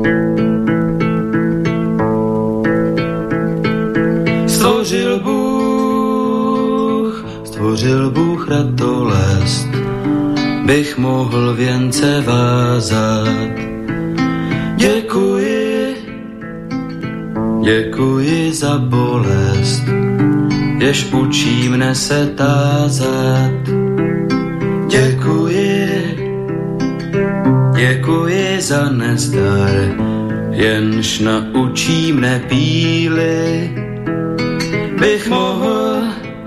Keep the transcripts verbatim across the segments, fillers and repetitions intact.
Stvořil Bůh, stvořil Bůh ratolest, bych mohl věnce vázat. Děkuji, děkuji za bolest, jež učí mne se tázat. Děkuji, děkuji za nezdar, jenž naučí mne píly. Bych mohl,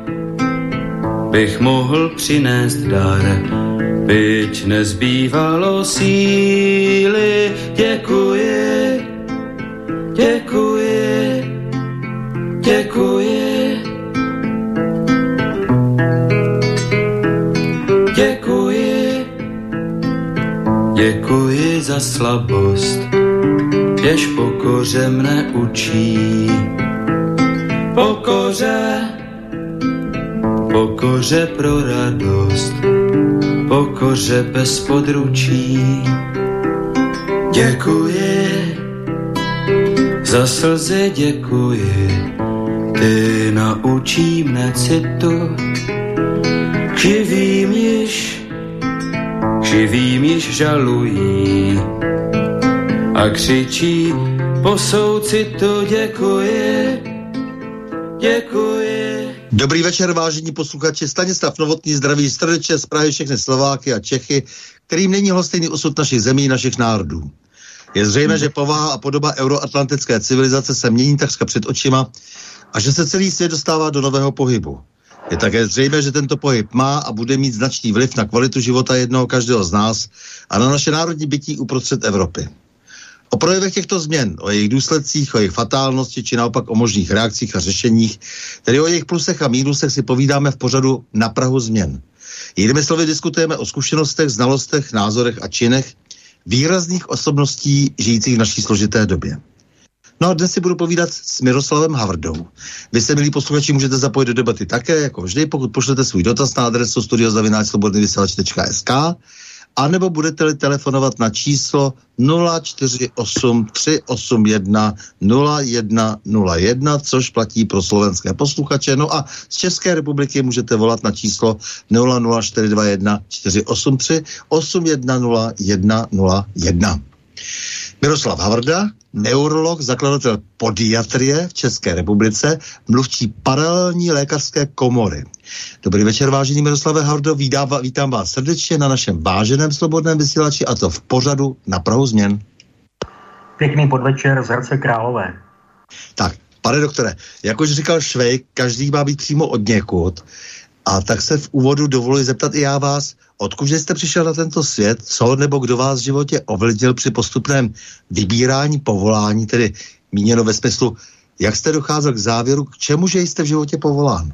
bych mohl přinést dar, byť nezbývalo síly. Děkuji, děkuji, děkuji, děkuji, děkuji za slabost, jež pokoře mne učí. Pokoře, pokoře pro radost, pokoře bez područí. Děkuji, za slzy děkuji, ty naučí mne citu. Živým již, živým již žalují a křičí po soucitu. Děkuji, děkuji. Dobrý večer, vážení posluchači. Stanislav Novotný zdraví srdečně z Prahy všechny Slováky a Čechy, kterým není lhostejný osud našich zemí, našich národů. Je zřejmé, že povaha a podoba euroatlantické civilizace se mění takřka před očima a že se celý svět dostává do nového pohybu. Je také zřejmé, že tento pohyb má a bude mít značný vliv na kvalitu života jednoho každého z nás a na naše národní bytí uprostřed Evropy. O projevech těchto změn, o jejich důsledcích, o jejich fatálnosti, či naopak o možných reakcích a řešeních, tedy o jejich plusech a mínusech si povídáme v pořadu Na prahu změn. Jinými slovy diskutujeme o zkušenostech, znalostech, názorech a činech výrazných osobností žijících v naší složité době. No a dnes si budu povídat s Miroslavem Havrdou. Vy se, milí posluchači, můžete zapojit do debaty také, jako vždy, pokud pošlete svůj dotaz na adresu studio zavináč slobodný vysílač tečka es ká, anebo budete-li telefonovat na číslo nula čtyři osm tři osm jedna nula jedna nula jedna, což platí pro slovenské posluchače. No a z České republiky můžete volat na číslo nula nula čtyři dva jedna čtyři osm tři osm jedna nula jedna nula jedna. Miroslav Havrda, neurolog, zakladatel podiatrie v České republice, mluvčí paralelní lékařské komory. Dobrý večer, vážený Miroslave Havrdo, vítám, vítám vás srdečně na našem váženém slobodném vysílači, a to v pořadu Na prahu změn. Pěkný podvečer z Hradce Králové. Tak, pane doktore, jak už říkal Švejk, každý má být přímo od někud. A tak se v úvodu dovoluji zeptat i já vás, odkud jste přišel na tento svět, co nebo kdo vás v životě ovlivnil při postupném vybírání povolání, tedy míněno ve smyslu, jak jste docházel k závěru, k čemu že jste v životě povolán?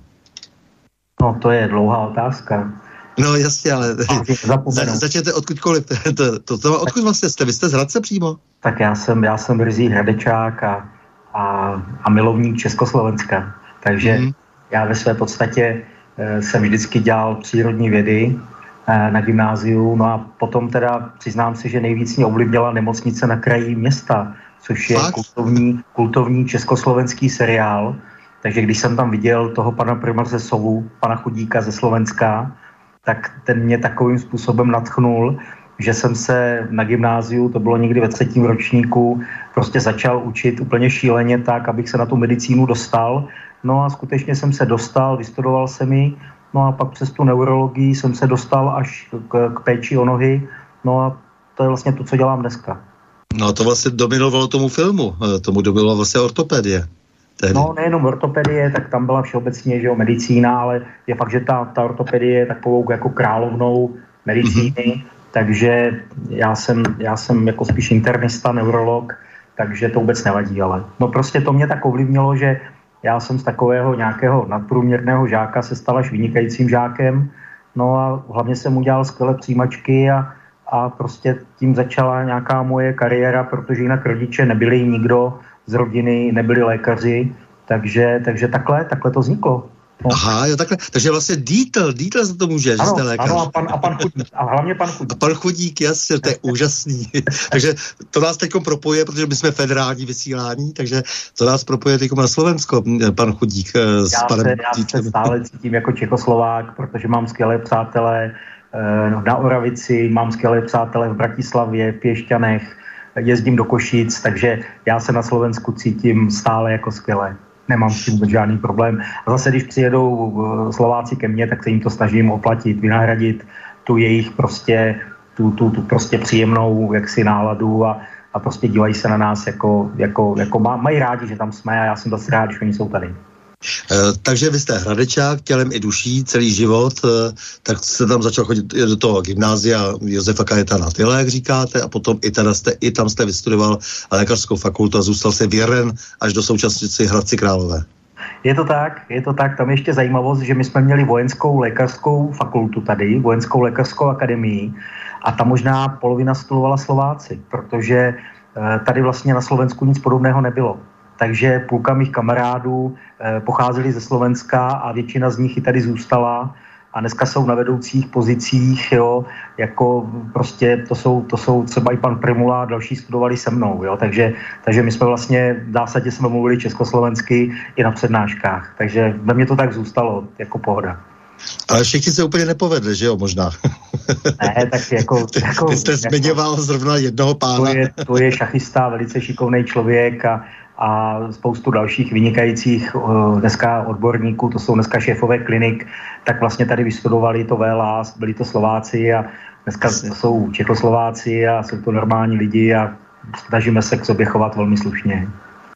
No, to je dlouhá otázka. No jasně, ale za, začněte odkudkoliv. To, to, to, odkud vlastně jste? Vy jste z Hradce přímo? Tak já jsem, já jsem ryzí Hradečák a, a, a milovník Československa. Takže hmm. já ve své podstatě jsem vždycky dělal přírodní vědy na gymnáziu, no a potom teda přiznám si, že nejvíc mě ovlivnila Nemocnice na kraji města, což je kultovní, kultovní československý seriál. Takže když jsem tam viděl toho pana primáře Sovu, pana Chudíka ze Slovenska, tak ten mě takovým způsobem nadchnul, že jsem se na gymnáziu, to bylo někdy ve třetím ročníku, prostě začal učit úplně šíleně tak, abych se na tu medicínu dostal. No a skutečně jsem se dostal, vystudoval jsem ji, no a pak přes tu neurologii jsem se dostal až k, k péči o nohy, no a to je vlastně to, co dělám dneska. No to vlastně dominovalo tomu filmu, tomu dominovalo vlastně ortopedie. Tehdy. No nejenom ortopedie, tak tam byla všeobecně, že jo, medicína, ale je fakt, že ta, ta ortopedie je takovou jako královnou medicíny, mm-hmm. takže já jsem, já jsem jako spíš internista, neurolog, takže to vůbec nevadí, ale no prostě to mě tak ovlivnilo, že já jsem z takového nějakého nadprůměrného žáka se stal až vynikajícím žákem, no a hlavně jsem udělal skvělé přijímačky a, a prostě tím začala nějaká moje kariéra, protože jinak rodiče nebyli nikdo z rodiny, nebyli lékaři, takže, takže takhle, takhle to vzniklo. No. Aha, jo, takhle. Takže vlastně Dietl, Dietl za to může, ano, že jste lékař. Ano, a pan, a pan Chudík. A hlavně pan Chudík. A pan Chudík, jasně, to je úžasný. Takže to nás teď propojuje, protože my jsme federální vysílání, takže to nás propojuje teď na Slovensko, pan Chudík s já panem se, Já se stále cítím jako Čechoslovák, protože mám skvělé přátelé na Oravici, mám skvělé přátelé v Bratislavě, v Piešťanech, jezdím do Košic, takže já se na Slovensku cítím stále jako skvěle. Nemám s tím vůbec žádný problém. A zase, když přijedou Slováci ke mně, tak se jim to snažím oplatit, vynahradit tu jejich prostě, tu, tu, tu prostě příjemnou jaksi náladu a, a prostě dívají se na nás jako, jako, jako má, mají rádi, že tam jsme a já jsem zase rád, že oni jsou tady. E, takže vy jste Hradečák, tělem i duší, celý život, e, tak jste tam začal chodit do toho gymnázia Josefa Kajetana Tyla, jak říkáte, a potom i, teda jste, i tam jste vystudoval lékařskou fakultu a zůstal se věren až do současnosti Hradci Králové. Je to tak, je to tak, tam ještě zajímavost, že my jsme měli vojenskou lékařskou fakultu tady, vojenskou lékařskou akademii a tam možná polovina studovala Slováci, protože e, tady vlastně na Slovensku nic podobného nebylo. Takže půlka mých kamarádů e, pocházeli ze Slovenska a většina z nich i tady zůstala a dneska jsou na vedoucích pozicích, jo, jako prostě to jsou, to jsou třeba i pan Primula a další studovali se mnou, jo, takže, takže my jsme vlastně v zásadě jsme mluvili československy i na přednáškách, takže ve mně to tak zůstalo, jako pohoda. Ale všichni se úplně nepovedli, že jo, možná. Ne, tak jako... jako Vy jste zmiňoval jako, zrovna jednoho pána. To je, to je šachista, velice šikovný člověk a a spoustu dalších vynikajících uh, dneska odborníků, to jsou dneska šéfové klinik, tak vlastně tady vystudovali to V L A, byli to Slováci a dneska jsou Čechoslováci a jsou to normální lidi a snažíme se k sobě chovat velmi slušně.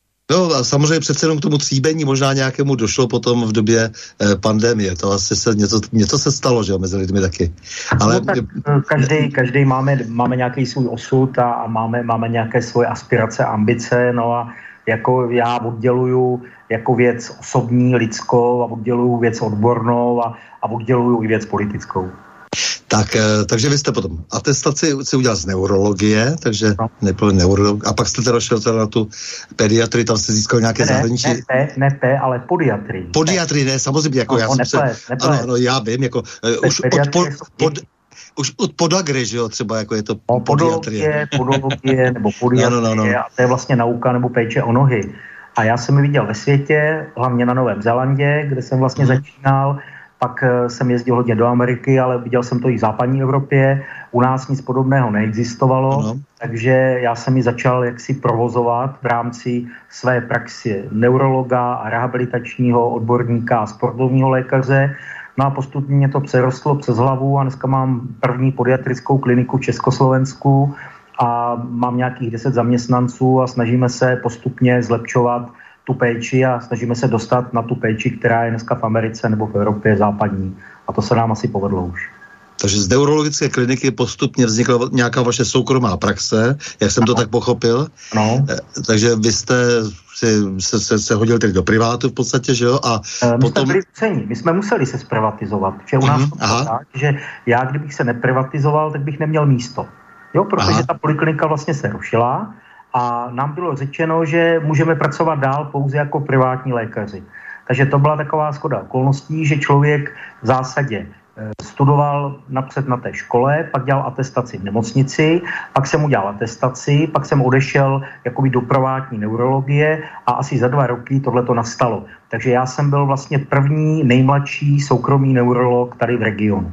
No a samozřejmě přece jenom k tomu tříbení možná nějakému došlo potom v době eh, pandemie. To asi se něco, něco se stalo, že jo, mezi lidmi taky. Ale no, tak každý, každý máme, máme nějaký svůj osud a, a máme, máme nějaké svoje aspirace, ambice, no a jako já odděluju jako věc osobní, lidskou a odděluju věc odbornou a, a odděluju i věc politickou. Tak, takže vy jste potom atestaci si udělal z neurologie, takže no. nebyl neurolog, a pak jste teda šel teda na tu pediatrii, tam jste získal nějaké ne, zahraniční... Ne, ne, ne, ne, ale podiatrii. Podiatrii, ne, samozřejmě, jako no, já jsem neplet, se... neplet. Ano, ano, já vím, jako už od, po, pod, už od podagry, že jo, třeba jako je to no, podiatrie. Podologie, nebo podiatrie, no, no, no. a to je vlastně nauka nebo péče o nohy. A já jsem ji viděl ve světě, hlavně na Novém Zélandě, kde jsem vlastně hmm. začínal. Pak jsem jezdil hodně do Ameriky, ale viděl jsem to i v západní Evropě. U nás nic podobného neexistovalo, ano. Takže já jsem ji začal jaksi provozovat v rámci své praxe neurologa a rehabilitačního odborníka a sportovního lékaře. No a postupně mě to přerostlo přes hlavu a dneska mám první podiatrickou kliniku v Československu a mám nějakých deset zaměstnanců a snažíme se postupně zlepšovat tu péči a snažíme se dostat na tu péči, která je dneska v Americe nebo v Evropě západní. A to se nám asi povedlo už. Takže z neurologické kliniky postupně vznikla nějaká vaše soukromá praxe, jak jsem no. to tak pochopil. No. Takže vy jste si, se, se, se hodil tedy do privátu v podstatě, že jo? A my potom... jsme byli nuceni, my jsme museli se zprivatizovat. Že u nás mm-hmm. to tak, že já, kdybych se neprivatizoval, tak bych neměl místo. Jo, protože aha. ta poliklinika vlastně se rušila a nám bylo řečeno, že můžeme pracovat dál pouze jako privátní lékaři. Takže to byla taková shoda okolností, že člověk v zásadě studoval napřed na té škole, pak dělal atestaci v nemocnici, pak jsem udělal atestaci, pak jsem odešel jakoby do privátní neurologie a asi za dva roky tohleto nastalo. Takže já jsem byl vlastně první nejmladší soukromý neurolog tady v regionu.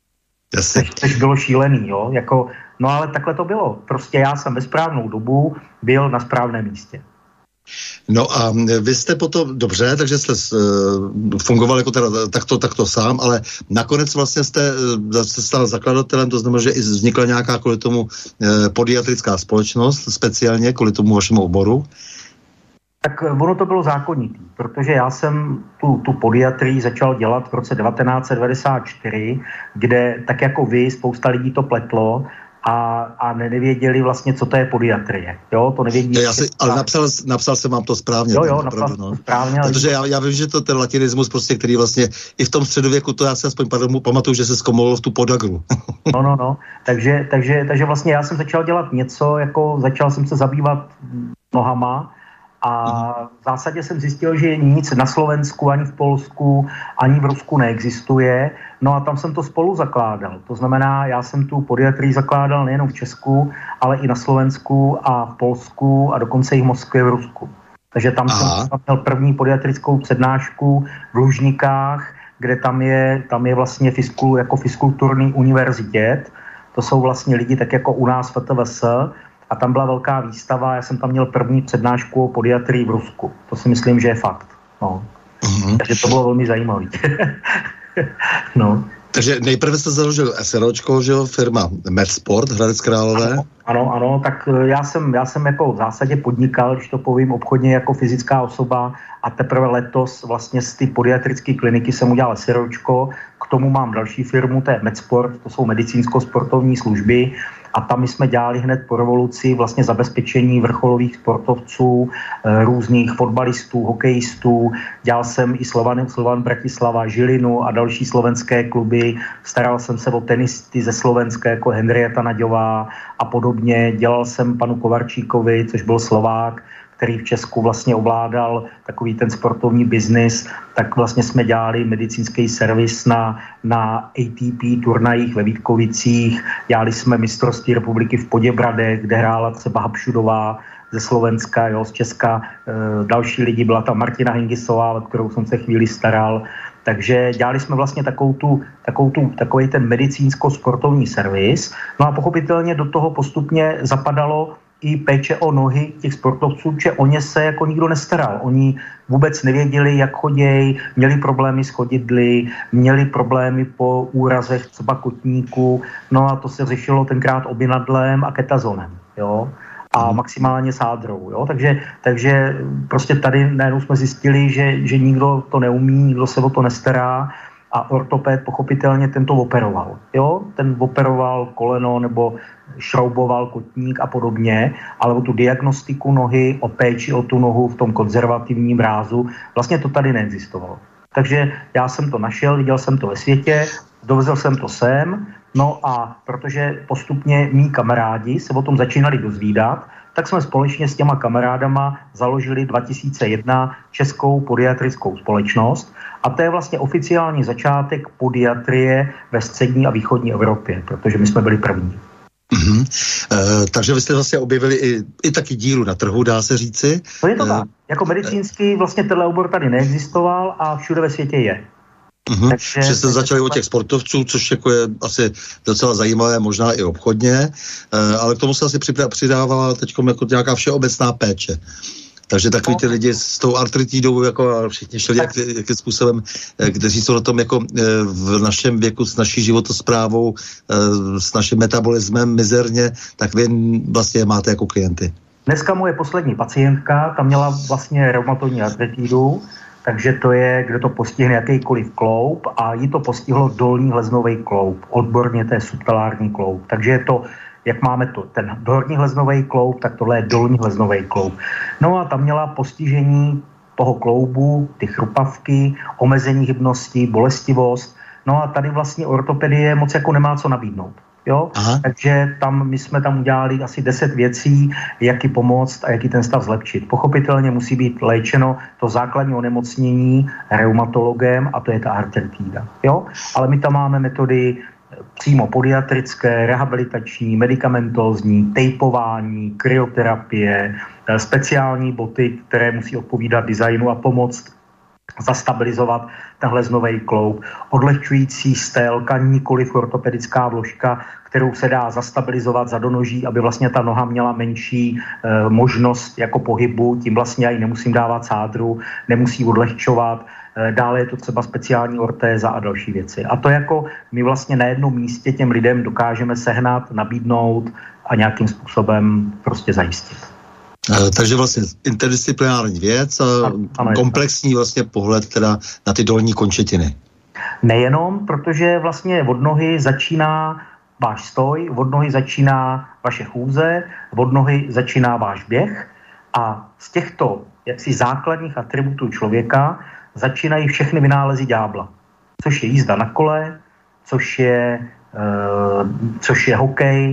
Což, což bylo šílený, jo, jako, no ale takhle to bylo. Prostě já jsem ve správnou dobu byl na správném místě. No a vy jste potom, dobře, takže jste uh, fungoval jako teda takto, takto sám, ale nakonec vlastně jste uh, se stal zakladatelem, to znamená, že i vznikla nějaká kvůli tomu uh, podiatrická společnost, speciálně kvůli tomu vašemu oboru. Tak ono to bylo zákonitý, protože já jsem tu, tu podiatrii začal dělat v roce devatenáct set devadesát čtyři, kde tak jako vy, spousta lidí to pletlo, A, a nevěděli vlastně, co to je podiatrie. Jo, to nevědí. Já si, ale napsal, napsal jsem vám to správně. Jo, jo, tam, napsal opravdu, no. správně. Protože já, já vím, že to ten latinismus prostě, který vlastně i v tom středověku, to já si aspoň pamatuju, že se zkomolil v tu podagru. no, no, no. Takže, takže, takže vlastně já jsem začal dělat něco, jako začal jsem se zabývat nohama A v zásadě jsem zjistil, že nic na Slovensku, ani v Polsku, ani v Rusku neexistuje. No a tam jsem to spolu zakládal. To znamená, já jsem tu podiatrii zakládal nejenom v Česku, ale i na Slovensku a v Polsku a dokonce i v Moskvě v Rusku. Takže tam Aha. jsem měl první podiatrickou přednášku v Lužnikách, kde tam je, tam je vlastně fiskul, jako fiskulturní univerzitet. To jsou vlastně lidi tak jako u nás v T V S. A tam byla velká výstava, já jsem tam měl první přednášku o podiatrii v Rusku. To si myslím, že je fakt. No. Mm-hmm. Takže to bylo velmi zajímavé. no. Takže nejprve jste založil SROčko, že jo, firma Medsport, Hradec Králové. Ano, ano, ano, tak já jsem, já jsem jako v zásadě podnikal, když to povím obchodně, jako fyzická osoba a teprve letos vlastně z ty podiatrické kliniky jsem udělal SROčko, k tomu mám další firmu, to je Medsport, to jsou medicínsko-sportovní služby a tam my jsme dělali hned po revoluci vlastně zabezpečení vrcholových sportovců, různých fotbalistů, hokejistů, dělal jsem i Slovan, Slovan Bratislava, Žilinu a další slovenské kluby, staral jsem se o tenisty ze Slovenska jako Henrieta Naďová a podobně, dělal jsem panu Kovarčíkovi, což byl Slovák, který v Česku vlastně ovládal takový ten sportovní biznis, tak vlastně jsme dělali medicínský servis na, na A T P turnajích ve Vítkovicích, dělali jsme mistrovství republiky v Poděbradech, kde hrála třeba Habšudová ze Slovenska, jo, z Česka, e, další lidi, byla tam Martina Hingisová, o kterou jsem se chvíli staral, takže dělali jsme vlastně takovou tu, takovou tu, takový ten medicínsko-sportovní servis, no a pochopitelně do toho postupně zapadalo i péče o nohy těch sportovců, že o ně se jako nikdo nestaral. Oni vůbec nevěděli, jak chodějí, měli problémy s chodidly, měli problémy po úrazech třeba kotníku, no a to se řešilo tenkrát obinadlem a ketazonem, jo, a maximálně sádrou, jo, takže, takže prostě tady najednou jsme zjistili, že, že nikdo to neumí, nikdo se o to nestará, a ortoped pochopitelně ten to operoval. Jo? Ten operoval koleno nebo šrouboval kotník a podobně, ale o tu diagnostiku nohy, o péči o tu nohu v tom konzervativním rázu, vlastně to tady neexistovalo. Takže já jsem to našel, viděl jsem to ve světě, dovezl jsem to sem, no a protože postupně mý kamarádi se o tom začínali dozvídat, tak jsme společně s těma kamarádama založili dva tisíce jedna Českou podiatrickou společnost a to je vlastně oficiální začátek podiatrie ve střední a východní Evropě, protože my jsme byli první. Mm-hmm. E, takže vy jste vlastně objevili i, i taky díru na trhu, dá se říci. To je to tak. E, jako medicínský vlastně tenhle obor tady neexistoval a všude ve světě je. Mm-hmm. Takže, že jste začali od těch sportovců, což jako je asi docela zajímavé, možná i obchodně, e, ale k tomu se asi přidávala teď jako nějaká všeobecná péče. Takže takový ty lidi s tou artritidou, jako všichni šli jak, jakým způsobem, kteří jsou na tom jako v našem věku s naší životosprávou, s naším metabolismem mizerně, tak vy vlastně máte jako klienty. Dneska moje poslední pacientka, ta měla vlastně reumatoidní artritidu, takže to je, kde to postihne jakýkoliv kloub a jí to postihlo dolní hleznový kloub. Odborně to je subtalární kloub. Takže je to, jak máme to, ten horní hleznový kloub, tak tohle je dolní hleznový kloub. No a tam měla postižení toho kloubu, ty chrupavky, omezení hybnosti, bolestivost. No a tady vlastně ortopedie moc jako nemá co nabídnout. Jo? Takže tam my jsme tam udělali asi deset věcí, jak ji pomoct a jak ji ten stav zlepšit. Pochopitelně musí být léčeno to základní onemocnění reumatologem a to je ta artritida. Jo? Ale my tam máme metody přímo podiatrické, rehabilitační, medikamentózní, tejpování, kryoterapie, speciální boty, které musí odpovídat designu a pomoct zastabilizovat ten hleznový kloub, odlehčující stélka, nikoliv ortopedická vložka, kterou se dá zastabilizovat za donoží, aby vlastně ta noha měla menší e, možnost jako pohybu, tím vlastně já ji nemusím dávat sádru, nemusí odlehčovat, e, dále je to třeba speciální ortéza a další věci. A to jako my vlastně na jednom místě těm lidem dokážeme sehnat, nabídnout a nějakým způsobem prostě zajistit. Takže vlastně interdisciplinární věc a ano, komplexní vlastně pohled teda na ty dolní končetiny. Nejenom, protože vlastně od nohy začíná váš stoj, od nohy začíná vaše chůze, od nohy začíná váš běh a z těchto jaksi základních atributů člověka začínají všechny vynálezy ďábla, což je jízda na kole, což je, uh, což je hokej,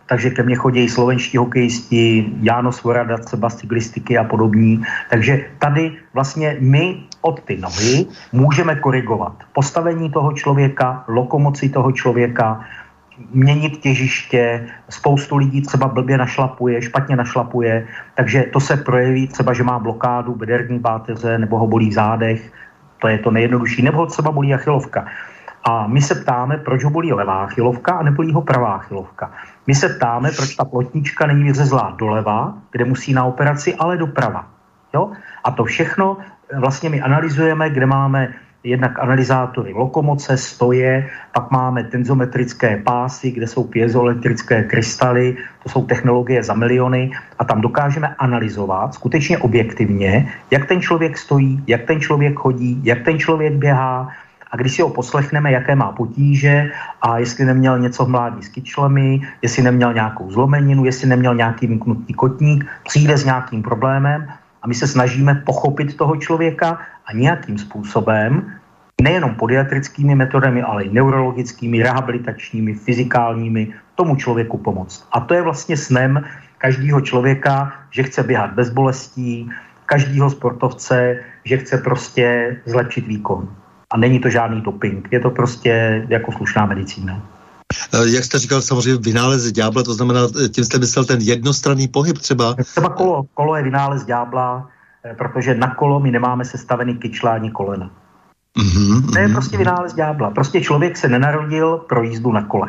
takže ke mně chodí slovenští hokejisti, Jáno Svorada, třeba z cyklistiky a podobní. Takže tady vlastně my od ty nohy můžeme korigovat postavení toho člověka, lokomoci toho člověka, měnit těžiště, spoustu lidí třeba blbě našlapuje, špatně našlapuje, takže to se projeví třeba, že má blokádu bederní páteře nebo ho bolí v zádech, to je to nejjednodušší, nebo ho třeba bolí achilovka. A my se ptáme, proč ho bolí levá achilovka a nebolí ho pravá achilovka. My se ptáme, proč ta plotnička není vyřezlá doleva, kde musí na operaci, ale doprava. Jo? A to všechno vlastně my analyzujeme, kde máme jednak analyzátory lokomoce, stoje, pak máme tenzometrické pásy, kde jsou piezoelektrické krystaly, to jsou technologie za miliony a tam dokážeme analyzovat skutečně objektivně, jak ten člověk stojí, jak ten člověk chodí, jak ten člověk běhá a když si ho poslechneme, jaké má potíže a jestli neměl něco v mládí s kyčlemi, jestli neměl nějakou zlomeninu, jestli neměl nějaký vymknutý kotník, přijde s nějakým problémem a my se snažíme pochopit toho člověka a nějakým způsobem, nejenom podiatrickými metodami, ale i neurologickými, rehabilitačními, fyzikálními, tomu člověku pomoct. A to je vlastně snem každého člověka, že chce běhat bez bolestí, každého sportovce, že chce prostě zlepšit výkon. A není to žádný doping, je to prostě jako slušná medicína. Jak jste říkal, samozřejmě vynález ďábla, to znamená, tím jste myslel ten jednostranný pohyb třeba? Třeba kolo, kolo je vynález ďábla, protože na kolo my nemáme sestavený kyčle ani kolena. Mm-hmm, to je prostě vynález ďábla. Prostě člověk se nenarodil pro jízdu na kole.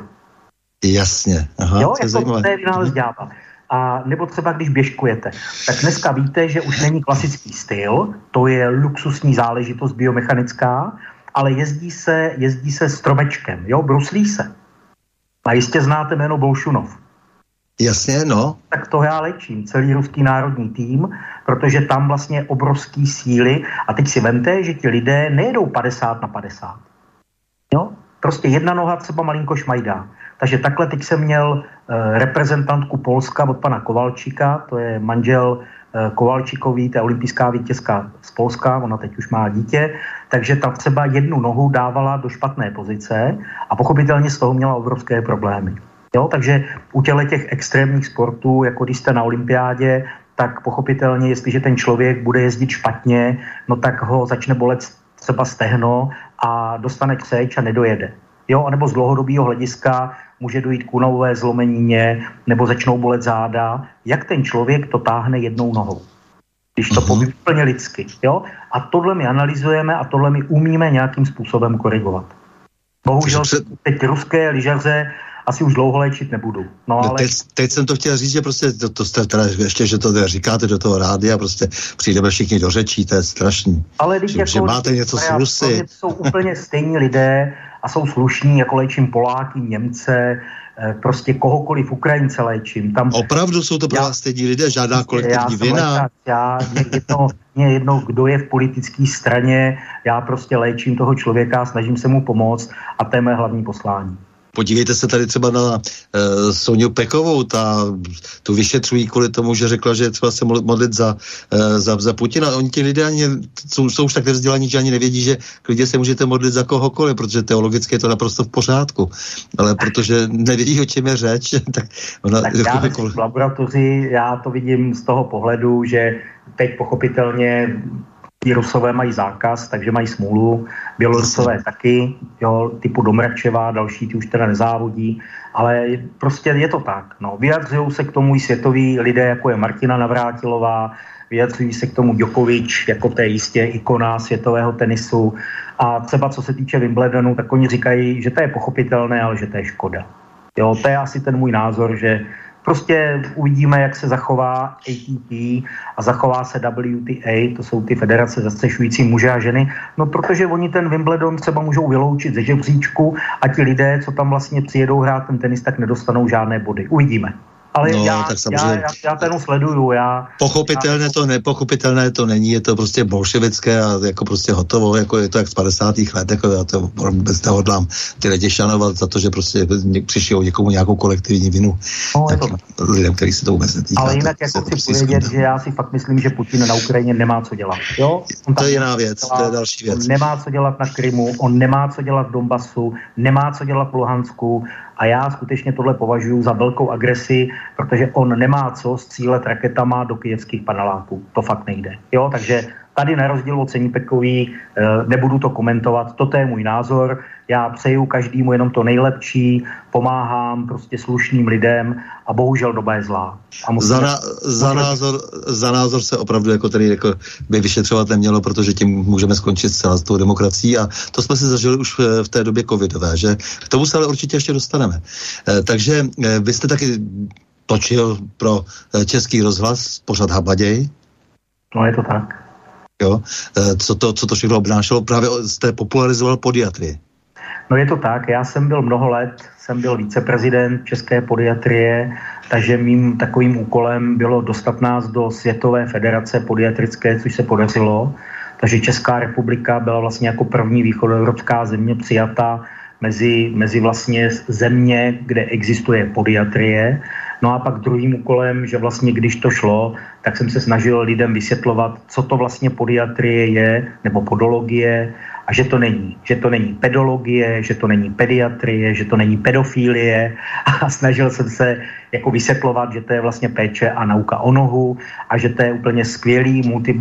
Jasně. Aha, jo, to, je to je vynález ďábla. A nebo třeba když běžkujete, tak dneska víte, že už není klasický styl, to je luxusní záležitost biomechanická, ale jezdí se, jezdí se stromečkem, jo, bruslí se. A jistě znáte jméno Bolšunov. Jasně, no. Tak to já léčím, celý ruský národní tým, protože tam vlastně obrovský síly. A teď si vemte, že ti lidé nejedou padesát na padesát. Jo? Prostě jedna noha třeba malinko šmajdá. Takže takhle teď jsem měl e, reprezentantku Polska od pana Kovalčíka, to je manžel e, Kovalčíkový, to je olympijská vítězka z Polska, ona teď už má dítě, takže ta třeba jednu nohu dávala do špatné pozice a pochopitelně z toho měla obrovské problémy. Jo, takže u těle těch extrémních sportů, jako když jste na olympiádě, tak pochopitelně, jestliže ten člověk bude jezdit špatně, no tak ho začne bolet třeba stehno a dostane křeč a nedojede. Jo, anebo z dlouhodobého hlediska může dojít k únavové zlomenině, nebo začnou bolet záda. Jak ten člověk to táhne jednou nohou? Když to povím úplně lidsky. Jo? A tohle my analyzujeme a tohle my umíme nějakým způsobem korigovat. Bohužel teď ruské lyžaře asi už dlouho léčit nebudu. No, ale... teď, teď jsem to chtěl říct, že prostě to, to jste teda ještě, že to říkáte do toho rádia, prostě přijdeme všichni do řečí, to je strašný. Ale že, jako, že máte něco s Rusy. Jsou úplně stejní lidé a jsou slušní, jako léčím Poláky, Němce, prostě kohokoliv Ukrajince léčím. Tam... Opravdu jsou to pro vás stejní lidé, žádná kolektivní já vina? Lékař, já, mě jedno, mě jedno, kdo je v politické straně, já prostě léčím toho člověka, snažím se mu pomoct a to je mé hlavní poslání. Podívejte se tady třeba na uh, Soňu Pekovou, ta, tu vyšetřují kvůli tomu, že řekla, že je třeba se modlit za, uh, za, za Putina. Oni ti lidé ani, jsou, jsou už tak nevzdělaní, že ani nevědí, že klidně se můžete modlit za kohokoliv, protože teologicky je to naprosto v pořádku. Ale protože nevědí, o čem je řeč, tak ona... Tak já v laboratoři, já to vidím z toho pohledu, že teď pochopitelně ti Rusové mají zákaz, takže mají smůlu, Bělorusové taky, jo, typu Domračeva, další ty už teda nezávodí, ale prostě je to tak. No. Vyjadřují se k tomu i světoví lidé, jako je Martina Navrátilová, vyjadřují se k tomu Djokovič, jako to je jistě ikona světového tenisu. A třeba co se týče Wimbledonu, tak oni říkají, že to je pochopitelné, ale že to je škoda. Jo, to je asi ten můj názor, že prostě uvidíme, jak se zachová A T P a zachová se W T A, to jsou ty federace zastřešující muže a ženy, no protože oni ten Wimbledon třeba můžou vyloučit ze žebříčku a ti lidé, co tam vlastně přijedou hrát ten tenis, tak nedostanou žádné body. Uvidíme. Ale no, já, tak já, já, já ten sleduju. Já, pochopitelné já... to nepochopitelné to není, je to prostě bolševické a jako prostě hotovo, jako je to jak z padesátých let, jako já to vůbec nehodlám ty lidi šanovat za to, že prostě přišel někomu nějakou kolektivní vinu. No, tak to... lidem, který se to vůbec netýká. Ale jinak jako si prostě povědět, že já si fakt myslím, že Putin na Ukrajině nemá co dělat. Jo? To je jiná věc, dělá, to je další věc. On nemá co dělat na Krymu, on nemá co dělat v Donbasu, nemá co dělat v Luhansku a A já skutečně tohle považuji za velkou agresi, protože on nemá co střílet raketama do kyjevských paneláků. To fakt nejde. Jo, takže tady na rozdíl od Cenípekový nebudu to komentovat, toto je můj názor, já přeju každému jenom to nejlepší, pomáhám prostě slušným lidem a bohužel doba je zlá. A za, na, za, názor, za názor se opravdu jako tady jako by vyšetřovat nemělo, protože tím můžeme skončit zcela s tou demokracií a to jsme si zažili už v, v té době covidové, že k tomu se ale určitě ještě dostaneme. E, takže e, vy jste taky točil pro e, Český rozhlas pořad Habaděj. No je to tak. Jo, e, co to, co to všechno obnášelo, právě jste popularizoval podiatrii. No je to tak, já jsem byl mnoho let, jsem byl viceprezident České podiatrie, takže mým takovým úkolem bylo dostat nás do Světové federace podiatrické, což se podařilo. Takže Česká republika byla vlastně jako první východoevropská země přijata mezi, mezi vlastně země, kde existuje podiatrie. No a pak druhým úkolem, že vlastně když to šlo, tak jsem se snažil lidem vysvětlovat, co to vlastně podiatrie je, nebo podologie, a že to není. Že to není pedologie, že to není pediatrie, že to není pedofilie a snažil jsem se jako vysvětlovat, že to je vlastně péče a nauka o nohu a že to je úplně skvělý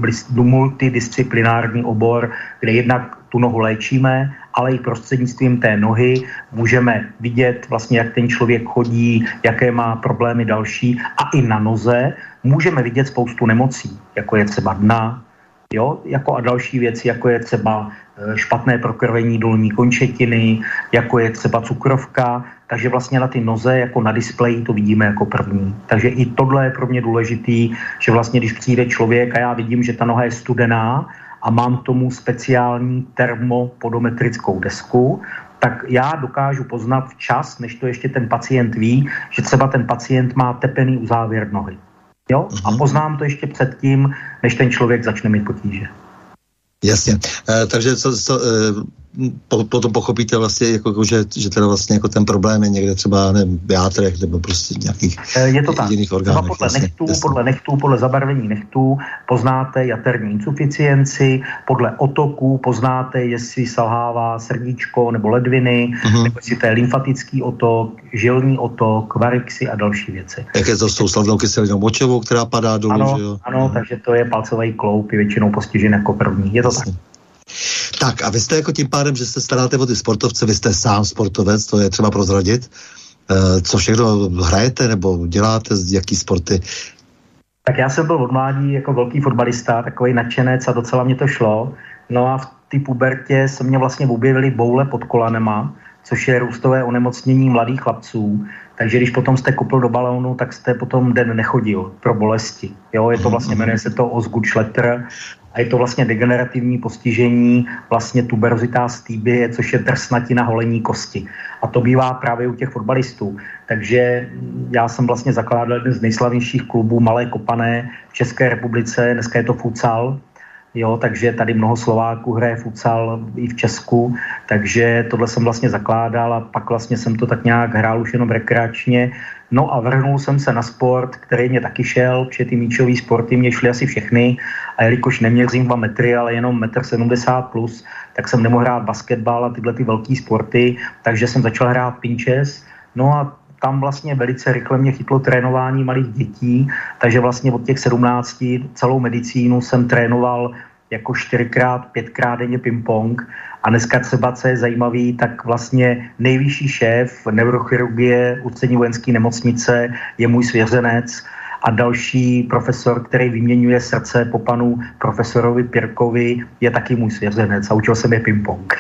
multidisciplinární obor, kde jednak tu nohu léčíme, ale i prostřednictvím té nohy můžeme vidět vlastně, jak ten člověk chodí, jaké má problémy další a i na noze můžeme vidět spoustu nemocí, jako je třeba dna, jo, jako a další věci, jako je třeba špatné prokrvení dolní končetiny, jako je třeba cukrovka, takže vlastně na ty noze jako na displeji to vidíme jako první. Takže i tohle je pro mě důležitý, že vlastně když přijde člověk a já vidím, že ta noha je studená a mám k tomu speciální termopodometrickou desku, tak já dokážu poznat včas, než to ještě ten pacient ví, že třeba ten pacient má tepený uzávěr nohy. Jo? A poznám to ještě předtím, než ten člověk začne mít potíže. Jasně. E, takže co, co, e, po, potom pochopíte vlastně, jako, že, že teda vlastně jako ten problém je někde třeba nevím, v játrech nebo prostě nějakých je to tak. jiných orgánech. Podle jasně, nechtů, jasně. podle nechtů, podle zabarvení nechtů poznáte jaterní insuficienci, podle otoků poznáte, jestli selhává srdíčko nebo ledviny, uh-huh. nebo jestli to je lymfatický otok, žilní otok, varixy a další věci. Jak je to s tou slavnou kyselinou močovou, která padá dolů, ano, že jo? Ano, uh-huh. takže to je palcový kloup, je většinou postižen jako první. Je to jasně. tak. Tak a vy jste jako tím pádem, že se staráte o ty sportovce, vy jste sám sportovec, to je třeba prozradit. E, co všechno hrajete nebo děláte, jaký sporty? Tak já jsem byl od mládí jako velký fotbalista, takový nadšenec a docela mě to šlo. No a v té pubertě se mě vlastně objevily boule pod kolanema, což je růstové onemocnění mladých chlapců. Takže když potom jste kopl do balónu, tak jste potom den nechodil pro bolesti. Jo, je to vlastně, jmenuje se to Osgood-Schletter a je to vlastně degenerativní postižení, vlastně tuberozitás tibie, což je drsnatina holení kosti. A to bývá právě u těch fotbalistů. Takže já jsem vlastně zakládal jeden z nejslavnějších klubů Malé Kopané v České republice, dneska je to futsal. Jo, takže tady mnoho Slováků hraje futsal i v Česku, takže tohle jsem vlastně zakládal a pak vlastně jsem to tak nějak hrál už jenom rekreačně. No a vrhnul jsem se na sport, který mě taky šel, protože ty míčový sporty mě šly asi všechny a jelikož neměřím dva metry, ale jenom metr sedmdesát plus, tak jsem nemohl hrát basketbal a tyhle ty velký sporty, takže jsem začal hrát pinčes. No a tam vlastně velice rychle mě chytlo trénování malých dětí, takže vlastně od těch sedmnácti celou medicínu jsem trénoval jako čtyřikrát, pětkrát denně ping-pong a dneska třeba, co je zajímavý, tak vlastně nejvyšší šéf neurochirurgie Ústřední vojenské nemocnice je můj svěřenec a další profesor, který vyměňuje srdce po panu profesorovi Pirkovi, je taky můj svěřenec a učil jsem je ping-pong.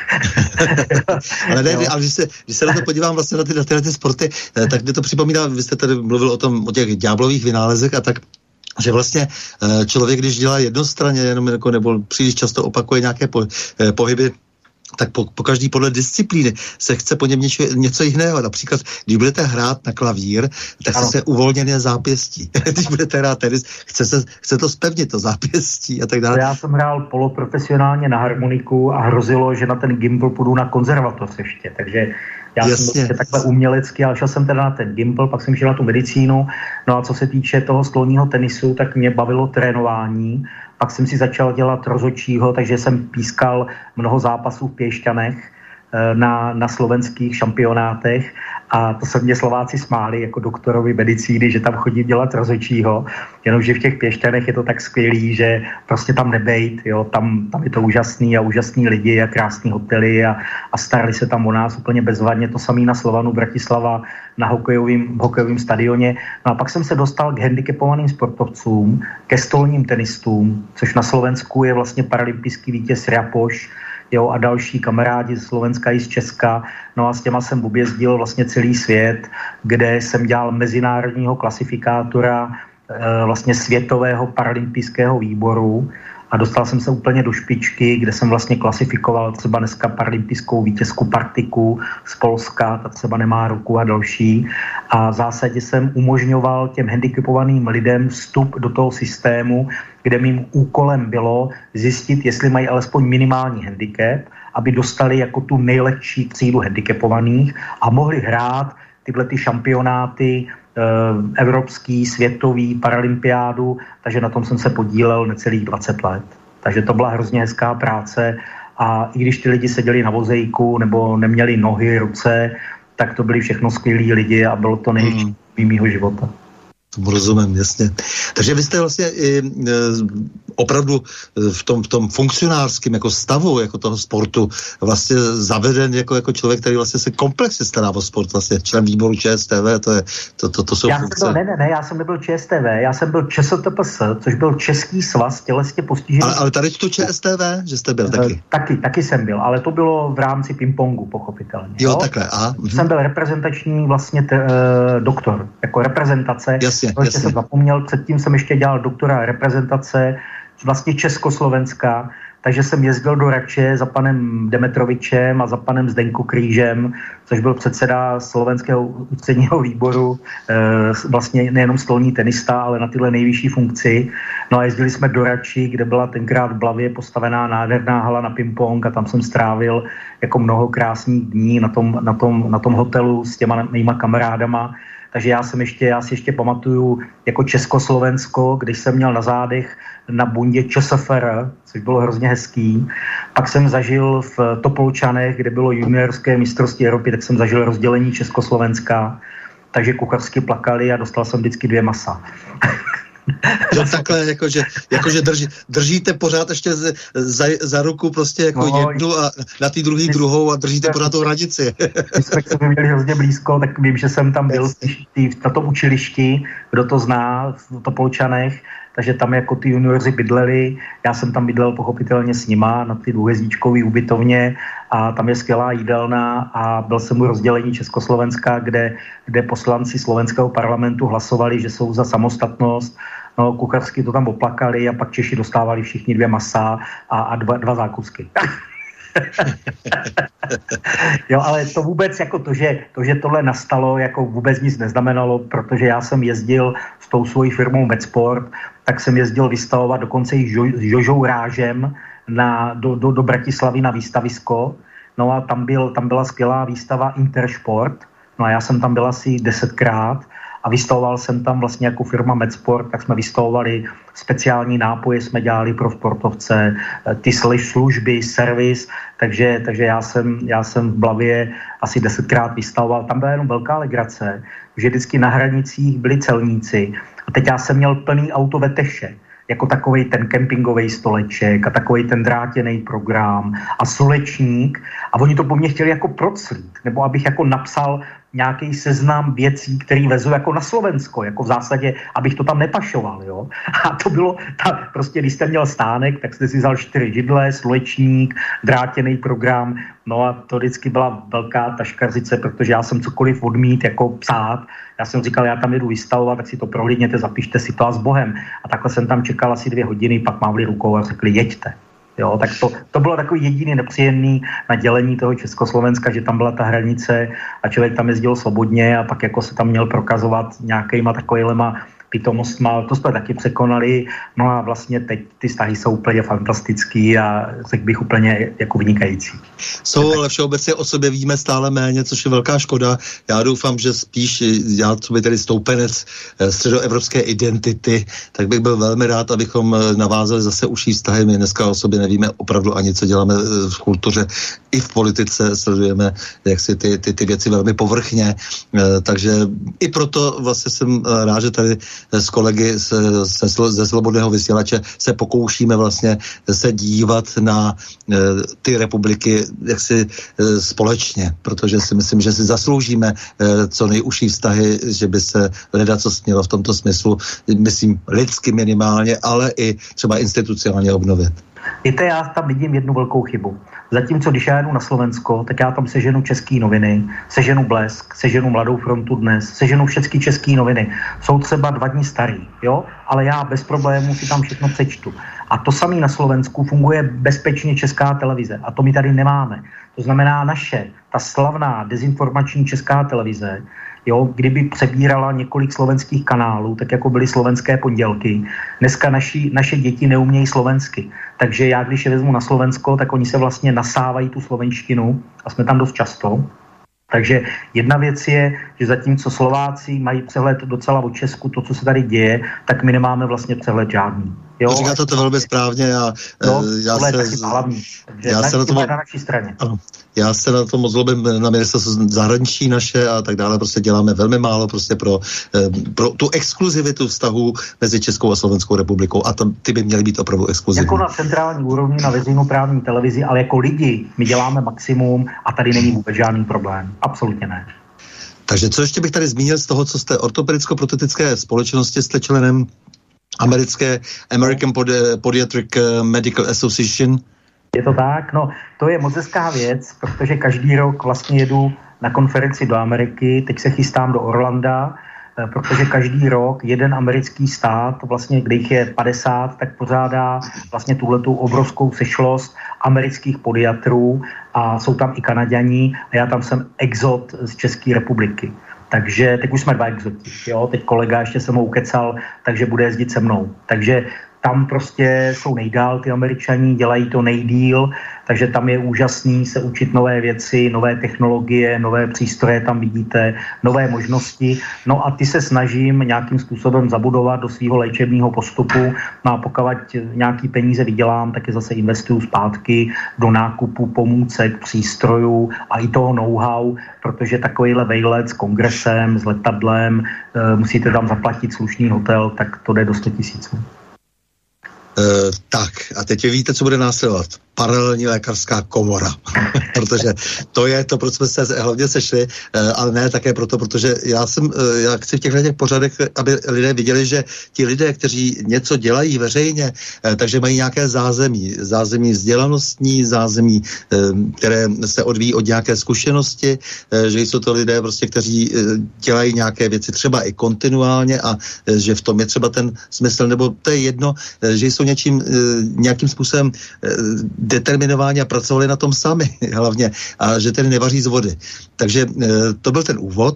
Ale ne, ale když se, když se na to podívám vlastně na ty, na ty, na ty sporty, tak mě to připomíná, vy jste tady mluvil o tom, o těch ďáblových vynálezech a tak, že vlastně člověk, když dělá jednostranně, jenom jako, nebo příliš často opakuje nějaké po, pohyby, tak po, po každý podle disciplíny se chce po něm něco, něco jiného. Například, když budete hrát na klavír, tak ano. se uvolněné zápěstí. Když budete hrát tenis, chce, se, chce to zpevnit, to zápěstí a tak dále. Já jsem hrál poloprofesionálně na harmoniku a hrozilo, že na ten gimbal půjdu na konzervatoř ještě, takže já Jasně. jsem byl takhle umělecký, ale šel jsem teda na ten gimbal, pak jsem šel na tu medicínu. No a co se týče toho stolního tenisu, tak mě bavilo trénování. Pak jsem si začal dělat rozhodčího, takže jsem pískal mnoho zápasů v Piešťanech. na, na slovenských šampionátech a to se mě Slováci smáli jako doktorovi medicíny, že tam chodím dělat rozhodčího, jenomže v těch Piešťanech je to tak skvělý, že prostě tam nebejt, jo, tam, tam je to úžasný a úžasný lidi a krásný hotely a, a starali se tam o nás úplně bezvadně, to samý na Slovanu Bratislava na hokejovém, hokejovém stadioně. No a pak jsem se dostal k handicapovaným sportovcům, ke stolním tenistům, což na Slovensku je vlastně paralympijský vítěz Riapoš, jo, a další kamarádi z Slovenska i z Česka. No a s těma jsem objezdil vlastně celý svět, kde jsem dělal mezinárodního klasifikátora e, vlastně světového paralympijského výboru a dostal jsem se úplně do špičky, kde jsem vlastně klasifikoval třeba dneska paralympijskou vítězku Partiku z Polska, ta třeba nemá ruku a další. A v zásadě jsem umožňoval těm handicapovaným lidem vstup do toho systému, kde mým úkolem bylo zjistit, jestli mají alespoň minimální handicap, aby dostali jako tu nejlepší třídu handicapovaných a mohli hrát tyhle ty šampionáty evropský, světový, paralympiádu, takže na tom jsem se podílel necelých dvacet let. Takže to byla hrozně hezká práce a i když ty lidi seděli na vozejku nebo neměli nohy, ruce, tak to byli všechno skvělí lidi a bylo to největší hmm. mýho života. Tomu rozumím, jasně. Takže vy jste vlastně i e, opravdu v tom, v tom funkcionářském jako stavu, jako toho sportu, vlastně zaveden jako, jako člověk, který vlastně se komplexně stará o sport, vlastně člen výboru ČSTV, to, je, to, to, to jsou já funkce. Jsem byl, ne, ne, ne, já jsem nebyl ČSTV, já jsem byl ČSTPS, což byl Český svaz tělesně postižených. Ale, ale tady tu ČSTV, že jste byl taky? Taky, taky jsem byl, ale to bylo v rámci pingpongu, pochopitelně. Jo, jo? takhle, aha. Jsem byl reprezentační vlastně t, e, doktor, jako reprezentace. Jasně, to ještě jsem zapomněl, předtím jsem ještě dělal doktora reprezentace vlastně Československa, takže jsem jezdil do Rače za panem Demetrovičem a za panem Zdenko Krížem, což byl předseda slovenského ústředního výboru, e, vlastně nejenom stolní tenista, ale na tyhle nejvyšší funkci. No a jezdili jsme do Rači, kde byla tenkrát v Blavě postavená nádherná hala na ping-pong a tam jsem strávil jako mnoho krásných dní na tom, na tom, na tom hotelu s těma mýma kamarádama. Takže já jsem ještě, já si ještě pamatuju jako Československo, když jsem měl na zádech na bundě ČSFR, což bylo hrozně hezký. Pak jsem zažil v Topolčanech, kde bylo juniorské mistrovství Evropy, tak jsem zažil rozdělení Československa. Takže kuchařsky plakali a dostal jsem vždycky dvě masa. Jo, takhle, jakože, jakože drží, držíte pořád ještě z, za, za ruku prostě jako no, jednu a na té druhý druhou a držíte pořád tu hranici. My jsme k sobě měli hrozně blízko, tak vím, že jsem tam byl na tom učilišti, kdo to zná, v Topolčanech, takže tam jako ty juniorzi bydleli, já jsem tam bydlel pochopitelně s nima na ty dvouhvězdičkový ubytovně a tam je skvělá jídelna a byl jsem u rozdělení Československa, kde, kde poslanci slovenského parlamentu hlasovali, že jsou za samostatnost. No, kuchařsky to tam oplakali a pak Češi dostávali všichni dvě masa a, a dva, dva zákusky. Jo, ale to vůbec jako to že, to, že tohle nastalo, jako vůbec nic neznamenalo, protože já jsem jezdil s tou svojí firmou Medsport, tak jsem jezdil vystavovat dokonce i s Jožou Rážem na, do, do, do Bratislavy na výstavisko. No a tam, byl, tam byla skvělá výstava Intersport. No a já jsem tam byl asi desetkrát a vystavoval jsem tam vlastně jako firma Medsport, tak jsme vystavovali speciální nápoje, jsme dělali pro sportovce, ty služby, servis, takže, takže já, jsem, já jsem v Blavě asi desetkrát vystavoval. Tam byla jenom velká legrace, že vždycky na hranicích byli celníci a teď já jsem měl plný auto veteše, jako takovej ten kempingový stoleček a takovej ten drátěný program a solečník a oni to po mně chtěli jako proclít, nebo abych jako napsal nějaký seznam věcí, který vezu jako na Slovensko, jako v zásadě, abych to tam nepašoval, jo. A to bylo, ta, prostě když jste měl stánek, tak jste si vzal čtyři židle, slečník, drátěný program, no a to vždycky byla velká taškarzice, protože já jsem cokoliv odmít jako psát, já jsem říkal, já tam jedu vystavovat, tak si to prohlídněte, zapište si to a s Bohem. A takhle jsem tam čekal asi dvě hodiny, pak mávli rukou a řekli, jeďte. Jo, tak to, to bylo takový jediný nepříjemný nadělení toho Československa, že tam byla ta hranice a člověk tam jezdil svobodně a pak jako se tam měl prokazovat nějakýma takovýhlema pitomostma, to jsme taky překonali, no a vlastně teď ty vztahy jsou úplně fantastický a řekl bych úplně jako vynikající. Jsou, ale všeobecně o sobě víme stále méně, což je velká škoda. Já doufám, že spíš já, co by tedy stoupenec středoevropské identity, tak bych byl velmi rád, abychom navázali zase užší vztahy. My dneska o sobě nevíme opravdu ani, co děláme v kultuře. I v politice sledujeme jak si ty, ty, ty věci velmi povrchně. Takže i proto vlastně jsem rád, že tady s kolegy ze, ze Slobodného vysílače se pokoušíme vlastně se dívat na e, ty republiky jaksi e, společně, protože si myslím, že si zasloužíme e, co nejužší vztahy, že by se ledacos smělo v tomto smyslu, myslím lidsky minimálně, ale i třeba institucionálně obnovit. Víte, já tam vidím jednu velkou chybu. Zatímco, když já jedu na Slovensko, tak já tam seženu české noviny, seženu Blesk, seženu Mladou frontu dnes, seženu všechny české noviny. Jsou třeba dva dny starý, jo? Ale já bez problémů si tam všechno přečtu. A to samé na Slovensku funguje bezpečně Česká televize. A to my tady nemáme. To znamená naše, ta slavná dezinformační Česká televize, jo, kdyby přebírala několik slovenských kanálů, tak jako byly slovenské pondělky. Dneska naši, naše děti neumějí slovensky. Takže já, když je vezmu na Slovensko, tak oni se vlastně nasávají tu slovenštinu a jsme tam dost často. Takže jedna věc je, že zatímco Slováci mají přehled docela o Česku, to, co se tady děje, tak my nemáme vlastně přehled žádný. Jo? To říkáte to velmi správně. A, no, já tohle se, je taky hlavní. Takže já se na, to, na naší straně. Ano, já se na to moc zlobím na ministerstvo zahraničí naše a tak dále. Prostě děláme velmi málo prostě pro, pro tu exkluzivitu vztahů mezi Českou a Slovenskou republikou. A tam ty by měly být opravdu exkluzivní. Jako na centrální úrovni, na veřejnoprávní televizi, ale jako lidi my děláme maximum a tady není vůbec žádný problém. Absolutně ne. Takže co ještě bych tady zmínil z toho, co jste ortopedicko-protetické společnosti, jste členem americké American Podiatric Medical Association? Je to tak? No, to je moc hezká věc, protože každý rok vlastně jedu na konferenci do Ameriky, teď se chystám do Orlanda, protože každý rok jeden americký stát, vlastně kde jich je padesát, tak pořádá vlastně tuhletu obrovskou sešlost amerických podiatrů a jsou tam i Kanaďaní a já tam jsem exot z České republiky. Takže teď už jsme dva exoti, jo, teď kolega ještě se mnou ukecal, takže bude jezdit se mnou. Takže tam prostě jsou nejdál ty Američani, dělají to nejdýl, takže tam je úžasný se učit nové věci, nové technologie, nové přístroje tam vidíte, nové možnosti. No a ty se snažím nějakým způsobem zabudovat do svého léčebného postupu. No a pokud nějaký peníze vydělám, tak je zase investuju zpátky do nákupu pomůcek, přístrojů a i toho know-how, protože takovýhle vejlet s kongresem, s letadlem, e, musíte tam zaplatit slušný hotel, tak to jde do sto tisíců. Uh, tak, a teď víte, co bude následovat. Paralelní lékařská komora. Protože to je to, proč jsme se hlavně sešli, uh, ale ne také proto, protože já jsem, uh, já chci v těchto těch pořadech, aby lidé viděli, že ti lidé, kteří něco dělají veřejně, uh, takže mají nějaké zázemí. Zázemí vzdělanostní, zázemí, uh, které se odvíjí od nějaké zkušenosti, uh, že jsou to lidé, prostě, kteří uh, dělají nějaké věci třeba i kontinuálně a uh, že v tom je třeba ten smysl, nebo to je jedno, uh, že jsou něčím, nějakým způsobem determinováni a pracovali na tom sami hlavně a že tedy nevaří z vody. Takže to byl ten úvod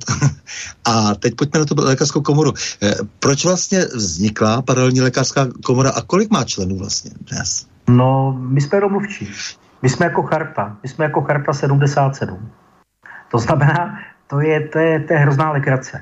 a teď pojďme na tu lékařskou komoru. Proč vlastně vznikla paralelní lékařská komora a kolik má členů vlastně dnes? No, my jsme domluvčí. My jsme jako charta. My jsme jako charta sedmdesát sedm. To znamená, to je, to je, to je hrozná legrace.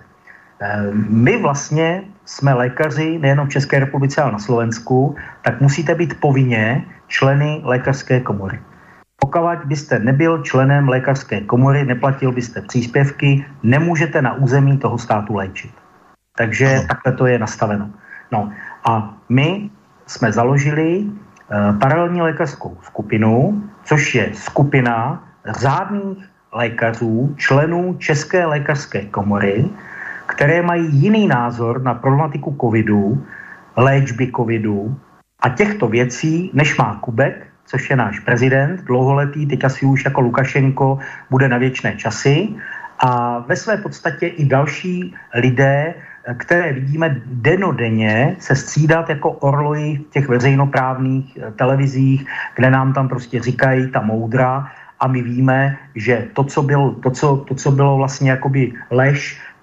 My vlastně jsme lékaři nejenom v České republice, ale na Slovensku, tak musíte být povinně členy lékařské komory. Pokud byste nebyl členem lékařské komory, neplatil byste příspěvky, nemůžete na území toho státu léčit. Takže Aha. takhle to je nastaveno. No a my jsme založili uh, paralelní lékařskou skupinu, což je skupina řádných lékařů, členů České lékařské komory, které mají jiný názor na problematiku covidu, léčby covidu a těchto věcí, než má Kubek, což je náš prezident, dlouholetý, teď asi už jako Lukašenko bude na věčné časy a ve své podstatě i další lidé, které vidíme denodenně se střídat jako orloji v těch veřejnoprávních televizích, kde nám tam prostě říkají ta moudra a my víme, že to, co bylo, to, co, to, co bylo vlastně jakoby lež,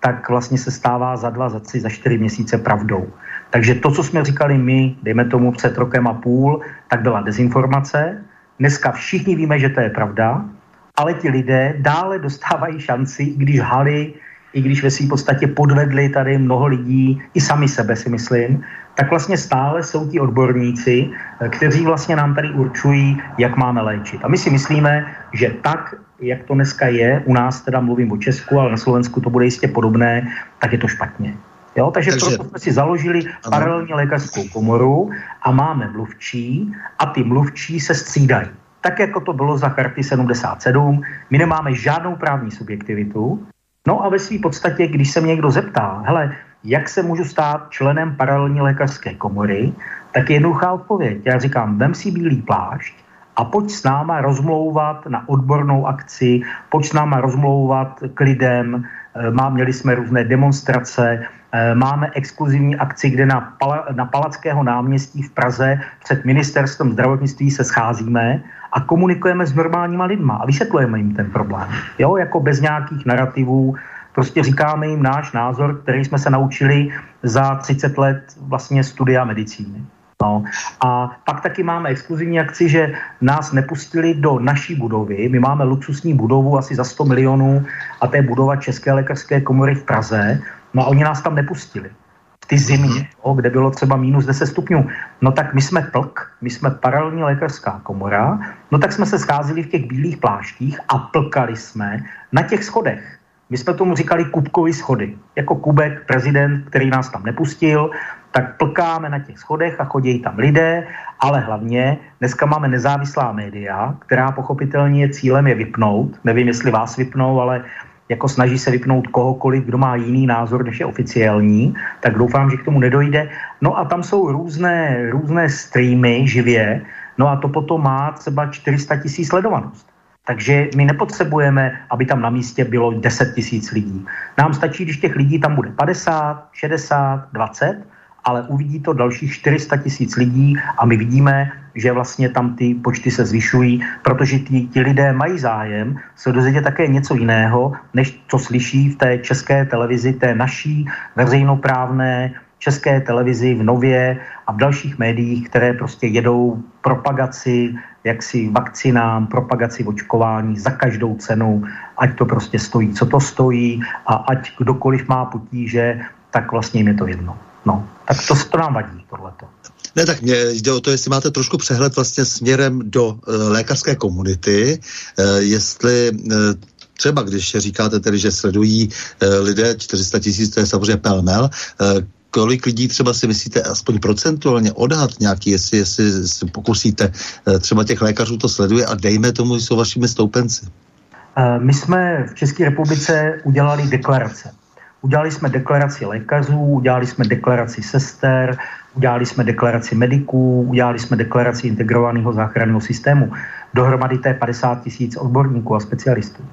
tak vlastně se stává za dva, za tři, za čtyři měsíce pravdou. Takže to, co jsme říkali my, dejme tomu před rokem a půl, tak byla dezinformace. Dneska všichni víme, že to je pravda, ale ti lidé dále dostávají šanci, i když hali, i když ve svým podstatě podvedli tady mnoho lidí, i sami sebe si myslím, tak vlastně stále jsou ti odborníci, kteří vlastně nám tady určují, jak máme léčit. A my si myslíme, že tak, jak to dneska je, u nás teda mluvím o Česku, ale na Slovensku to bude jistě podobné, tak je to špatně. Jo, takže, takže proto jsme si založili ano. paralelní lékařskou komoru a máme mluvčí a ty mluvčí se střídají. Tak jako to bylo za Charty sedmdesát sedm, my nemáme žádnou právní subjektivitu. No a ve své podstatě, když se mě někdo zeptá, hele, jak se můžu stát členem paralelní lékařské komory, tak je jednoduchá odpověď. Já říkám, vem si bílý plášť a pojď s náma rozmlouvat na odbornou akci, pojď s náma rozmlouvat k lidem, Má, měli jsme různé demonstrace, máme exkluzivní akci, kde na, Pala, na Palackého náměstí v Praze před ministerstvem zdravotnictví se scházíme a komunikujeme s normálníma lidma a vysvětlujeme jim ten problém. Jo, jako bez nějakých narrativů, prostě říkáme jim náš názor, který jsme se naučili za třicet let vlastně studia medicíny. No. A pak taky máme exkluzivní akci, že nás nepustili do naší budovy. My máme luxusní budovu asi za sto milionů a to je budova České lékařské komory v Praze. No a oni nás tam nepustili. V ty zimě, o, kde bylo třeba minus deset stupňů. No tak my jsme plk, my jsme paralelní lékařská komora, no tak jsme se scházeli v těch bílých pláštích a plkali jsme na těch schodech. My jsme tomu říkali Kubkovy schody. Jako Kubek, prezident, který nás tam nepustil, tak plkáme na těch schodech a chodí tam lidé, ale hlavně dneska máme nezávislá média, která pochopitelně cílem je vypnout. Nevím, jestli vás vypnou, ale jako snaží se vypnout kohokoliv, kdo má jiný názor, než je oficiální, tak doufám, že k tomu nedojde. No a tam jsou různé, různé streamy živě, no a to potom má třeba čtyři sta tisíc sledovanost. Takže my nepotřebujeme, aby tam na místě bylo deset tisíc lidí. Nám stačí, když těch lidí tam bude padesát, šedesát, dvacet, ale uvidí to dalších čtyři sta tisíc lidí a my vidíme, že vlastně tam ty počty se zvyšují, protože ti, ti lidé mají zájem se dozvědět také něco jiného, než co slyší v té české televizi, té naší veřejnoprávné české televizi v Nově a v dalších médiích, které prostě jedou propagaci jaksi vakcinám, propagaci očkování za každou cenu, ať to prostě stojí, co to stojí a ať kdokoliv má potíže, tak vlastně jim je to jedno. No, tak to, to nám vadí, tohleto. Ne, tak mě jde o to, jestli máte trošku přehled vlastně směrem do uh, lékařské komunity, uh, jestli uh, třeba, když říkáte tedy, že sledují uh, lidé čtyři sta tisíc, to je samozřejmě pelmel, uh, kolik lidí třeba si myslíte, aspoň procentuálně odhad nějaký, jestli, jestli si pokusíte, uh, třeba těch lékařů to sleduje a dejme tomu, jsou vašimi stoupenci. Uh, my jsme v České republice udělali deklarace. Udělali jsme deklaraci lékařů, udělali jsme deklaraci sester, udělali jsme deklaraci mediků, udělali jsme deklaraci integrovaného záchranného systému. Dohromady to je padesát tisíc odborníků a specialistů.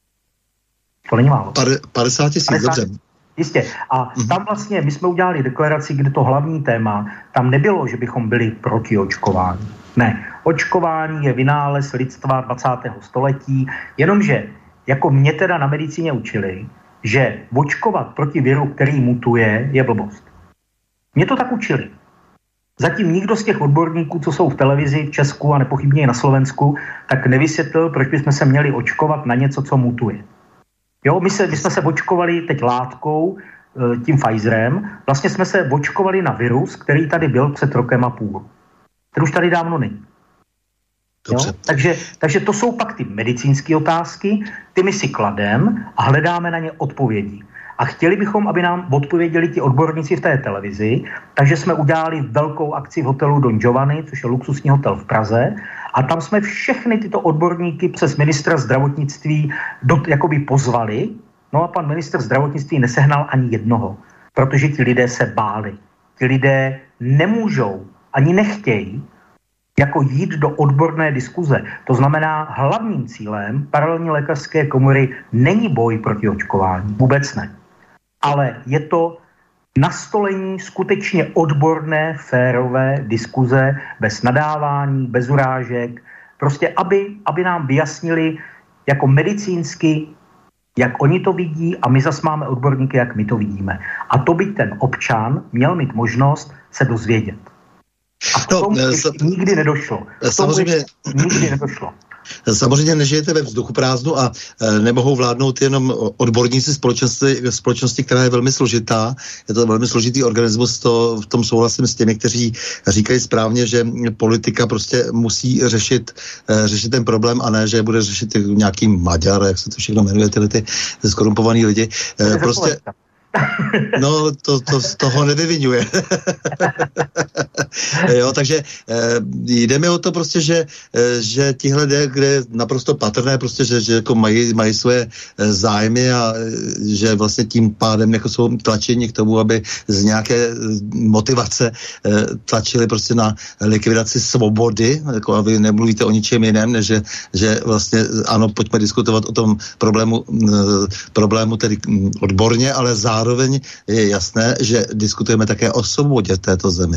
To není málo. padesát tisíc, dobře. Jistě. A mm-hmm. tam vlastně my jsme udělali deklaraci, kde to hlavní téma, tam nebylo, že bychom byli proti očkování. Ne. Očkování je vynález lidstva dvacátého století, jenomže jako mě teda na medicíně učili, že očkovat proti viru, který mutuje, je blbost. Mě to tak učili. Zatím nikdo z těch odborníků, co jsou v televizi v Česku a nepochybně i na Slovensku, tak nevysvětlil, proč bychom se měli očkovat na něco, co mutuje. Jo, my, se, my jsme se očkovali teď látkou, tím Pfizerem, vlastně jsme se očkovali na virus, který tady byl před rokem a půl. Který už tady dávno není. Jo? Takže, takže to jsou pak ty medicínské otázky, ty my si kladem a hledáme na ně odpovědi. A chtěli bychom, aby nám odpověděli ti odborníci v té televizi, takže jsme udělali velkou akci v hotelu Don Giovanni, což je luxusní hotel v Praze, a tam jsme všechny tyto odborníky přes ministra zdravotnictví do, jakoby pozvali, no a pan ministr zdravotnictví nesehnal ani jednoho, protože ti lidé se báli. Ti lidé nemůžou, ani nechtějí jako jít do odborné diskuze. To znamená, hlavním cílem paralelní lékařské komory není boj proti očkování. Vůbec ne. Ale je to nastolení skutečně odborné, férové diskuze, bez nadávání, bez urážek. Prostě, aby, aby nám vyjasnili jako medicínsky jak oni to vidí a my zas máme odborníky, jak my to vidíme. A to by ten občan měl mít možnost se dozvědět. A k tomu no, sa, nikdy nedošlo. K tomu samozřejmě, nikdy nedošlo. Samozřejmě nežijete ve vzduchu prázdnu a e, nemohou vládnout jenom odborníci společnosti, společnosti, která je velmi složitá. Je to velmi složitý organismus, to v tom souhlasím s těmi, kteří říkají správně, že politika prostě musí řešit, e, řešit ten problém a ne, že bude řešit nějaký Maďar, jak se to všechno jmenuje, tyhle ty skorumpovaný lidi. E, prostě... No, to, to z toho nevyvinuje. Jo, takže eh, jde mi o to prostě, že, eh, že tihle jde, kde je naprosto patrné prostě, že, že jako mají, mají svoje eh, zájmy a eh, že vlastně tím pádem jako jsou tlačeni k tomu, aby z nějaké eh, motivace eh, tlačili prostě na likvidaci svobody, jako a vy nemluvíte o ničem jiném, než že, že vlastně ano, pojďme diskutovat o tom problému, eh, problému tedy odborně, ale zároveň Zároveň je jasné, že diskutujeme také o svobodě v této zemi.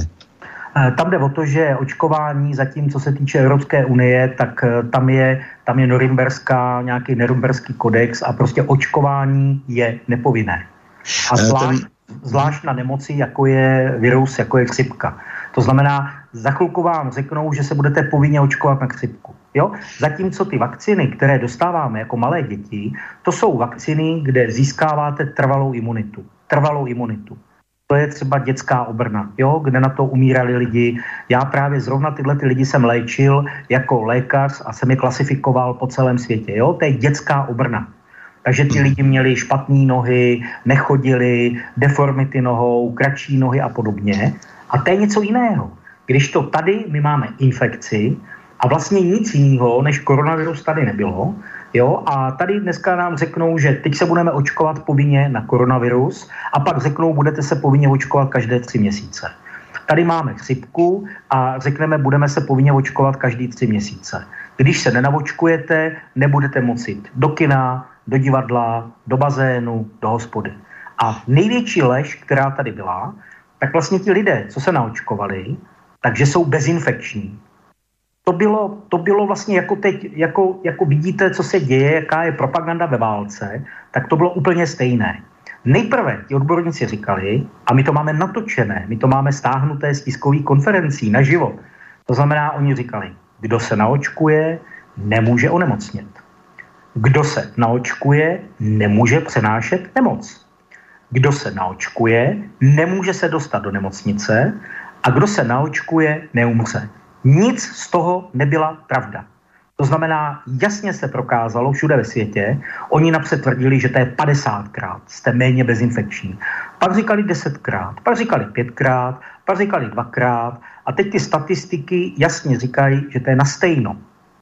Tam jde o to, že očkování zatím, co se týče Evropské unie, tak tam je, tam je norimberská, nějaký norimberský kodex a prostě očkování je nepovinné. A zvlášť, Ten... zvlášť na nemoci, jako je virus, jako je chřipka. To znamená, za chvilku vám řeknou, že se budete povinně očkovat na chřipku. Jo? Zatímco ty vakcíny, které dostáváme jako malé děti, to jsou vakcíny, kde získáváte trvalou imunitu. Trvalou imunitu. To je třeba dětská obrna, jo? Kde na to umírali lidi. Já právě zrovna tyhle ty lidi jsem léčil jako lékař a jsem je klasifikoval po celém světě. Jo? To je dětská obrna. Takže ty lidi měli špatné nohy, nechodili, deformity nohou, kratší nohy a podobně. A to je něco jiného. Když to tady my máme infekci a vlastně nic jiného než koronavirus tady nebylo, jo, a tady dneska nám řeknou, že teď se budeme očkovat povinně na koronavirus a pak řeknou, budete se povinně očkovat každé tři měsíce. Tady máme chřipku a řekneme, budeme se povinně očkovat každý tři měsíce. Když se nenavočkujete, nebudete moci do kina, do divadla, do bazénu, do hospody. A největší lež, která tady byla, tak vlastně ti lidé, co se naočkovali, takže jsou bezinfekční. To bylo, to bylo vlastně jako teď, jako, jako vidíte, co se děje, jaká je propaganda ve válce, tak to bylo úplně stejné. Nejprve ti odborníci říkali, a my to máme natočené, my to máme stáhnuté z tiskových konferencí na život. To znamená, oni říkali, kdo se naočkuje, nemůže onemocnit. Kdo se naočkuje, nemůže přenášet nemoc. Kdo se naočkuje, nemůže se dostat do nemocnice a kdo se naočkuje, neumře. Nic z toho nebyla pravda. To znamená, jasně se prokázalo všude ve světě, oni napřed tvrdili, že to je padesátkrát, jste méně bezinfekční. Pak říkali desetkrát, pak říkali pětkrát, pak říkali dvakrát a teď ty statistiky jasně říkají, že to je na stejno.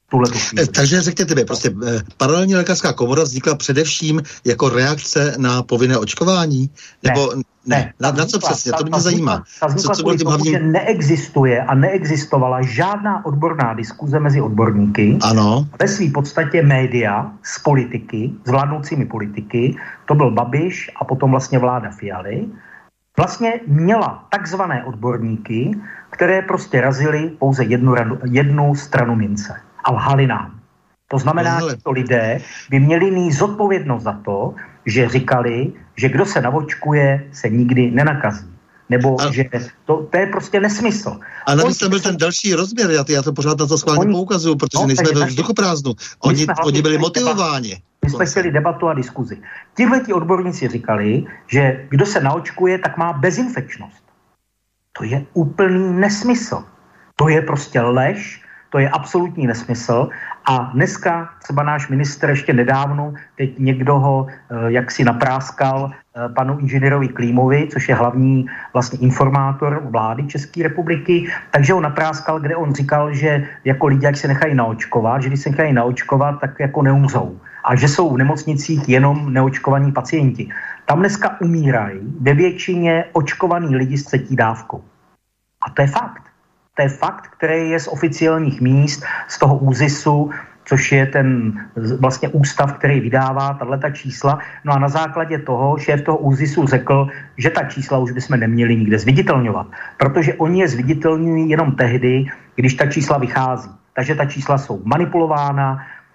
Takže řekněte mi, prostě paralelní lékařská komora vznikla především jako reakce na povinné očkování? Nebo ne, ne. Na, na co přesně? To mě zajímá. Ta vznikla kvůli tomu, hlavním... že neexistuje a neexistovala žádná odborná diskuze mezi odborníky. Ano. Ve své podstatě média z politiky, s vládnoucími politiky, to byl Babiš a potom vlastně vláda Fialy, vlastně měla takzvané odborníky, které prostě razily pouze jednu, jednu stranu mince. A lhali nám. To znamená, že to lidé by měli mít zodpovědnost za to, že říkali, že kdo se navočkuje, se nikdy nenakazí. Nebo a... že to, to je prostě nesmysl. A navíc tam byl ten další rozměr, já, já to pořád na to schválně oni... poukazuju, protože no, nejsme ve vzduchoprázdnu. Oni, oni byli motivováni. My jsme chtěli debatu a diskuzi. Tihleti odborníci říkali, že kdo se naočkuje, tak má bezinfekčnost. To je úplný nesmysl. To je prostě lež. To je absolutní nesmysl a dneska třeba náš ministr ještě nedávno, teď někdo ho jak si napráskal panu inženýrovi Klímovi, což je hlavní vlastně informátor vlády České republiky, takže ho napráskal, kde on říkal, že jako lidi, jak se nechají naočkovat, že když se nechají naočkovat, tak jako neumřou a že jsou v nemocnicích jenom neočkovaní pacienti. Tam dneska umírají ve většině očkovaní lidi s třetí dávkou. A to je fakt. To je fakt, který je z oficiálních míst, z toho ÚZISu, což je ten vlastně ústav, který vydává tato čísla. No a na základě toho šéf toho ÚZISu řekl, že ta čísla už bychom neměli nikde zviditelňovat, protože oni je zviditelňují jenom tehdy, když ta čísla vychází. Takže ta čísla jsou manipulována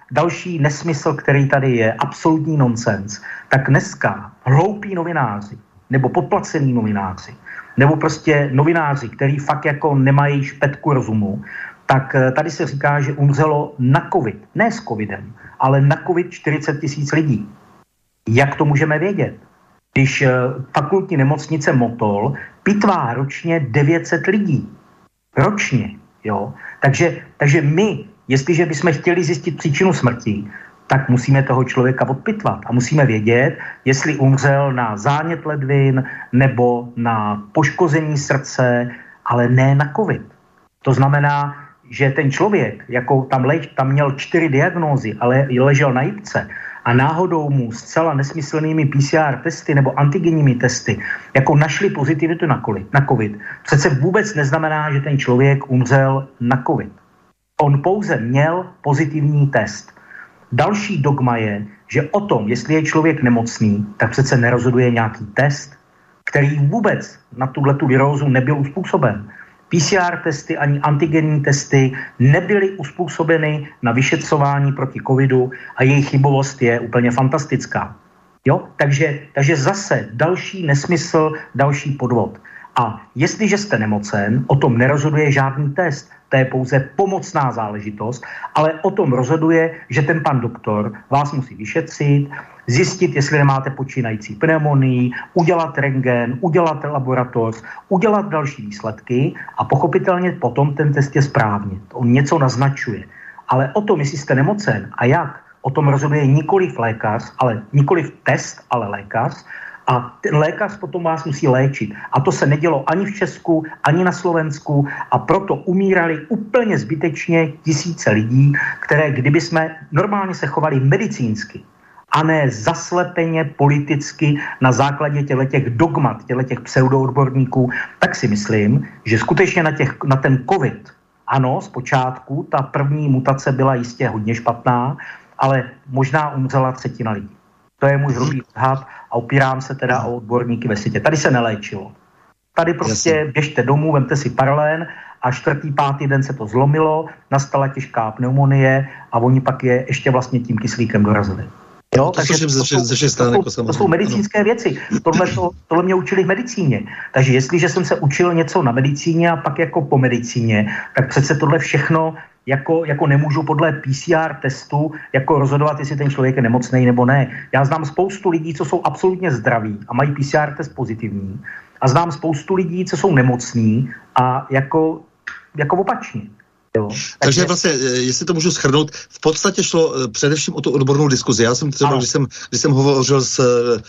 další nesmysl, který tady je, absolutní nonsens, tak dneska hloupí novináři, nebo podplacený novináři, nebo prostě novináři, který fakt jako nemají špetku rozumu, tak tady se říká, že umřelo na covid, ne s covidem, ale na covid čtyřicet tisíc lidí. Jak to můžeme vědět? Když fakultní nemocnice Motol pitvá ročně devět set lidí. Ročně, jo. Takže, takže my, jestliže bychom chtěli zjistit příčinu smrti, tak musíme toho člověka odpitvat a musíme vědět, jestli umřel na zánět ledvin nebo na poškození srdce, ale ne na covid. To znamená, že ten člověk, jako tam, lež, tam měl čtyři diagnózy, ale ležel na jipce a náhodou mu zcela nesmyslnými P C R testy nebo antigenními testy jako našli pozitivitu na COVID, na COVID, přece vůbec neznamená, že ten člověk umřel na COVID. On pouze měl pozitivní test. Další dogma je, že o tom, jestli je člověk nemocný, tak přece nerozhoduje nějaký test, který vůbec na tuhletu virózu nebyl uspůsoben. P C R testy ani antigenní testy nebyly uspůsobeny na vyšetřování proti covidu a jejich chybovost je úplně fantastická. Jo? Takže, takže zase další nesmysl, další podvod. A jestliže jste nemocen, o tom nerozhoduje žádný test. To je pouze pomocná záležitost, ale o tom rozhoduje, že ten pan doktor vás musí vyšetřit, zjistit, jestli nemáte počínající pneumonii, udělat rentgen, udělat laboratoř, udělat další výsledky a pochopitelně potom ten test je správně. On něco naznačuje. Ale o tom, jestli jste nemocen a jak, o tom rozhoduje nikoliv lékař, ale nikoliv test, ale lékař. A ten lékař potom vás musí léčit. A to se nedělo ani v Česku, ani na Slovensku a proto umírali úplně zbytečně tisíce lidí, které kdyby jsme normálně se chovali medicínsky a ne zaslepeně politicky na základě těch dogmat, těch pseudoodborníků, tak si myslím, že skutečně na, těch, na ten covid, ano, zpočátku ta první mutace byla jistě hodně špatná, ale možná umřela třetina lidí. To je můj hrubý odhad a opírám se teda o odborníky ve světě. Tady se neléčilo. Tady prostě Jasně. běžte domů, vemte si paralén a čtvrtý, pátý den se to zlomilo, nastala těžká pneumonie a oni pak je ještě vlastně tím kyslíkem dorazili. Jo, to, takže to, ze vše, jsou, ze vše strany, to, jsou, to jsou medicínské ano. věci. Tohle, to, tohle mě učili v medicíně. Takže jestliže jsem se učil něco na medicíně a pak jako po medicíně, tak přece tohle všechno Jako, jako nemůžu podle P C R testu jako rozhodovat, jestli ten člověk je nemocný nebo ne. Já znám spoustu lidí, co jsou absolutně zdraví a mají P C R test pozitivní. A znám spoustu lidí, co jsou nemocní a jako, jako opačně. Jo. Takže vlastně, jestli to můžu shrnout, v podstatě šlo především o tu odbornou diskuzi. Já jsem třeba, když jsem, když jsem hovořil s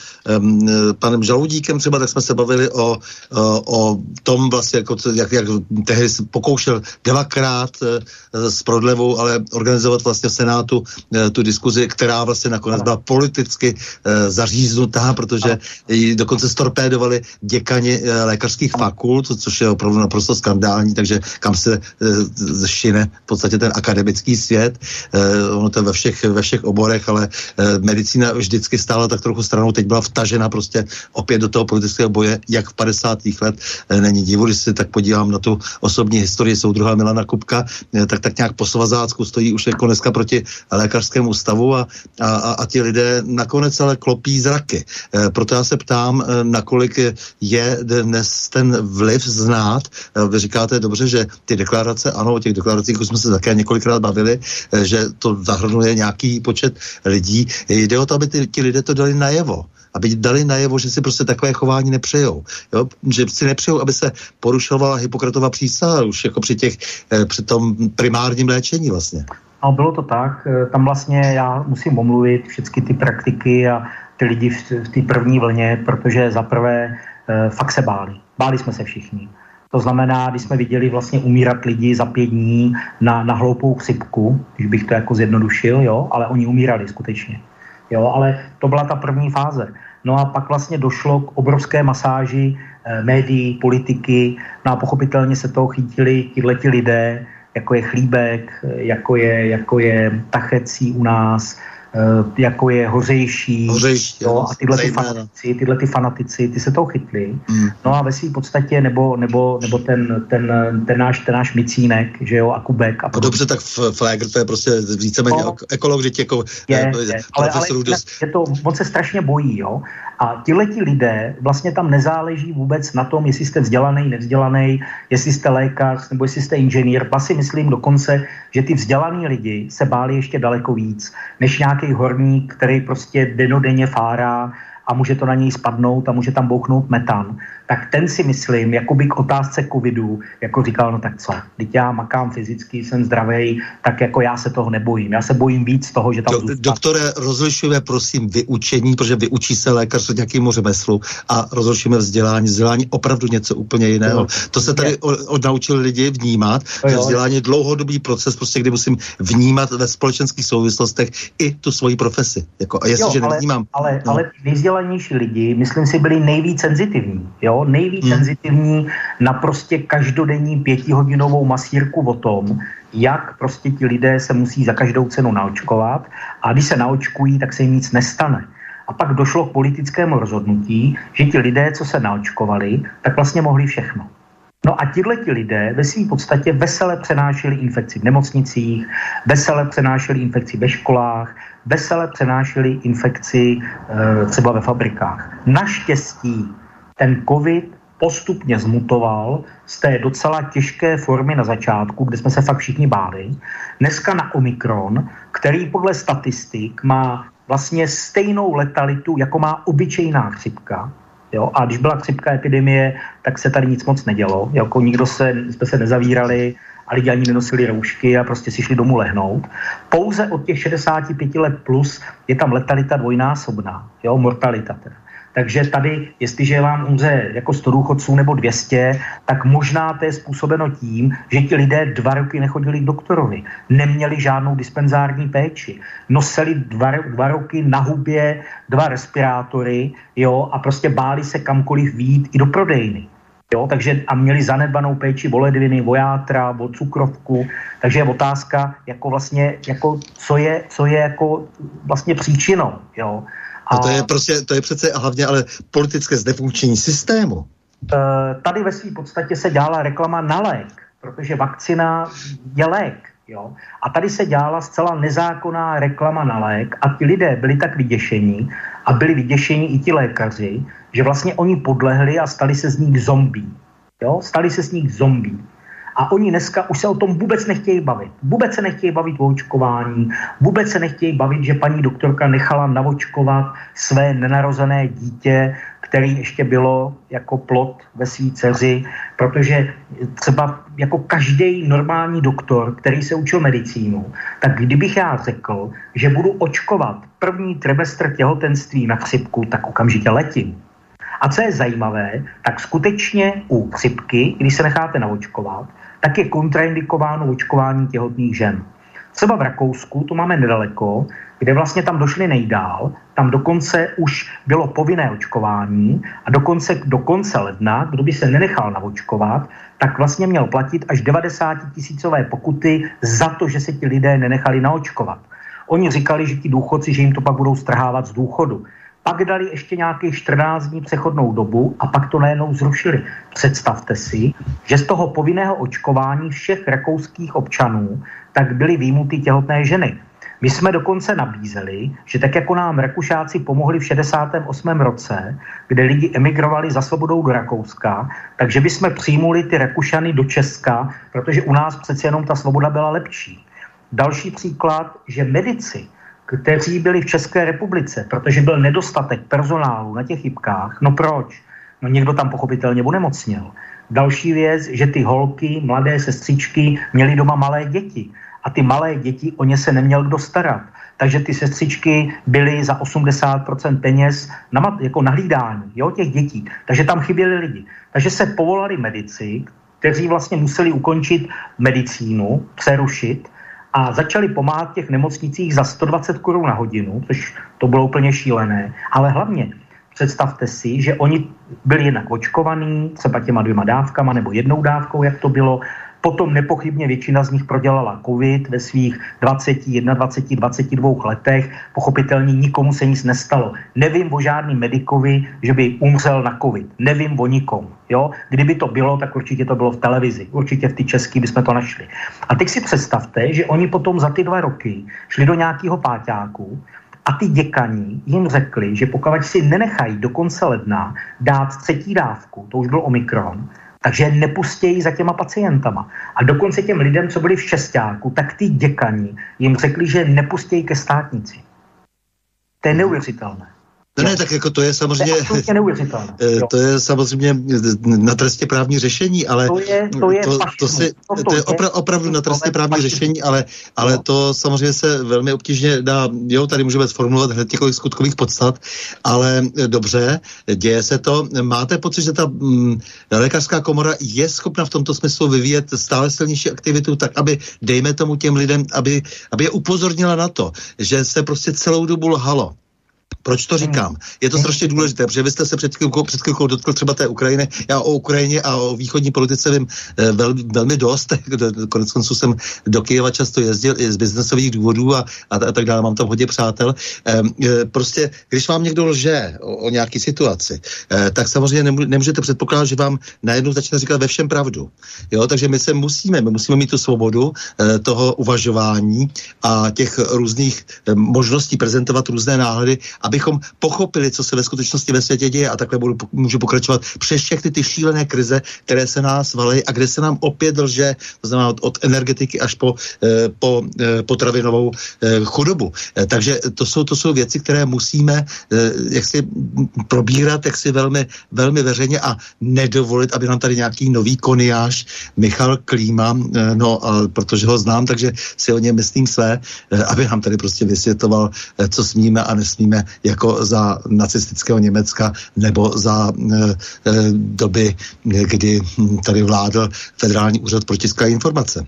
um, panem Žaloudíkem třeba, tak jsme se bavili o, o, o tom vlastně, jako, jak, jak tehdy se pokoušel dvakrát uh, s prodlevou, ale organizovat vlastně v Senátu uh, tu diskuzi, která vlastně nakonec ano. byla politicky uh, zaříznutá, protože ji dokonce storpédovali děkani uh, lékařských fakult, což je opravdu naprosto skandální, takže kam se uh, šine v podstatě ten akademický svět, eh, ono to je ve všech, ve všech oborech, ale eh, medicína vždycky stála tak trochu stranou, teď byla vtažena prostě opět do toho politického boje, jak v padesátých let. Eh, není divu, když se tak podívám na tu osobní historii soudruha Milana Kupka, eh, tak tak nějak po svazácku stojí už jako dneska proti lékařskému stavu a, a, a ti lidé nakonec ale klopí zraky. Eh, proto já se ptám, eh, nakolik je dnes ten vliv znát. Eh, vy říkáte dobře, že ty deklarace, ano, o těch deklaracích, jako jsme se také několikrát bavili, že to zahrnuje nějaký počet lidí. Jde o to, aby ty, ti lidé to dali najevo. Aby dali najevo, že si prostě takové chování nepřejou. Jo? Že si nepřejou, aby se porušovala Hippokratová přísaha už jako při, těch, při tom primárním léčení vlastně. A bylo to tak. Tam vlastně já musím omluvit všechny ty praktiky a ty lidi v, v té první vlně, protože zaprvé fakt se báli. Báli jsme se všichni. To znamená, když jsme viděli vlastně umírat lidi za pět dní na, na hloupou chřipku, když bych to jako zjednodušil, jo, ale oni umírali skutečně. Jo, ale to byla ta první fáze. No a pak vlastně došlo k obrovské masáži eh, médií, politiky, no a pochopitelně se toho chytili tihleti lidé, jako je Chlíbek, jako je, jako je Tachecí u nás, jako je Hořejší, Hořejší jo, a tyhle ty, fanatici, tyhle ty fanatici, ty se toho chytli. Mm. No a ve svým podstatě, nebo, nebo, nebo ten, ten, ten, náš, ten náš Micínek, že jo, a Kubek. A no dobře, tak Flegr, to je prostě víceméně no, ekolog, že jako je, je, ale, ale dost... je to, on se strašně bojí, jo. A tihleti lidé, vlastně tam nezáleží vůbec na tom, jestli jste vzdělaný, nevzdělaný, jestli jste lékař, nebo jestli jste inženýr. Ba si myslím dokonce, že ty vzdělaný lidi se báli ještě daleko víc, než nějaký horník, který prostě denodenně fárá a může to na něj spadnout a může tam bouchnout metan, tak ten si myslím, jakoby k otázce covidu, jako říkal, no tak co, když já makám fyzicky, jsem zdravej, tak jako já se toho nebojím. Já se bojím víc toho, že tam Do, Doktore, rozlišujeme prosím vyučení, protože vyučí se lékař nějakému řemeslu a rozlišujeme vzdělání. Vzdělání opravdu něco úplně jiného. To se tady odnaučili lidi vnímat, že vzdělání je dlouhodobý proces, prostě kdy musím vnímat ve společenských souvislostech i tu svoji profesi. Jako, a jestliže ale, nevnímám... Ale, no. ale nejvzdělanější lidi, myslím si, byli nejvíc senzitivní, jo? Nejvíc hmm. senzitivní na prostě každodenní pětihodinovou masírku o tom, jak prostě ti lidé se musí za každou cenu naočkovat a když se naočkují, tak se jim nic nestane. A pak došlo k politickému rozhodnutí, že ti lidé, co se naočkovali, tak vlastně mohli všechno. No a tihleti lidé ve svým podstatě vesele přenášeli infekci v nemocnicích, vesele přenášeli infekci ve školách, vesele přenášeli infekci e, třeba ve fabrikách. Naštěstí ten covid postupně zmutoval z té docela těžké formy na začátku, kde jsme se fakt všichni báli, dneska na Omikron, který podle statistik má vlastně stejnou letalitu, jako má obyčejná chřipka. Jo? A když byla chřipka epidemie, tak se tady nic moc nedělo. Jako nikdo se, jsme se nezavírali a lidi ani nenosili roušky a prostě si šli domů lehnout. Pouze od těch šedesát pět let plus je tam letalita dvojnásobná, jo? Mortalita teda. Takže tady, jestliže vám umře jako sto důchodců nebo dvě stě, tak možná to je způsobeno tím, že ti lidé dva roky nechodili k doktorovi, neměli žádnou dispenzární péči, nosili dva, dva roky na hubě dva respirátory, jo, a prostě báli se kamkoliv vyjít i do prodejny. Jo, takže a měli zanedbanou péči o ledviny, o játra, o cukrovku, takže je otázka, jako vlastně, jako co je, co je jako vlastně příčinou, jo. A to je prostě, to je přece hlavně ale politické znefunkčení systému. Tady ve své podstatě se dělala reklama na lék, protože vakcina je lék, jo. A tady se dělala zcela nezákonná reklama na lék a ti lidé byli tak vyděšení a byli vyděšení i ti lékaři, že vlastně oni podlehli a stali se z nich zombie, jo. Stali se z nich zombie. A oni dneska už se o tom vůbec nechtějí bavit. Vůbec se nechtějí bavit o očkování, vůbec se nechtějí bavit, že paní doktorka nechala naočkovat své nenarozené dítě, který ještě bylo jako plod ve svý dceři, protože třeba jako každý normální doktor, který se učil medicínu, tak kdybych já řekl, že budu očkovat první trimestr těhotenství na chřipku, tak okamžitě letím. A co je zajímavé, tak skutečně u chřipky, když se necháte naočkovat, tak je kontraindikováno očkování těhotných žen. Třeba v Rakousku, to máme nedaleko, kde vlastně tam došli nejdál, tam dokonce už bylo povinné očkování a dokonce do konce ledna, kdo by se nenechal naočkovat, tak vlastně měl platit až devadesátitisícové pokuty za to, že se ti lidé nenechali naočkovat. Oni říkali, že ti důchodci, že jim to pak budou strhávat z důchodu. Pak dali ještě nějakých čtrnáct dní přechodnou dobu a pak to najednou zrušili. Představte si, že z toho povinného očkování všech rakouských občanů tak byly výjimuty těhotné ženy. My jsme dokonce nabízeli, že tak jako nám Rakušáci pomohli v šedesátém osmém roce, kde lidi emigrovali za svobodou do Rakouska, takže bychom přijmuli ty Rakušany do Česka, protože u nás přece jenom ta svoboda byla lepší. Další příklad, že medici, kteří byli v České republice, protože byl nedostatek personálu na těch chybkách. No proč? No někdo tam pochopitelně onemocněl. Další věc, že ty holky, mladé sestřičky, měly doma malé děti. A ty malé děti, o ně se neměl kdo starat. Takže ty sestřičky byly za osmdesát procent peněz na, jako na hlídání, jo, těch dětí. Takže tam chyběli lidi. Takže se povolali medici, kteří vlastně museli ukončit medicínu, přerušit, a začali pomáhat v těch nemocnicích za sto dvacet korun na hodinu, což to bylo úplně šílené. Ale hlavně představte si, že oni byli jinak očkovaní, třeba těma dvěma dávkama nebo jednou dávkou, jak to bylo, Potom nepochybně většina z nich prodělala covid ve svých dvacet, dvacet jedna, dvacet dva letech. Pochopitelně nikomu se nic nestalo. Nevím o žádným medikovi, že by umřel na covid. Nevím o nikom. Jo? Kdyby to bylo, tak určitě to bylo v televizi. Určitě v ty český bychom to našli. A teď si představte, že oni potom za ty dva roky šli do nějakého páťáku a ty děkani jim řekli, že pokud si nenechají do konce ledna dát třetí dávku, to už byl Omikron, takže nepustějí za těma pacientama. A dokonce těm lidem, co byli v šestáku, tak ty děkani jim řekli, že nepustějí ke státnici. To je neuvěřitelné. Ne, ne, tak jako to je samozřejmě, to, to je samozřejmě na trestně právní řešení, ale to je, to je, to, to, si, to, to je opra, opravdu na trestně právní řešení, ale, ale no. to samozřejmě se velmi obtížně dá, jo, tady můžeme sformulovat hned několik skutkových podstat, ale dobře, děje se to. Máte pocit, že ta mm, lékařská komora je schopna v tomto smyslu vyvíjet stále silnější aktivitu, tak aby, dejme tomu těm lidem, aby, aby je upozornila na to, že se prostě celou dobu lhalo. Proč to říkám? Je to strašně důležité, protože vy jste se před chvilkou, před chvilkou dotkl třeba té Ukrajiny. Já o Ukrajině a o východní politice vím eh, vel, velmi dost. Konec konců jsem do Kyjeva často jezdil i z biznesových důvodů a, a, a tak dále. Mám tam hodně přátel. Eh, eh, prostě, když vám někdo lže o, o nějaký situaci, eh, tak samozřejmě nemů, nemůžete předpokládat, že vám najednou začne říkat ve všem pravdu. Jo, takže my se musíme, my musíme mít tu svobodu eh, toho uvažování a těch různých eh, možností prezentovat různé náhledy, abychom pochopili, co se ve skutečnosti ve světě děje, a takhle budu, můžu pokračovat přes všechny ty šílené krize, které se nás valí a kde se nám opět lže, to znamená od, od energetiky až po, eh, po eh, potravinovou eh, chudobu. Eh, takže to jsou, to jsou věci, které musíme eh, jaksi probírat jaksi velmi, velmi veřejně a nedovolit, aby nám tady nějaký nový koniáš Michal Klíma, eh, no a protože ho znám, takže si o něm myslím své, eh, aby nám tady prostě vysvětloval, eh, co smíme a nesmíme jako za nacistického Německa nebo za e, e, doby, kdy tady vládl Federální úřad pro tiskové informace.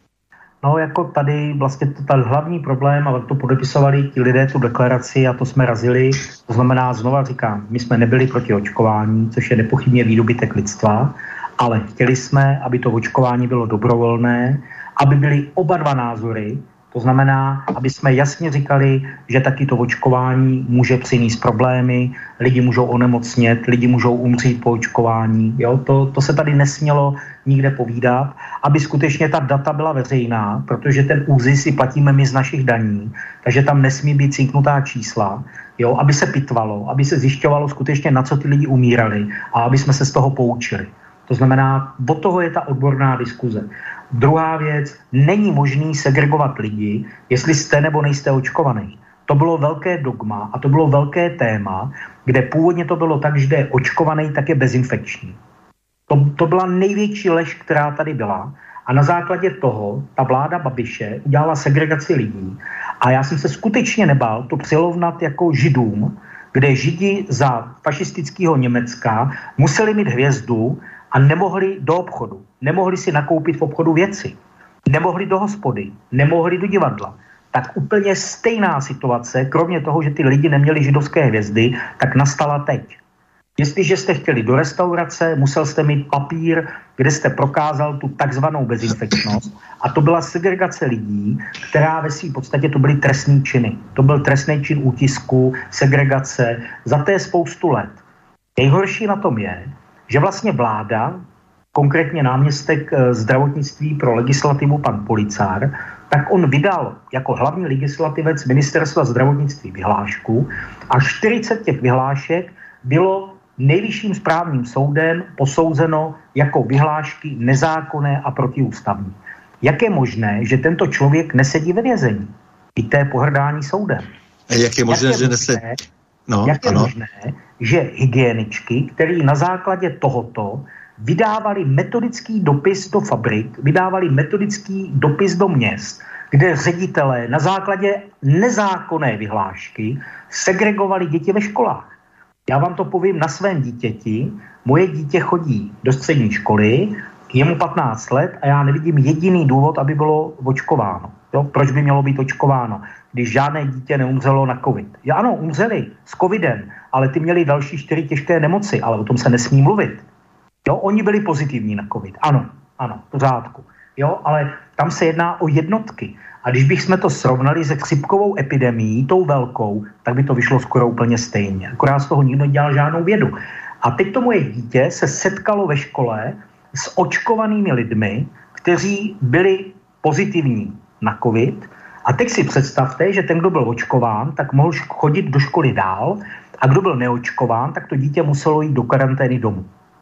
No jako tady vlastně to, tady hlavní problém, ale to podepisovali ti lidé tu deklaraci a to jsme razili, to znamená, znova říkám, my jsme nebyli proti očkování, což je nepochybně výdobytek lidstva, ale chtěli jsme, aby to očkování bylo dobrovolné, aby byly oba dva názory. To znamená, aby jsme jasně říkali, že taky to očkování může přinést problémy, lidi můžou onemocnět, lidi můžou umřít po očkování. Jo? To, to se tady nesmělo nikde povídat, aby skutečně ta data byla veřejná, protože ten ÚZI si platíme my z našich daní, takže tam nesmí být cinknutá čísla, jo? Aby se pitvalo, aby se zjišťovalo skutečně, na co ty lidi umírali a aby jsme se z toho poučili. To znamená, od toho je ta odborná diskuze. Druhá věc, není možný segregovat lidi, jestli jste nebo nejste očkovaný. To bylo velké dogma a to bylo velké téma, kde původně to bylo tak, že je očkovaný, tak je bezinfekční. To, to byla největší lež, která tady byla. A na základě toho ta vláda Babiše udělala segregaci lidí. A já jsem se skutečně nebál to přirovnat jako Židům, kde Židi za fašistického Německa museli mít hvězdu a nemohli do obchodu. Nemohli si nakoupit v obchodu věci. Nemohli do hospody. Nemohli do divadla. Tak úplně stejná situace, kromě toho, že ty lidi neměli židovské hvězdy, tak nastala teď. Jestliže jste chtěli do restaurace, musel jste mít papír, kde jste prokázal tu takzvanou bezinfekčnost. A to byla segregace lidí, která ve svým podstatě to byly trestní činy. To byl trestný čin útisku, segregace, za té spoustu let. Nejhorší na tom je, že vlastně vláda, konkrétně náměstek zdravotnictví pro legislativu pan Policár, tak on vydal jako hlavní legislativec ministerstva zdravotnictví vyhlášku a čtyřicet těch vyhlášek bylo nejvyšším správním soudem posouzeno jako vyhlášky nezákonné a protiústavní. Jak je možné, že tento člověk nesedí ve vězení? I to je pohrdání soudem. A jak je možné, jak je že nese... No, jak je ano. možné, že hygieničky, které na základě tohoto vydávali metodický dopis do fabrik, vydávali metodický dopis do měst, kde ředitelé na základě nezákonné vyhlášky segregovali děti ve školách. Já vám to povím na svém dítěti. Moje dítě chodí do střední školy, je mu patnáct let a já nevidím jediný důvod, aby bylo očkováno. Jo? Proč by mělo být očkováno, když žádné dítě neumřelo na covid? Já, ano, umřeli s covidem, ale ty měli další čtyři těžké nemoci, ale o tom se nesmí mluvit. Jo? Oni byli pozitivní na covid. Ano, ano, v pořádku. jo, ale tam se jedná o jednotky. A když bychom to srovnali se chřipkovou epidemií, tou velkou, tak by to vyšlo skoro úplně stejně. Akorát z toho nikdo nedělal žádnou vědu. A teď to moje dítě se setkalo ve škole s očkovanými lidmi, kteří byli pozitivní na covid. A teď si představte, že ten, kdo byl očkován, tak mohl chodit do školy dál, a kdo byl neočkován, tak to dítě muselo jít do karantény domů.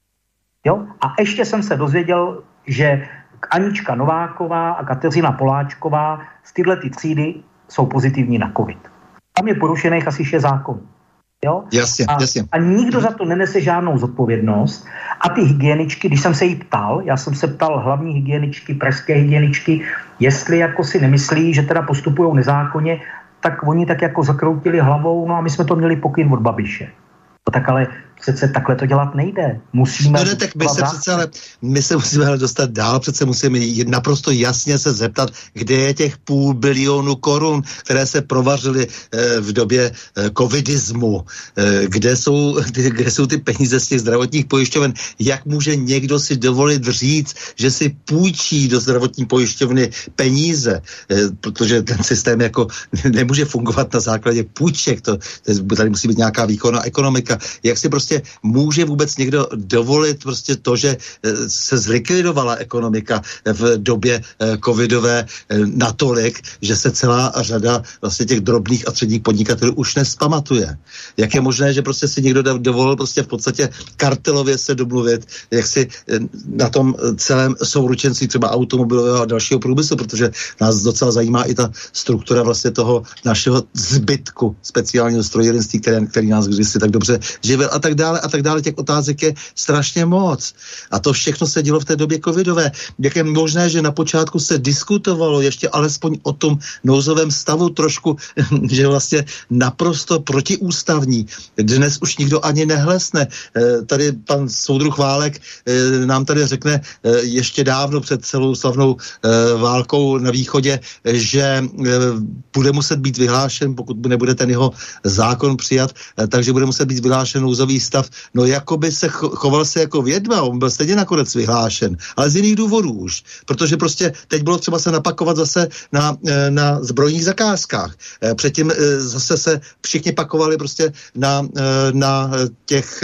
Jo? A ještě jsem se dozvěděl, že Anička Nováková a Kateřina Poláčková z tyhle ty třídy jsou pozitivní na covid. Tam je porušených asi šest zákonů. Jo? Jasně, a, jasně. a nikdo za to nenese žádnou zodpovědnost. A ty hygieničky, když jsem se jí ptal, já jsem se ptal hlavní hygieničky, pražské hygieničky, jestli jako si nemyslí, že teda postupujou nezákonně, tak oni tak jako zakroutili hlavou, no a my jsme to měli pokyn od Babiše. No tak ale přece takhle to dělat nejde. Musíme... No ne, tak my se přece, ale my se musíme ale dostat dál, přece musíme naprosto jasně se zeptat, kde je těch půl bilionu korun, které se provařily eh, v době eh, covidismu. Eh, kde, jsou, kde jsou ty peníze z těch zdravotních pojišťoven? Jak může někdo si dovolit říct, že si půjčí do zdravotní pojišťovny peníze? Eh, protože ten systém jako nemůže fungovat na základě půjček. To, tady musí být nějaká výkonná ekonomika. Jak si prostě může vůbec někdo dovolit prostě to, že se zlikvidovala ekonomika v době covidové natolik, že se celá řada vlastně těch drobných a středních podnikatelů už nespamatuje. Jak je možné, že prostě si někdo dovolil prostě v podstatě kartelově se domluvit, jak si na tom celém souručenství třeba automobilového a dalšího průmyslu, protože nás docela zajímá i ta struktura vlastně toho našeho zbytku speciálního strojírenství, který, který nás kdysi tak dobře živil a tak dále a tak dále. Těch otázek je strašně moc. A to všechno se dělo v té době covidové. Jak je možné, že na počátku se diskutovalo ještě alespoň o tom nouzovém stavu trošku, že vlastně naprosto protiústavní. Dnes už nikdo ani nehlesne. Tady pan soudruh Válek nám tady řekne ještě dávno před celou slavnou válkou na východě, že bude muset být vyhlášen, pokud nebude ten jeho zákon přijat, takže bude muset být vyhlášen nouzový stav. No jakoby se choval se jako vědma, on byl stejně nakonec vyhlášen, ale z jiných důvodů už, protože prostě teď bylo třeba se napakovat zase na, na zbrojních zakázkách. Předtím zase se všichni pakovali prostě na, na těch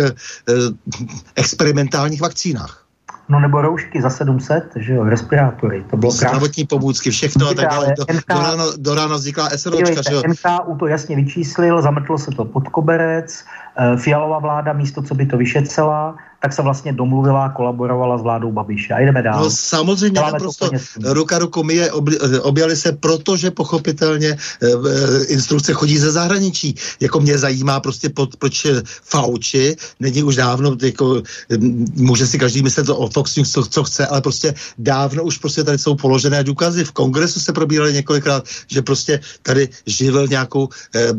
experimentálních vakcínách. No nebo roušky za sedm set, že jo, respirátory. To bylo zdravotní pomůcky, všechno a tak dále. Do, do, ráno, do rána vznikla SROčka, že jo. N K U to jasně vyčíslil, zametlo se to pod koberec, Fialová vláda místo, co by to vyšetřila, tak se vlastně domluvila, kolaborovala s vládou Babiše. A jdeme dál. No samozřejmě, naprosto ruka ruku my je objali se, protože pochopitelně e, e, instrukce chodí ze zahraničí. Jako mě zajímá prostě, pod, proč Fauci není už dávno, jako, může si každý myslet o Fox News, co, co chce, ale prostě dávno už prostě tady jsou položené důkazy. V kongresu se probírali několikrát, že prostě tady živil nějakou e, e,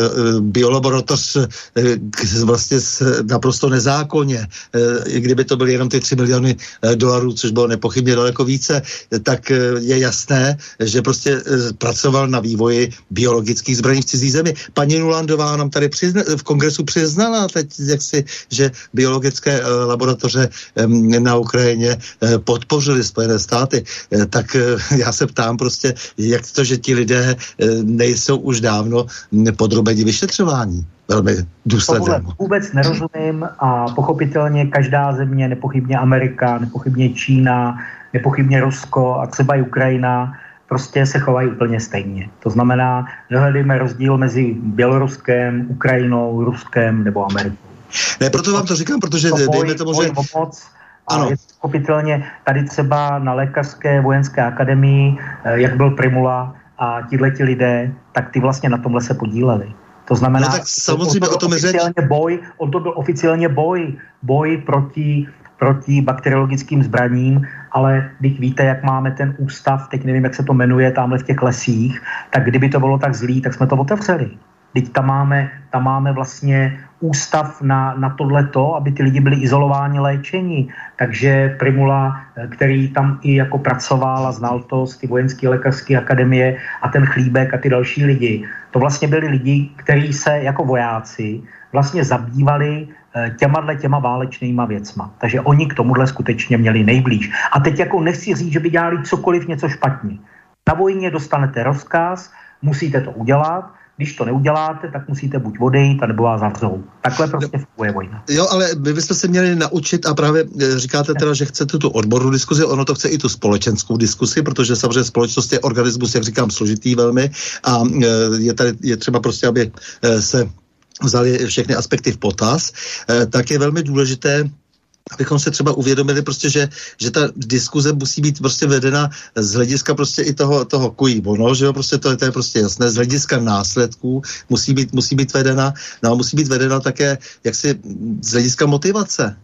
biolaboratoř e, vlastně s, naprosto nezákonně. I kdyby to byly jenom ty tři miliony dolarů, což bylo nepochybně daleko více, tak je jasné, že prostě pracoval na vývoji biologických zbraní v cizí zemi. Paní Nulandová nám tady přizna, v kongresu přiznala teď, jak si, že biologické laboratoře na Ukrajině podpořily Spojené státy. Tak já se ptám prostě, jak to, že ti lidé nejsou už dávno podrobeni vyšetřování. Velmi důslednému. Vůbec nerozumím a pochopitelně každá země, nepochybně Amerika, nepochybně Čína, nepochybně Rusko a třeba i Ukrajina prostě se chovají úplně stejně. To znamená, že hledáme rozdíl mezi Běloruskem, Ukrajinou, Ruskem nebo Amerikou. Ne, proto vám to říkám, protože to dejme tomu, že... Ano. Je pochopitelně tady třeba na lékařské vojenské akademii, jak byl Primula a tihleti lidé, tak ty vlastně na tomhle se podíleli. To znamená, no, tak samozřejmě o tom oficiálně boj, on to byl oficiálně boj, boj proti, proti bakteriologickým zbraním, ale když víte, jak máme ten ústav, teď nevím, jak se to jmenuje, tamhle v těch lesích, tak kdyby to bylo tak zlý, tak jsme to otevřeli. Teď tam máme, tam máme vlastně ústav na, na tohleto, aby ty lidi byli izolováni, léčení. Takže Primula, který tam i jako pracoval a znal to z ty vojenské lékařské akademie a ten Chlíbek a ty další lidi, to vlastně byli lidi, kteří se jako vojáci vlastně zabývali těma těma válečnýma věcma. Takže oni k tomuhle skutečně měli nejblíž. A teď jako nechci říct, že by dělali cokoliv něco špatně. Na vojně dostanete rozkaz, musíte to udělat, když to neuděláte, tak musíte buď odejít, anebo vás zavřou. Takhle prostě funguje vojna. Jo, ale my bychom se měli naučit a právě říkáte teda, že chcete tu odbornou diskuzi, ono to chce i tu společenskou diskuzi, protože samozřejmě společnost je organismus, jak říkám, složitý velmi a je tady je třeba prostě, aby se vzali všechny aspekty v potaz, tak je velmi důležité, abychom se třeba uvědomili prostě, že, že ta diskuze musí být prostě vedena z hlediska prostě i toho, toho kují bono, že jo, prostě to, to je prostě jasné, z hlediska následků musí být, musí být vedena, no a musí být vedena také jaksi z hlediska motivace.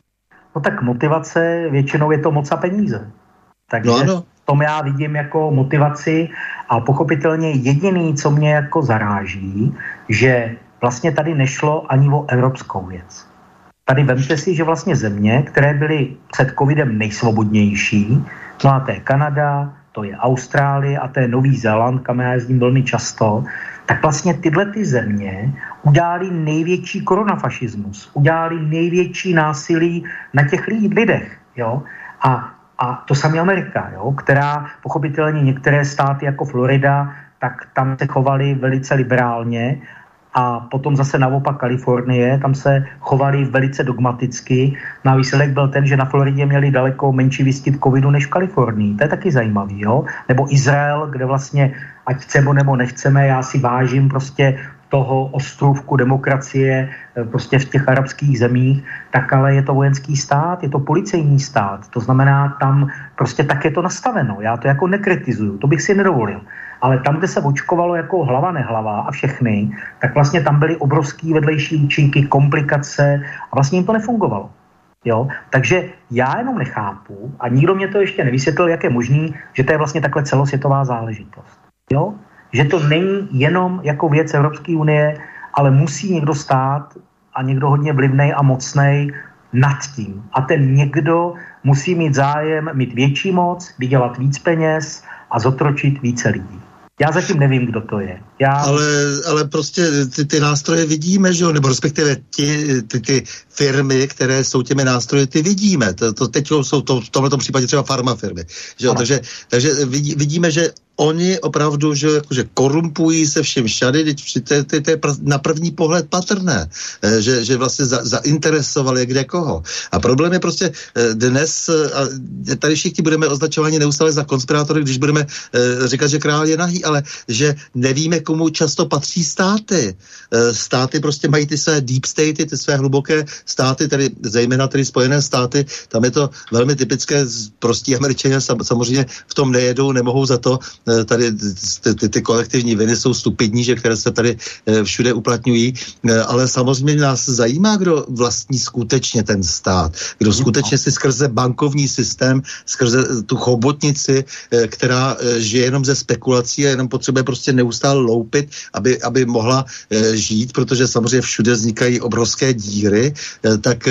No tak motivace, většinou je to moc a peníze. Takže no ano. V tom já vidím jako motivaci a pochopitelně jediný, co mě jako zaráží, že vlastně tady nešlo ani o evropskou věc. Tady vemte si, že vlastně země, které byly před covidem nejsvobodnější, no a to je Kanada, to je Austrálie a to je Nový Zéland, kam já jezdím velmi často, tak vlastně tyhle ty země udělali největší koronafašismus, udělali největší násilí na těch lidech, jo, a, a to samé Amerika, jo, která pochopitelně některé státy jako Florida, tak tam se chovali velice liberálně, a potom zase naopak Kalifornie, tam se chovali velice dogmaticky. No a výsledek byl ten, že na Floridě měli daleko menší výskyt covidu než v Kalifornii. To je taky zajímavý, jo? Nebo Izrael, kde vlastně, ať chceme nebo nechceme, já si vážím prostě toho ostrůvku demokracie prostě v těch arabských zemích, tak ale je to vojenský stát, je to policejní stát. To znamená, tam prostě tak je to nastaveno. Já to jako nekritizuju, to bych si nedovolil. Ale tam, kde se očkovalo jako hlava nehlava a všechny, tak vlastně tam byly obrovský vedlejší účinky, komplikace a vlastně jim to nefungovalo. Jo? Takže já jenom nechápu a nikdo mě to ještě nevysvětlil, jak je možný, že to je vlastně takhle celosvětová záležitost. Jo? Že to není jenom jako věc Evropské unie, ale musí někdo stát a někdo hodně vlivnej a mocnej nad tím. A ten někdo musí mít zájem, mít větší moc, vydělat víc peněz a zotročit více lidí. Já zatím nevím, kdo to je. Já... Ale, ale prostě ty, ty nástroje vidíme, že jo? Nebo respektive ty, ty, ty firmy, které jsou těmi nástroji, ty vidíme. To, to teď jsou to v tomto případě třeba farmafirmy. Že jo? Takže, takže vidíme, že oni opravdu, že jakože korumpují se všem všady, to, to, to je na první pohled patrné, že, že vlastně za, zainteresovali kde koho. A problém je prostě dnes, a tady všichni budeme označováni neustále za konspirátory, když budeme říkat, že král je nahý, ale že nevíme, komu často patří státy. Státy prostě mají ty své deep statey, ty své hluboké státy, tedy zejména tedy Spojené státy, tam je to velmi typické, prostí Američané samozřejmě v tom nejedou, nemohou za to, tady ty, ty, ty kolektivní viny jsou stupidní, že které se tady všude uplatňují, ale samozřejmě nás zajímá, kdo vlastní skutečně ten stát, kdo skutečně si skrze bankovní systém, skrze tu chobotnici, která žije jenom ze spekulací a jenom potřebuje prostě neustále loupit, aby, aby mohla žít, protože samozřejmě všude vznikají obrovské díry, tak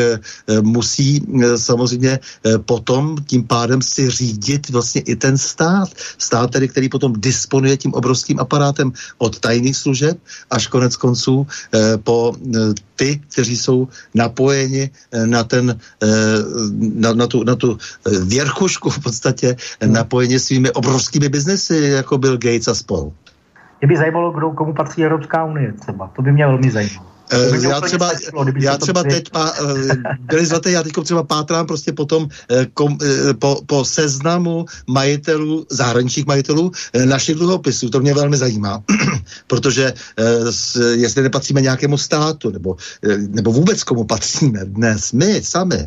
musí samozřejmě potom tím pádem si řídit vlastně i ten stát. Stát tedy, který potom disponuje tím obrovským aparátem od tajných služeb až konec konců eh, po eh, ty, kteří jsou napojeni eh, na ten eh, na, na, tu, na tu věrchušku v podstatě hmm. napojeni svými obrovskými biznesy, jako Bill Gates a spol. Mě by zajímalo, kdo, komu patří Evropská unie třeba. To by mě velmi zajímalo. Já třeba, stačilo, já třeba teď, pá, byli zlaté, já teď třeba pátrám prostě potom kom, po, po seznamu majitelů, zahraničních majitelů našich dluhopisů. To mě velmi zajímá, protože jestli nepatříme nějakému státu, nebo, nebo vůbec komu patříme dnes, my sami.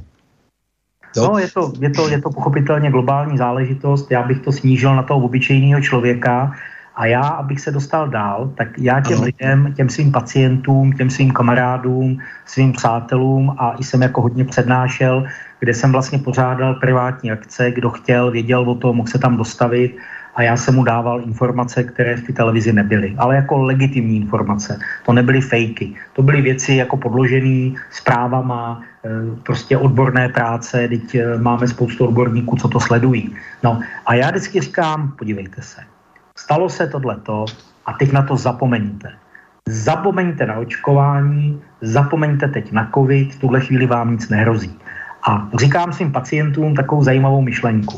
Jo? No, je to, je, to, je to pochopitelně globální záležitost, já bych to snížil na toho obyčejného člověka. A já, abych se dostal dál, tak já těm ano. lidem, těm svým pacientům, těm svým kamarádům, svým přátelům a i jsem jako hodně přednášel, kde jsem vlastně pořádal privátní akce, kdo chtěl, věděl o tom, mohl se tam dostavit a já jsem mu dával informace, které v té televizi nebyly, ale jako legitimní informace. To nebyly fejky, to byly věci jako podložené zprávama, prostě odborné práce, teď máme spoustu odborníků, co to sledují. No a já vždycky říkám, podívejte se, stalo se tohleto a teď na to zapomeňte. Zapomeňte na očkování, zapomeňte teď na covid, v tuhle chvíli vám nic nehrozí. A říkám svým pacientům takovou zajímavou myšlenku.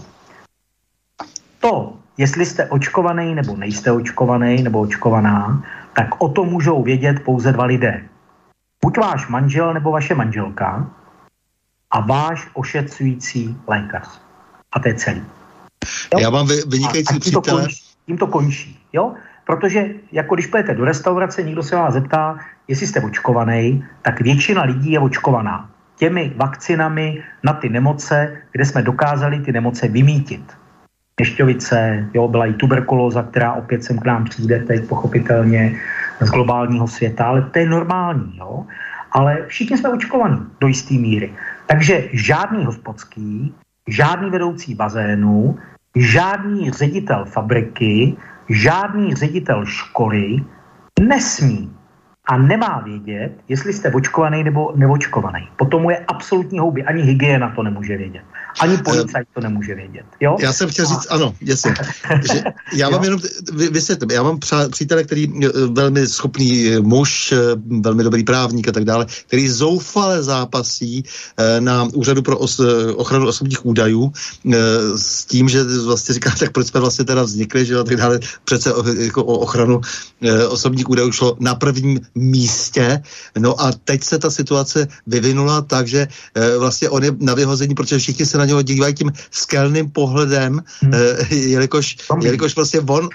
To, jestli jste očkovaný nebo nejste očkovaný nebo očkovaná, tak o tom můžou vědět pouze dva lidé. Buď váš manžel nebo vaše manželka a váš ošetřující lékař. A to je celý. Jo? Já mám vynikající přítele. Tím to končí, jo? Protože jako když půjdete do restaurace, někdo se vás zeptá, jestli jste očkovaný, tak většina lidí je očkovaná. Těmi vakcinami na ty nemoce, kde jsme dokázali ty nemoce vymítit. Nešťovice, jo, byla i tuberkulóza, která opět sem k nám přijde teď pochopitelně z globálního světa, ale to je normální, jo. Ale všichni jsme očkovaní do jisté míry. Takže žádný hospodský, žádný vedoucí bazénu, žádný ředitel fabriky, žádný ředitel školy nesmí a nemá vědět, jestli jste očkovaný nebo neočkovaný. Potom mu je absolutní houby. Ani hygiena to nemůže vědět. Ani policajt to nemůže vědět. Jo? Já jsem chtěl říct, ano, jasně. Že já vám jenom vysvětlím. Já mám přá, přítele, který velmi schopný muž, velmi dobrý právník a tak dále, který zoufale zápasí na úřadu pro os, ochranu osobních údajů s tím, že vlastně říká, tak proč jsme vlastně teda vznikli, že a tak dále. Přece jako o ochranu osobních údajů šlo na prvním místě. No a teď se ta situace vyvinula tak, že vlastně on je na vyhození, protože všichni se na něho dívají tím skelným pohledem, hmm. jelikož, jelikož vlastně on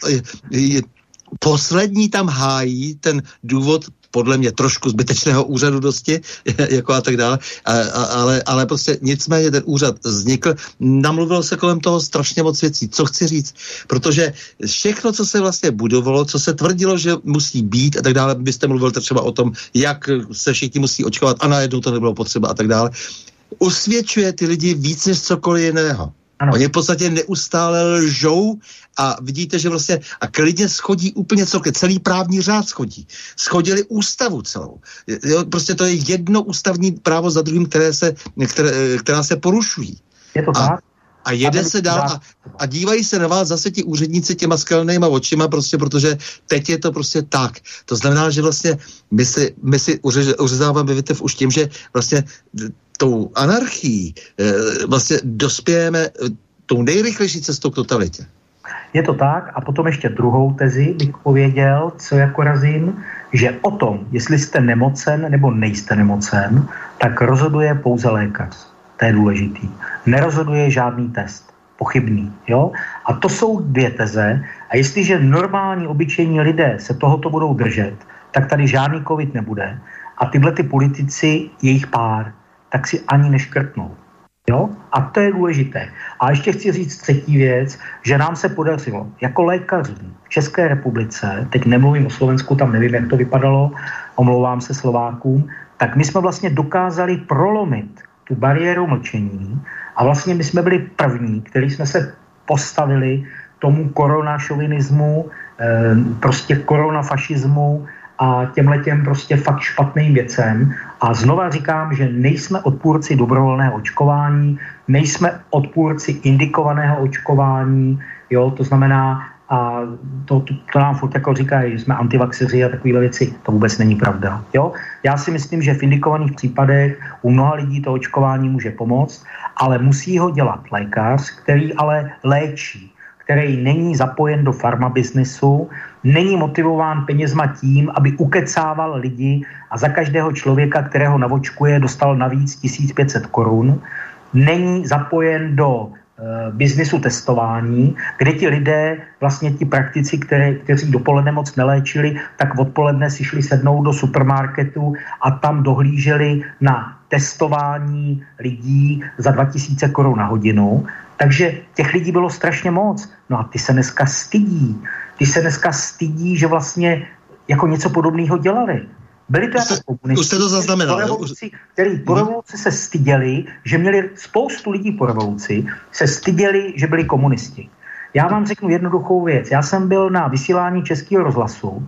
poslední tam hájí ten důvod podle mě trošku zbytečného úřadu dosti, jako a tak dále, a, a, ale, ale prostě nicméně ten úřad vznikl, namluvilo se kolem toho strašně moc věcí, co chci říct, protože všechno, co se vlastně budovalo, co se tvrdilo, že musí být a tak dále, byste mluvil třeba o tom, jak se všichni musí očkovat a najednou to nebylo potřeba a tak dále, usvědčuje ty lidi víc než cokoliv jiného. Ano. Oni v podstatě neustále lžou a vidíte, že vlastně a klidně schodí úplně celkem, celý právní řád schodí. Schodili ústavu celou. Jo, prostě to je jedno ústavní právo za druhým, které se, které, která se porušují. Je to tak? A jede se dál a, a dívají se na vás zase ti úředníci těma skelnýma očima, prostě, protože teď je to prostě tak. To znamená, že vlastně my si, my si uřezáváme větev už tím, že vlastně tou anarchií e, vlastně dospějeme tou nejrychlejší cestou k totalitě. Je to tak a potom ještě druhou tezi bych pověděl, co jako razím, že o tom, jestli jste nemocen nebo nejste nemocen, tak rozhoduje pouze lékař. To je důležitý. Nerozhoduje žádný test. Pochybný. Jo? A to jsou dvě teze. A jestliže normální, obyčejní lidé se tohoto budou držet, tak tady žádný covid nebude. A tyhle ty politici, jejich pár, tak si ani neškrtnou. Jo? A to je důležité. A ještě chci říct třetí věc, že nám se podařilo jako lékařům v České republice, teď nemluvím o Slovensku, tam nevím, jak to vypadalo, omlouvám se Slovákům, tak my jsme vlastně dokázali prolomit tu bariéru mlčení a vlastně my jsme byli první, kteří jsme se postavili tomu koronašovinismu, eh, prostě koronafašismu a těmhletěm prostě fakt špatným věcem. A znova říkám, že nejsme odpůrci dobrovolného očkování, nejsme odpůrci indikovaného očkování, jo, to znamená, a to, to, to nám furt jako říkají, že jsme antivaxeři a takové věci, to vůbec není pravda. Jo? Já si myslím, že v indikovaných případech u mnoha lidí to očkování může pomoct, ale musí ho dělat lékař, který ale léčí, který není zapojen do farmabiznisu, není motivován penězma tím, aby ukecával lidi a za každého člověka, kterého navočkuje, dostal navíc tisíc pět set korun, není zapojen do biznisu testování, kde ti lidé, vlastně ti praktici, které, kteří dopoledne moc neléčili, tak odpoledne si šli sednout do supermarketu a tam dohlíželi na testování lidí za dva tisíce korun na hodinu. Takže těch lidí bylo strašně moc. No a ty se dneska stydí. Ty se dneska stydí, že vlastně jako něco podobného dělali. Byli to jako komunisti, už jste to zaznamenal, po revoluci, který po revoluci se styděli, že měli spoustu lidí po revoluci, se styděli, že byli komunisti. Já vám řeknu jednoduchou věc. Já jsem byl na vysílání Českého rozhlasu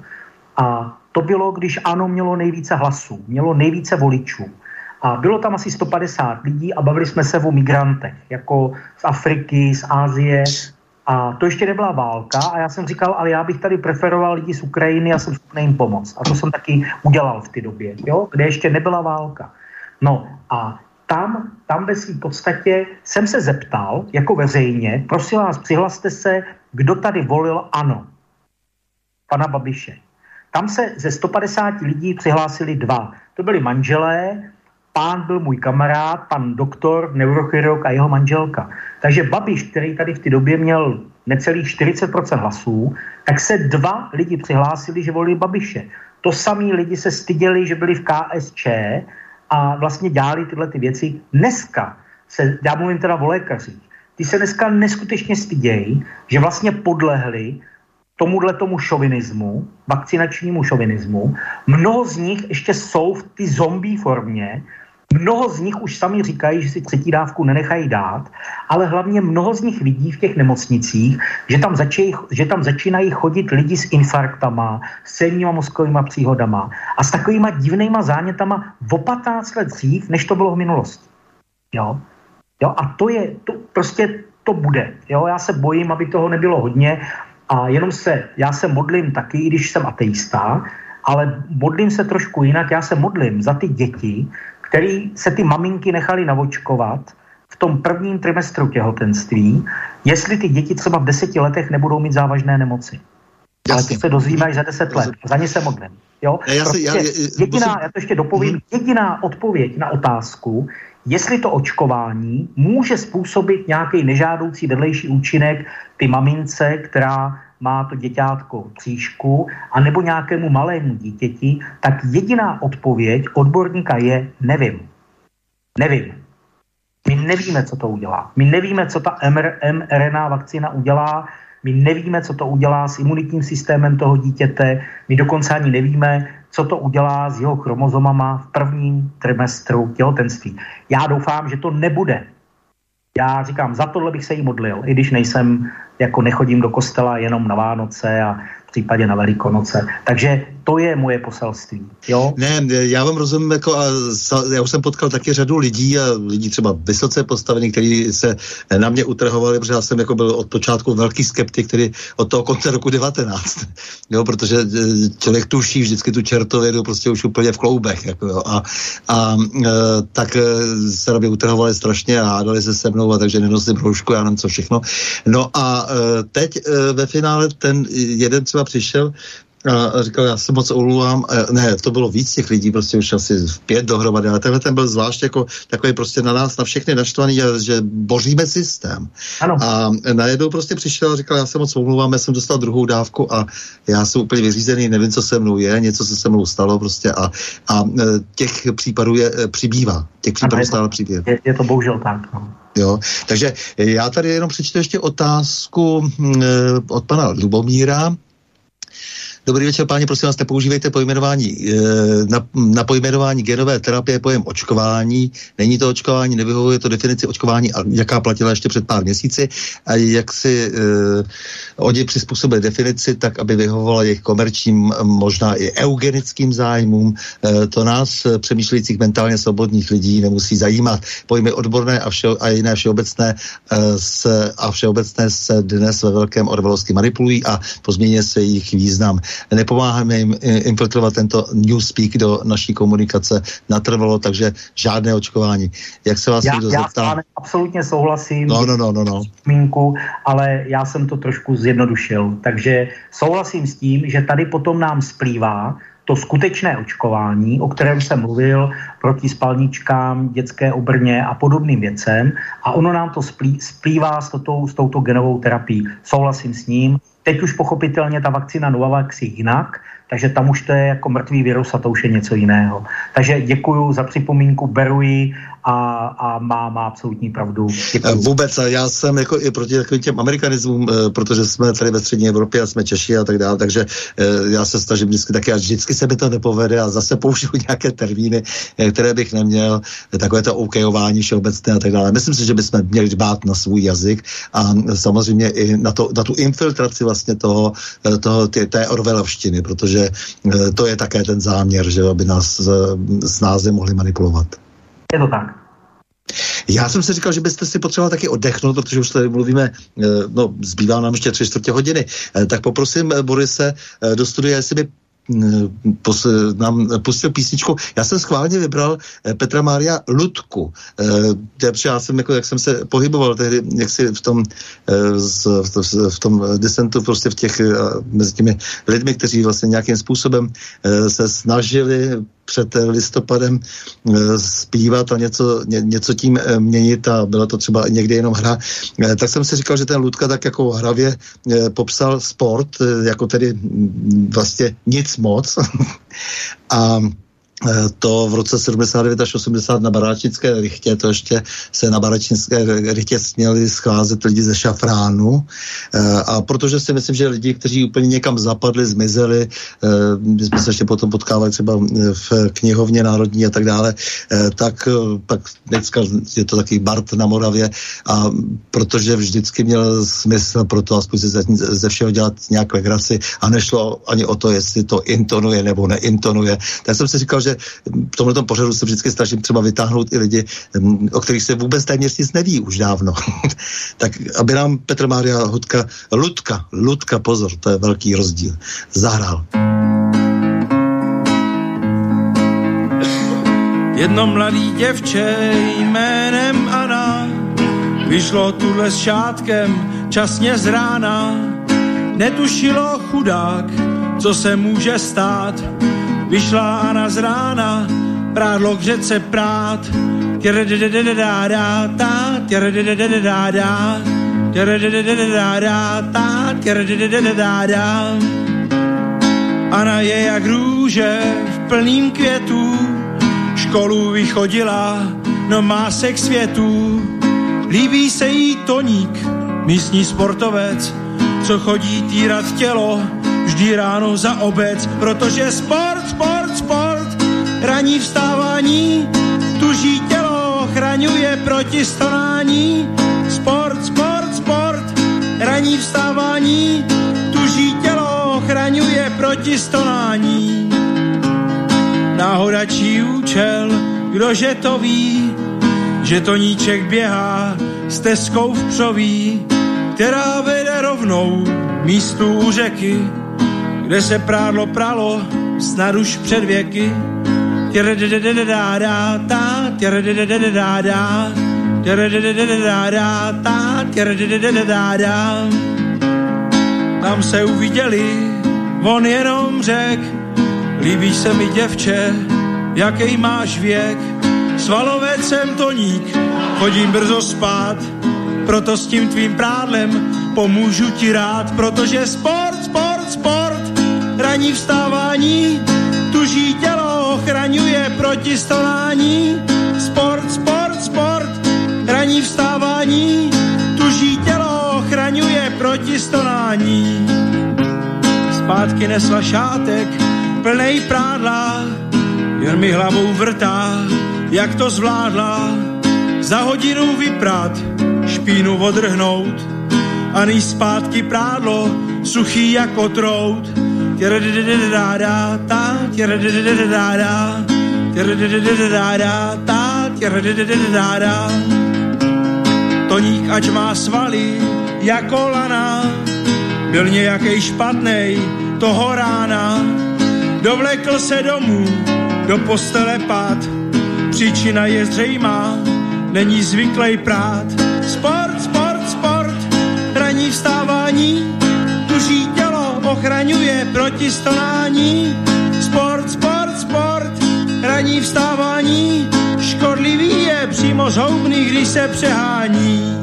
a to bylo, když ANO mělo nejvíce hlasů, mělo nejvíce voličů. A bylo tam asi sto padesát lidí a bavili jsme se o migrantech, jako z Afriky, z Asie. A to ještě nebyla válka a já jsem říkal, ale já bych tady preferoval lidi z Ukrajiny a jsem schopný jim pomoct. A to jsem taky udělal v té době, jo, kde ještě nebyla válka. No a tam, tam ve svým podstatě jsem se zeptal, jako veřejně, prosím vás, přihlaste se, kdo tady volil ANO, pana Babiše. Tam se ze sto padesát lidí přihlásili dva. To byli manželé, pán byl můj kamarád, pan doktor, neurochirurg a jeho manželka. Takže Babiš, který tady v té době měl necelých čtyřicet procent hlasů, tak se dva lidi přihlásili, že volili Babiše. To samý lidi se styděli, že byli v K S Č a vlastně dělali tyhle ty věci. Dneska se, já mluvím teda o lékařích, ty se dneska neskutečně stydějí, že vlastně podlehli tomuhle tomu šovinismu, vakcinačnímu šovinismu. Mnoho z nich ještě jsou v ty zombie formě, mnoho z nich už sami říkají, že si třetí dávku nenechají dát, ale hlavně mnoho z nich vidí v těch nemocnicích, že tam, začínají, že tam začínají chodit lidi s infarktama, s cévníma mozkovýma příhodama a s takovýma divnýma zánětama o patnáct let dřív, než to bylo v minulosti. Jo? Jo? A to je, to, prostě to bude. Jo? Já se bojím, aby toho nebylo hodně a jenom se, já se modlím taky, i když jsem ateista, ale modlím se trošku jinak, já se modlím za ty děti, který se ty maminky nechali navočkovat v tom prvním trimestru těhotenství, jestli ty děti třeba v deseti letech nebudou mít závažné nemoci. Jasně. Ale to se dozvíme až za deset let. Za ně se modlím. Jo? Já si, já, já, jediná, musím... já to ještě dopovím, jediná odpověď na otázku, jestli to očkování může způsobit nějaký nežádoucí vedlejší účinek ty mamince, která má to děťátko příšku, anebo nějakému malému dítěti, tak jediná odpověď odborníka je nevím. Nevím. My nevíme, co to udělá. My nevíme, co ta mRNA vakcína udělá, my nevíme, co to udělá s imunitním systémem toho dítěte, my dokonce ani nevíme, co to udělá s jeho chromozomama v prvním trimestru těhotenství. Já doufám, že to nebude. Já říkám, za tohle bych se jí modlil, i když nejsem, jako nechodím do kostela jenom na Vánoce a v případě na Velikonoce. Takže to je moje poselství. Jo? Ne, já vám rozumím, jako a já už jsem potkal taky řadu lidí a lidí třeba vysoce postavených, kteří se na mě utrhovali, protože já jsem jako byl od počátku velký skeptik, který od toho konce roku devatenáct. Jo, protože člověk tuší vždycky tu čertovědu prostě už úplně v kloubech. Jako jo. A, a e, tak se na mě utrhovali strašně a hádali se se mnou, a takže nenosím roušku, já nevím co všechno. No a e, teď e, ve finále ten jeden třeba přišel a říkal, já se moc omlouvám, ne, to bylo víc těch lidí, prostě už asi pět dohromady, ale tenhle ten byl zvlášť jako takový prostě na nás, na všechny naštvaný, že boříme systém. Ano. A najednou prostě přišel a říkal, já se moc omlouvám, já jsem dostal druhou dávku a já jsem úplně vyřízený, nevím, co se mnou je, něco se se mnou stalo prostě a, a těch případů je, přibývá. Těch případů ano, stále přibývá. Je, je to bohužel tak, no. Jo, takže já tady jenom přečtu ještě otázku od pana Lubomíra. Dobrý večer, páni, prosím vás, nepoužívejte pojmenování, na, na pojmenování genové terapie pojem očkování. Není to očkování, nevyhovuje to definici očkování, jaká platila ještě před pár měsíci. A jak si eh, oni přizpůsobili definici, tak aby vyhovovala jejich komerčním, možná i eugenickým zájmům. Eh, to nás, přemýšlejících mentálně svobodných lidí, nemusí zajímat. Pojmy odborné a, vše, a jiné všeobecné eh, se, a všeobecné se dnes ve velkém orwellovsky manipulují a pozměňuje se jejich význam. Nepomáháme jim infiltrovat tento newspeak do naší komunikace natrvalo, takže žádné očkování. Jak se vás já, někdo já zeptá? Já absolutně souhlasím. No, no, no, no, no. Mínku, ale já jsem to trošku zjednodušil. Takže souhlasím s tím, že tady potom nám splývá to skutečné očkování, o kterém jsem mluvil, proti spalničkám, dětské obrně a podobným věcem. A ono nám to splý, splývá s, touto, s touto genovou terapií. Souhlasím s ním. Teď už pochopitelně ta vakcína Novavax je jinak, takže tam už to je jako mrtvý virus a to už je něco jiného. Takže děkuju za připomínku, beru ji a, a má, má absolutní pravdu. Děkuju. Vůbec, já jsem jako i proti takovým těm amerikanismům, protože jsme tady ve střední Evropě a jsme Češi a tak dále, takže já se snažím vždycky taky a vždycky se mi to nepovede a zase použiju nějaké termíny, které bych neměl, takové to okejování všeobecné a tak dále. Myslím si, že bychom měli dbát na svůj jazyk a samozřejmě i na, to, na tu infiltraci vlastně toho, toho té, té orwellovštiny, protože to je také ten záměr, že aby nás s názvem mohli manipulovat. Je to tak. Já jsem si říkal, že byste si potřeboval taky oddechnout, protože už tady mluvíme, no zbývá nám ještě tři čtvrtě hodiny, tak poprosím Borise do studia, jestli by Pos, nám pustil písničku. Já jsem schválně vybral Petra Mária Ludku. E, já jsem, jako, jak jsem se pohyboval tehdy, jak si v tom, z, v, v tom disentu, prostě v těch, mezi těmi lidmi, kteří vlastně nějakým způsobem se snažili před listopadem zpívat a něco, ně, něco tím měnit a byla to třeba někdy jenom hra, tak jsem si říkal, že ten Ludka tak jako hravě popsal sport, jako tedy vlastně nic moc. A to v roce sedmdesát devět až osmdesát na Baráčnické rychtě, to ještě se na Baráčnické rychtě směli scházet lidi ze šafránu. A protože si myslím, že lidi, kteří úplně někam zapadli, zmizeli, my jsme se ještě potom potkávali třeba v knihovně národní a tak dále, tak pak dneska je to takový Bart na Moravě a protože vždycky měl smysl pro to aspoň ze, ze všeho dělat nějak legraci a nešlo ani o to, jestli to intonuje nebo neintonuje, tak jsem si říkal, že v tomhletom pořadu se vždycky snažím třeba vytáhnout i lidi, o kterých se vůbec téměř nic neví už dávno. Tak aby nám Petr Mária Hudka, Ludka, Ludka, pozor, to je velký rozdíl, zahrál. Jedno mladý děvče jménem Anna vyšlo tuhle s šátkem časně z rána. Netušilo chudák, co se může stát. Vyšla Anna z rána, prádlo k řece prát. Anna je jak růže v plným květu, školu vychodila, no má se k světu. Líbí se jí Toník, místní sportovec, co chodí týrat tělo vždy ráno za obec, protože sport, sport, sport, ranní vstávání, tuží tělo ochraňuje proti stonání. Sport, sport, sport, ranní vstávání, tuží tělo ochraňuje proti stonání. Náhoda či účel, kdože to ví, že Toníček běhá s Teskou v Přoví, která vede rovnou místu u řeky, kde se prádlo pralo snad už před věky. Tam se uviděli, on jenom řek, líbí se mi děvče, jaký máš věk. Svalovec jsem Toník, chodím brzo spát, proto s tím tvým prádlem pomůžu ti rád, protože sport, sport, sport, ranní vstávání, tuží tělo ochraňuje proti stonání. Sport, sport, sport, ranní vstávání, tuží tělo ochraňuje proti stonání. Zpátky nesla šátek, plnej prádla, jen mi hlavou vrtá, jak to zvládla. Za hodinu vyprát, špínu odrhnout, a než zpátky prádlo, suchý jako trout. Toník, ať má svaly jako lana, byl nějakej špatnej toho rána. Dovlekl se domů, do postele pát, příčina je zřejmá, není zvyklej prát. Sport, sport, sport, ranní vstávání, tuží tělo ochraňuje proti stonání. Sport, sport, sport, ranní vstávání, škodlivý je přímo zhoubný, když se přehání.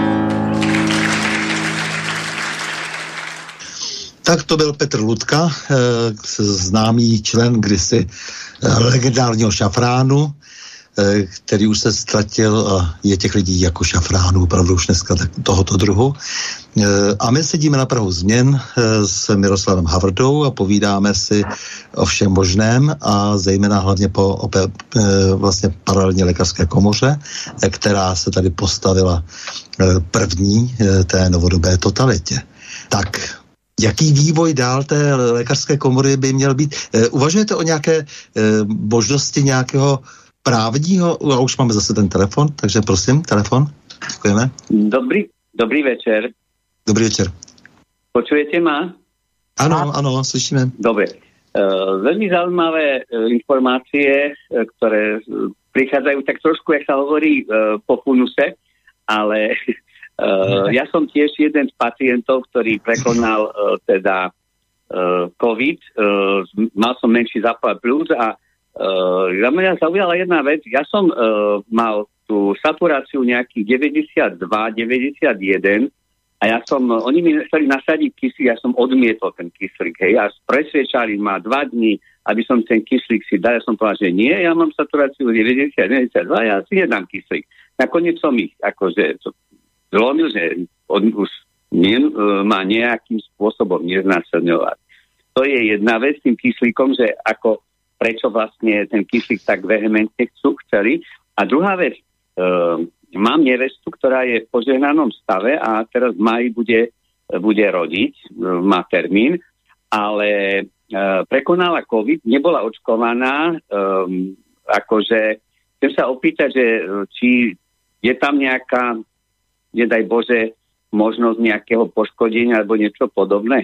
Tak to byl Petr Ludka, známý člen kdysi legendárního šafránu, který už se ztratil a je těch lidí jako šafránů opravdu už dneska tohoto druhu. A my sedíme na prahu změn s Miroslavem Havrdou a povídáme si o všem možném a zejména hlavně po opě, vlastně paralelní lékařské komoře, která se tady postavila první té novodobé totalitě. Tak jaký vývoj dál té lékařské komory by měl být? Uvažujete o nějaké možnosti nějakého právního, a už máme zase ten telefon, takže prosím, telefon, děkujeme. Dobrý, dobrý večer. Dobrý večer. Počujete ma? Ano, ano, slyšíme. Dobre. Uh, veľmi zaujímavé uh, informácie, uh, ktoré uh, prichádzajú tak trošku, jak sa hovorí, uh, po funuse, ale uh, ja som tiež jeden z pacientov, ktorý prekonal uh, teda uh, COVID. Uh, mal som menší zápal plus a uh, ja mňa zaujala jedna vec. Ja som uh, mal tú saturáciu nejakých deväťdesiatdva deväťdesiatjeden a ja som, oni mi chceli nasadiť kyslík, ja som odmietol ten kyslík, hej, a presvedčali ma dva dní, aby som ten kyslík si dal, ja som povedal, že nie, ja mám saturáciu deväťdesiat deväťdesiatdva, ja si nedám kyslík. Nakoniec som ich akože zlomil, že on už nie, má nejakým spôsobom neznásilňovať. To je jedna vec s tým kyslíkom, že ako, prečo vlastne ten kyslík tak vehementne chcú, chceli. A druhá vec, um, mám nevestu, ktorá je v požehnanom stave a teraz v máji bude, bude rodiť, má termín, ale e, prekonala COVID, nebola očkovaná, e, akože chcem sa opýtať, že či je tam nejaká, nedaj Bože, možnosť nejakého poškodenia alebo niečo podobné?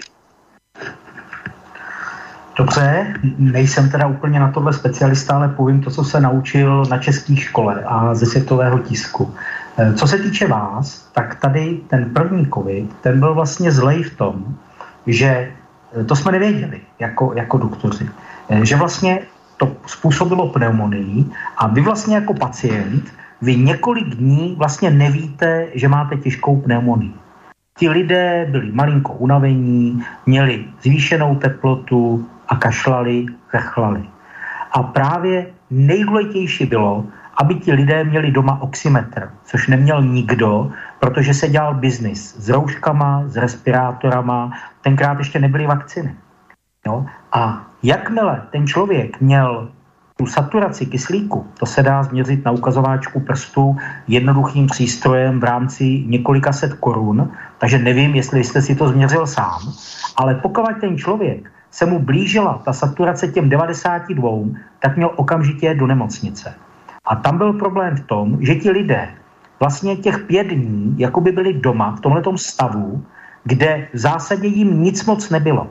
Dobře, nejsem teda úplně na tohle specialista, ale povím to, co se naučil na české škole a ze světového tisku. Co se týče vás, tak tady ten první covid, ten byl vlastně zlej v tom, že to jsme nevěděli jako, jako doktoři, že vlastně to způsobilo pneumonii a vy vlastně jako pacient, vy několik dní vlastně nevíte, že máte těžkou pneumonii. Ti lidé byli malinko unavení, měli zvýšenou teplotu a kašlali, kachlali. A právě nejdůležitější bylo, aby ti lidé měli doma oximetr, což neměl nikdo, protože se dělal biznis s rouškama, s respirátorama, tenkrát ještě nebyly vakciny. Jo? A jakmile ten člověk měl tu saturaci kyslíku, to se dá změřit na ukazováčku prstu jednoduchým přístrojem v rámci několika set korun, takže nevím, jestli jste si to změřil sám, ale pokud ten člověk se mu blížila ta saturace těm devadesáti dvou, tak měl okamžitě do nemocnice. A tam byl problém v tom, že ti lidé vlastně těch pět dní jakoby byli doma v tomhletom stavu, kde v zásadě jim nic moc nebylo.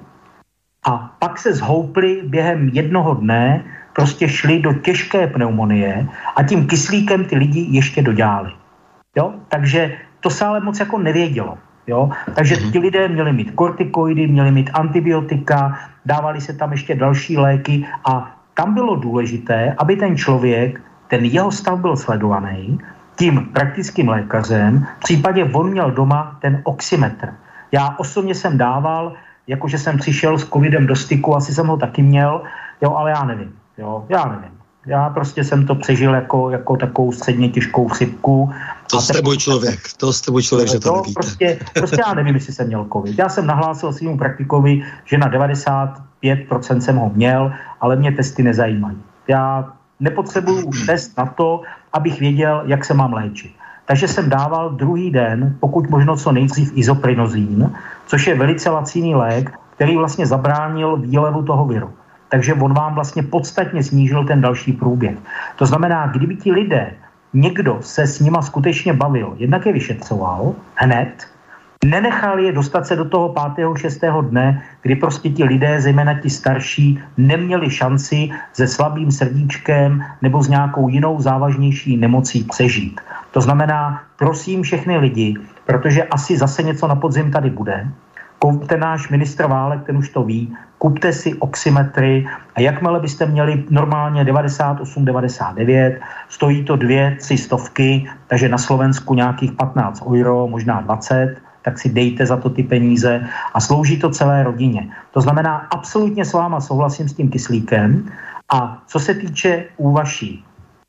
A pak se zhoupli během jednoho dne, prostě šli do těžké pneumonie a tím kyslíkem ty lidi ještě dodělali. Jo? Takže to se ale moc jako nevědělo. Jo? Takže ti lidé měli mít kortikoidy, měli mít antibiotika, dávali se tam ještě další léky a tam bylo důležité, aby ten člověk, ten jeho stav byl sledovaný tím praktickým lékařem, v případě on měl doma ten oximetr. Já osobně jsem dával, jakože jsem přišel s covidem do styku, asi jsem ho taky měl, jo, ale já nevím. Jo, já nevím. Já prostě jsem to přežil jako, jako takovou středně těžkou chřipku. To jste můj člověk, to jste můj člověk, že to, to nevíte. Prostě, prostě já nevím, jestli jsem měl covid. Já jsem nahlásil svému praktikovi, že na devadesát pět procent jsem ho měl, ale mě testy nezajímají. Já nepotřebuju test na to, abych věděl, jak se mám léčit. Takže jsem dával druhý den, pokud možno co nejdřív izoprinozín, což je velice laciný lék, který vlastně zabránil výlevu toho viru. Takže on vám vlastně podstatně snížil ten další průběh. To znamená, kdyby ti lidé, někdo se s nima skutečně bavil, jednak je vyšetřoval hned, nenechal je dostat se do toho pátého, šestého dne, kdy prostě ti lidé, zejména ti starší, neměli šanci se slabým srdíčkem nebo s nějakou jinou závažnější nemocí přežít. To znamená, prosím všechny lidi, protože asi zase něco na podzim tady bude, ten náš ministr Válek, ten už to ví, kupte si oximetry a jakmile byste měli normálně devadesát osm devadesát devět, stojí to dvě, tři stovky, takže na Slovensku nějakých patnáct euro, možná dvacet, tak si dejte za to ty peníze a slouží to celé rodině. To znamená, absolutně s váma souhlasím s tím kyslíkem a co se týče u vaší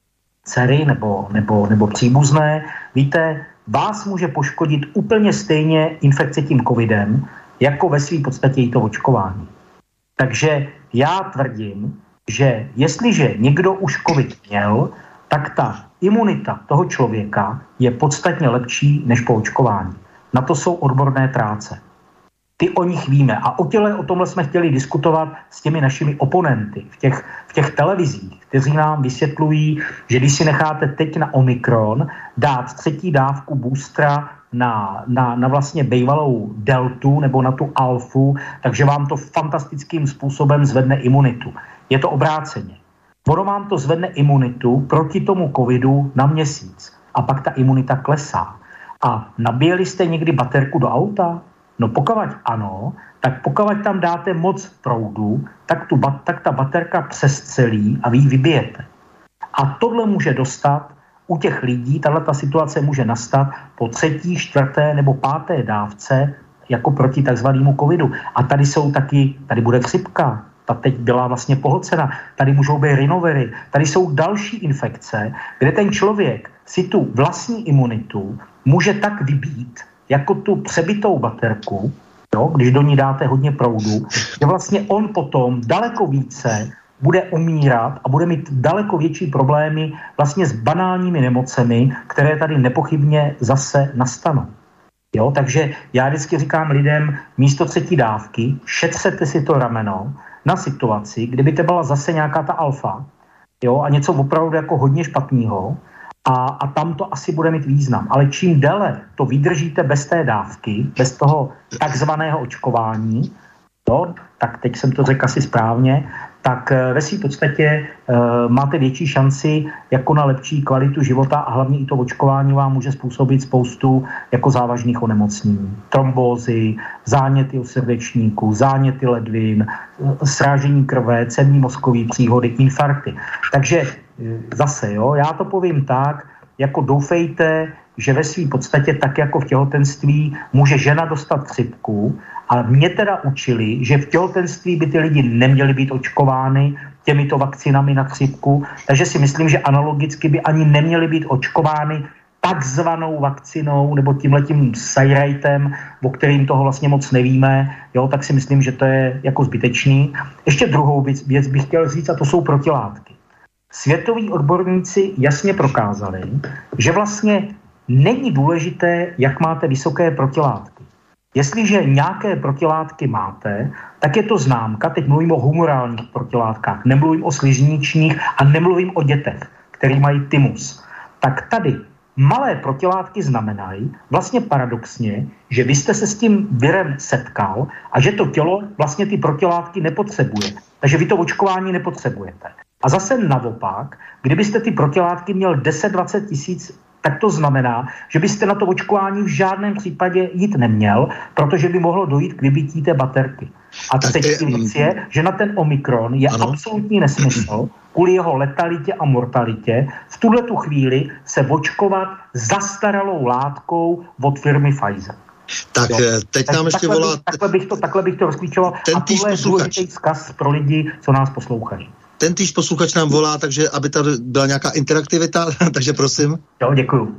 dcery nebo, nebo, nebo příbuzné, víte, vás může poškodit úplně stejně infekce tím covidem, jako ve své podstatě i to očkování. Takže já tvrdím, že jestliže někdo už covid měl, tak ta imunita toho člověka je podstatně lepší než po očkování. Na to jsou odborné práce. Ty o nich víme. A o, těle, o tomhle jsme chtěli diskutovat s těmi našimi oponenty v těch, v těch televizích, kteří nám vysvětlují, že když si necháte teď na Omikron dát třetí dávku boostera na, na, na vlastně bývalou deltu nebo na tu alfu, takže vám to fantastickým způsobem zvedne imunitu. Je to obráceně. Ono vám to zvedne imunitu proti tomu covidu na měsíc. A pak ta imunita klesá. A nabíjeli jste někdy baterku do auta? No pokud ano, tak pokud tam dáte moc proudu, tak, tu, tak ta baterka přescelí a vy ji vybijete. A tohle může dostat u těch lidí, tato situace může nastat po třetí, čtvrté nebo páté dávce jako proti takzvanému covidu. A tady jsou taky, tady bude chřipka, ta teď byla vlastně pohlcena, tady můžou být rhinoviry, tady jsou další infekce, kde ten člověk si tu vlastní imunitu může tak vybít, jako tu přebitou baterku, jo, když do ní dáte hodně proudu, že vlastně on potom daleko více bude umírat a bude mít daleko větší problémy vlastně s banálními nemocemi, které tady nepochybně zase nastanou. Jo, takže já vždycky říkám lidem, místo třetí dávky, šetřete si to rameno na situaci, kdyby to byla zase nějaká ta alfa, jo, a něco opravdu jako hodně špatného, a, a tam to asi bude mít význam. Ale čím déle to vydržíte bez té dávky, bez toho takzvaného očkování, jo, tak teď jsem to řekl asi správně, tak ve své podstatě e, máte větší šanci jako na lepší kvalitu života a hlavně i to očkování vám může způsobit spoustu jako závažných onemocnění. Trombózy, záněty u srdečníku, záněty ledvin, srážení krve, cévní mozkové příhody, infarkty. Takže e, zase, jo, já to povím tak, jako doufejte, že ve své podstatě tak jako v těhotenství může žena dostat chřipku. A mě teda učili, že v těhotenství by ty lidi neměli být očkovány těmito vakcínami na chřipku, takže si myslím, že analogicky by ani neměli být očkovány takzvanou vakcinou nebo tímhletím sajrajtem, o kterým toho vlastně moc nevíme, jo, tak si myslím, že to je jako zbytečný. Ještě druhou věc, věc bych chtěl říct, a to jsou protilátky. Světoví odborníci jasně prokázali, že vlastně není důležité, jak máte vysoké protilátky. Jestliže nějaké protilátky máte, tak je to známka, teď mluvím o humorálních protilátkách, nemluvím o slizničních a nemluvím o dětech, který mají tymus. Tak tady malé protilátky znamenají vlastně paradoxně, že vy jste se s tím virem setkal a že to tělo vlastně ty protilátky nepotřebuje. Takže vy to očkování nepotřebujete. A zase naopak, kdybyste ty protilátky měl deset dvacet tisíc, tak to znamená, že byste na to očkování v žádném případě jít neměl, protože by mohlo dojít k vybití té baterky. A třetí věc je, že na ten Omikron je ano. absolutní nesmysl kvůli jeho letalitě a mortalitě v tuhletu chvíli se očkovat zastaralou látkou od firmy Pfizer. Tak jo. teď nám ještě takhle volá... Bych, takhle, bych to, takhle bych to rozklíčoval a tohle je důležitý vzkaz pro lidi, co nás poslouchají. Ten týž posluchač nám volá, takže aby tady byla nějaká interaktivita, takže prosím. Jo, děkuju.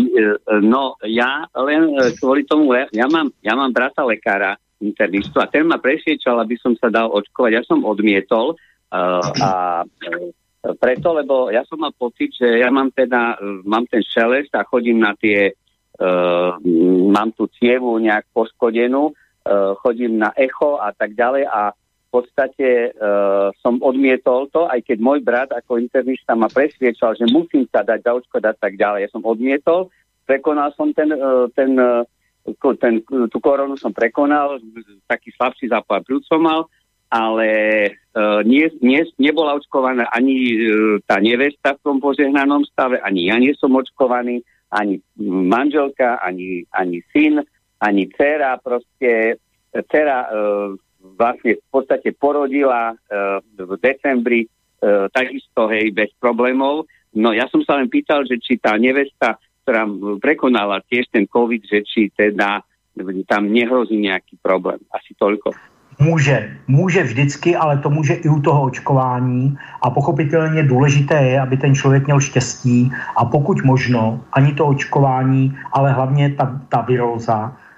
No, ja len kvôli tomu, ja mám, ja mám brata lekára, internistu, a ten ma presviečal, aby som sa dal očkovať. Ja som odmietol uh, a uh, preto, lebo ja som mal pocit, že ja mám teda, uh, mám ten šelest a chodím na tie, uh, mám tú cievu nejak poškodenú, uh, chodím na echo a tak ďalej a v podstate uh, som odmietol to, aj keď môj brat ako internista ma presviečal, že musím sa dať zaočkovať tak ďalej. Ja som odmietol, prekonal som ten, uh, ten, uh, ten, tú koronu som prekonal, taký slabší zápal pľúc som mal, ale uh, nie, nie, nebola očkovaná ani uh, tá nevesta v tom požehnanom stave, ani ja nie som očkovaný, ani manželka, ani, ani syn, ani dcera, proste dcera uh, vlastne v podstate porodila uh, v decembri uh, takisto, hej, bez problémov. No ja som sa len pýtal, že či tá nevesta, ktorá prekonala tiež ten COVID, že či teda tam nehrozí nejaký problém. Asi toľko. Může, může vždycky, ale to může i u toho očkování a pochopitelně důležité je, aby ten člověk měl štěstí a pokud možno ani to očkování, ale hlavně ta, ta viróza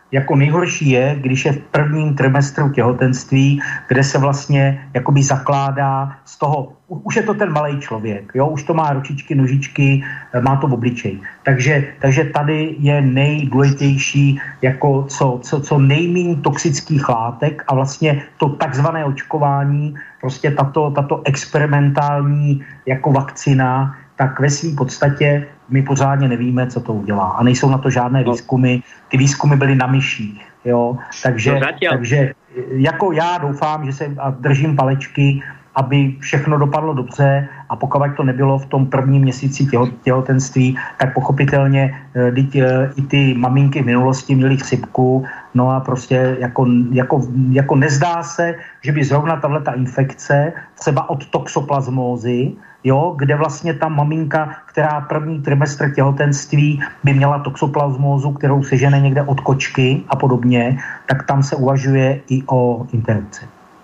jako nejhorší je, když je v prvním trimestru těhotenství, kde se vlastně jakoby zakládá z toho, už je to ten malej člověk, jo, už to má ručičky, nožičky, má to v obličeji. Takže, takže tady je nejdůležitější jako co, co, co nejméně toxických látek a vlastně to takzvané očkování, prostě tato, tato experimentální jako vakcína, tak ve své podstatě my pořádně nevíme, co to udělá. A nejsou na to žádné výzkumy. Ty výzkumy byly na myších. Jo? Takže, no, takže jako já doufám, že se a držím palečky, aby všechno dopadlo dobře a pokud to nebylo v tom prvním měsíci těho, těhotenství, tak pochopitelně e, i ty maminky v minulosti měly chřipku, no a prostě jako, jako, jako nezdá se, že by zrovna tahleta infekce, třeba od toxoplasmózy, jo, kde vlastně ta maminka, která první trimestr těhotenství by měla toxoplasmózu, kterou sežene někde od kočky a podobně, tak tam se uvažuje i o interrupci.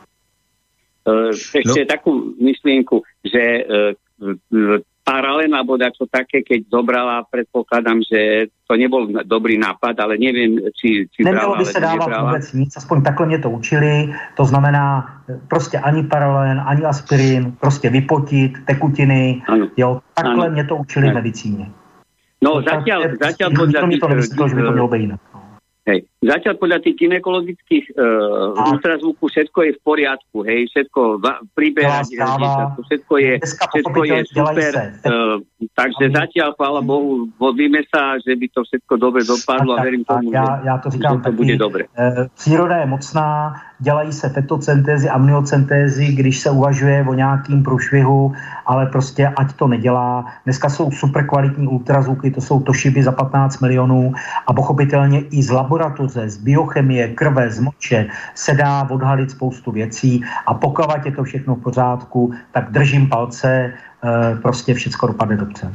Ešte no. takú myšlienku, že e, paralén alebo dačo také, keď zobrala, predpokladám, že to nebol dobrý nápad, ale neviem, či, či Nemělo brala, by se dávat vůbec nic, aspoň takhle mě to učili, to znamená prostě ani paralén, ani aspirin, prostě vypotit, tekutiny, ano. Jo, takhle ano. mě to učili v medicíně. No, to zatiaľ, je, zatiaľ podľa tých... to nemyslelo, že by to mělo být jinak. Hej, zatiaľ podľa tých gynekologických uh, ultrazvuku všetko je v poriadku, hej, všetko príberať, všetko je, všetko je super, uh, takže zatiaľ, chvála Bohu, modlíme sa, že by to všetko dobre dopadlo a verím tomu, já, já to říkám že to taky, bude dobre. E, příroda je mocná, dělají se fetocyntézy, amniocentézy, když se uvažuje o nějakým průšvihu, ale prostě ať to nedělá. Dneska jsou super kvalitní ultrazvuky, to jsou Toshiby za patnáct milionů a pochopitelně i z laboratoře, z biochemie, krve, z moče se dá odhalit spoustu věcí a pokud je to všechno v pořádku, tak držím palce, prostě všecko dopadne dobře.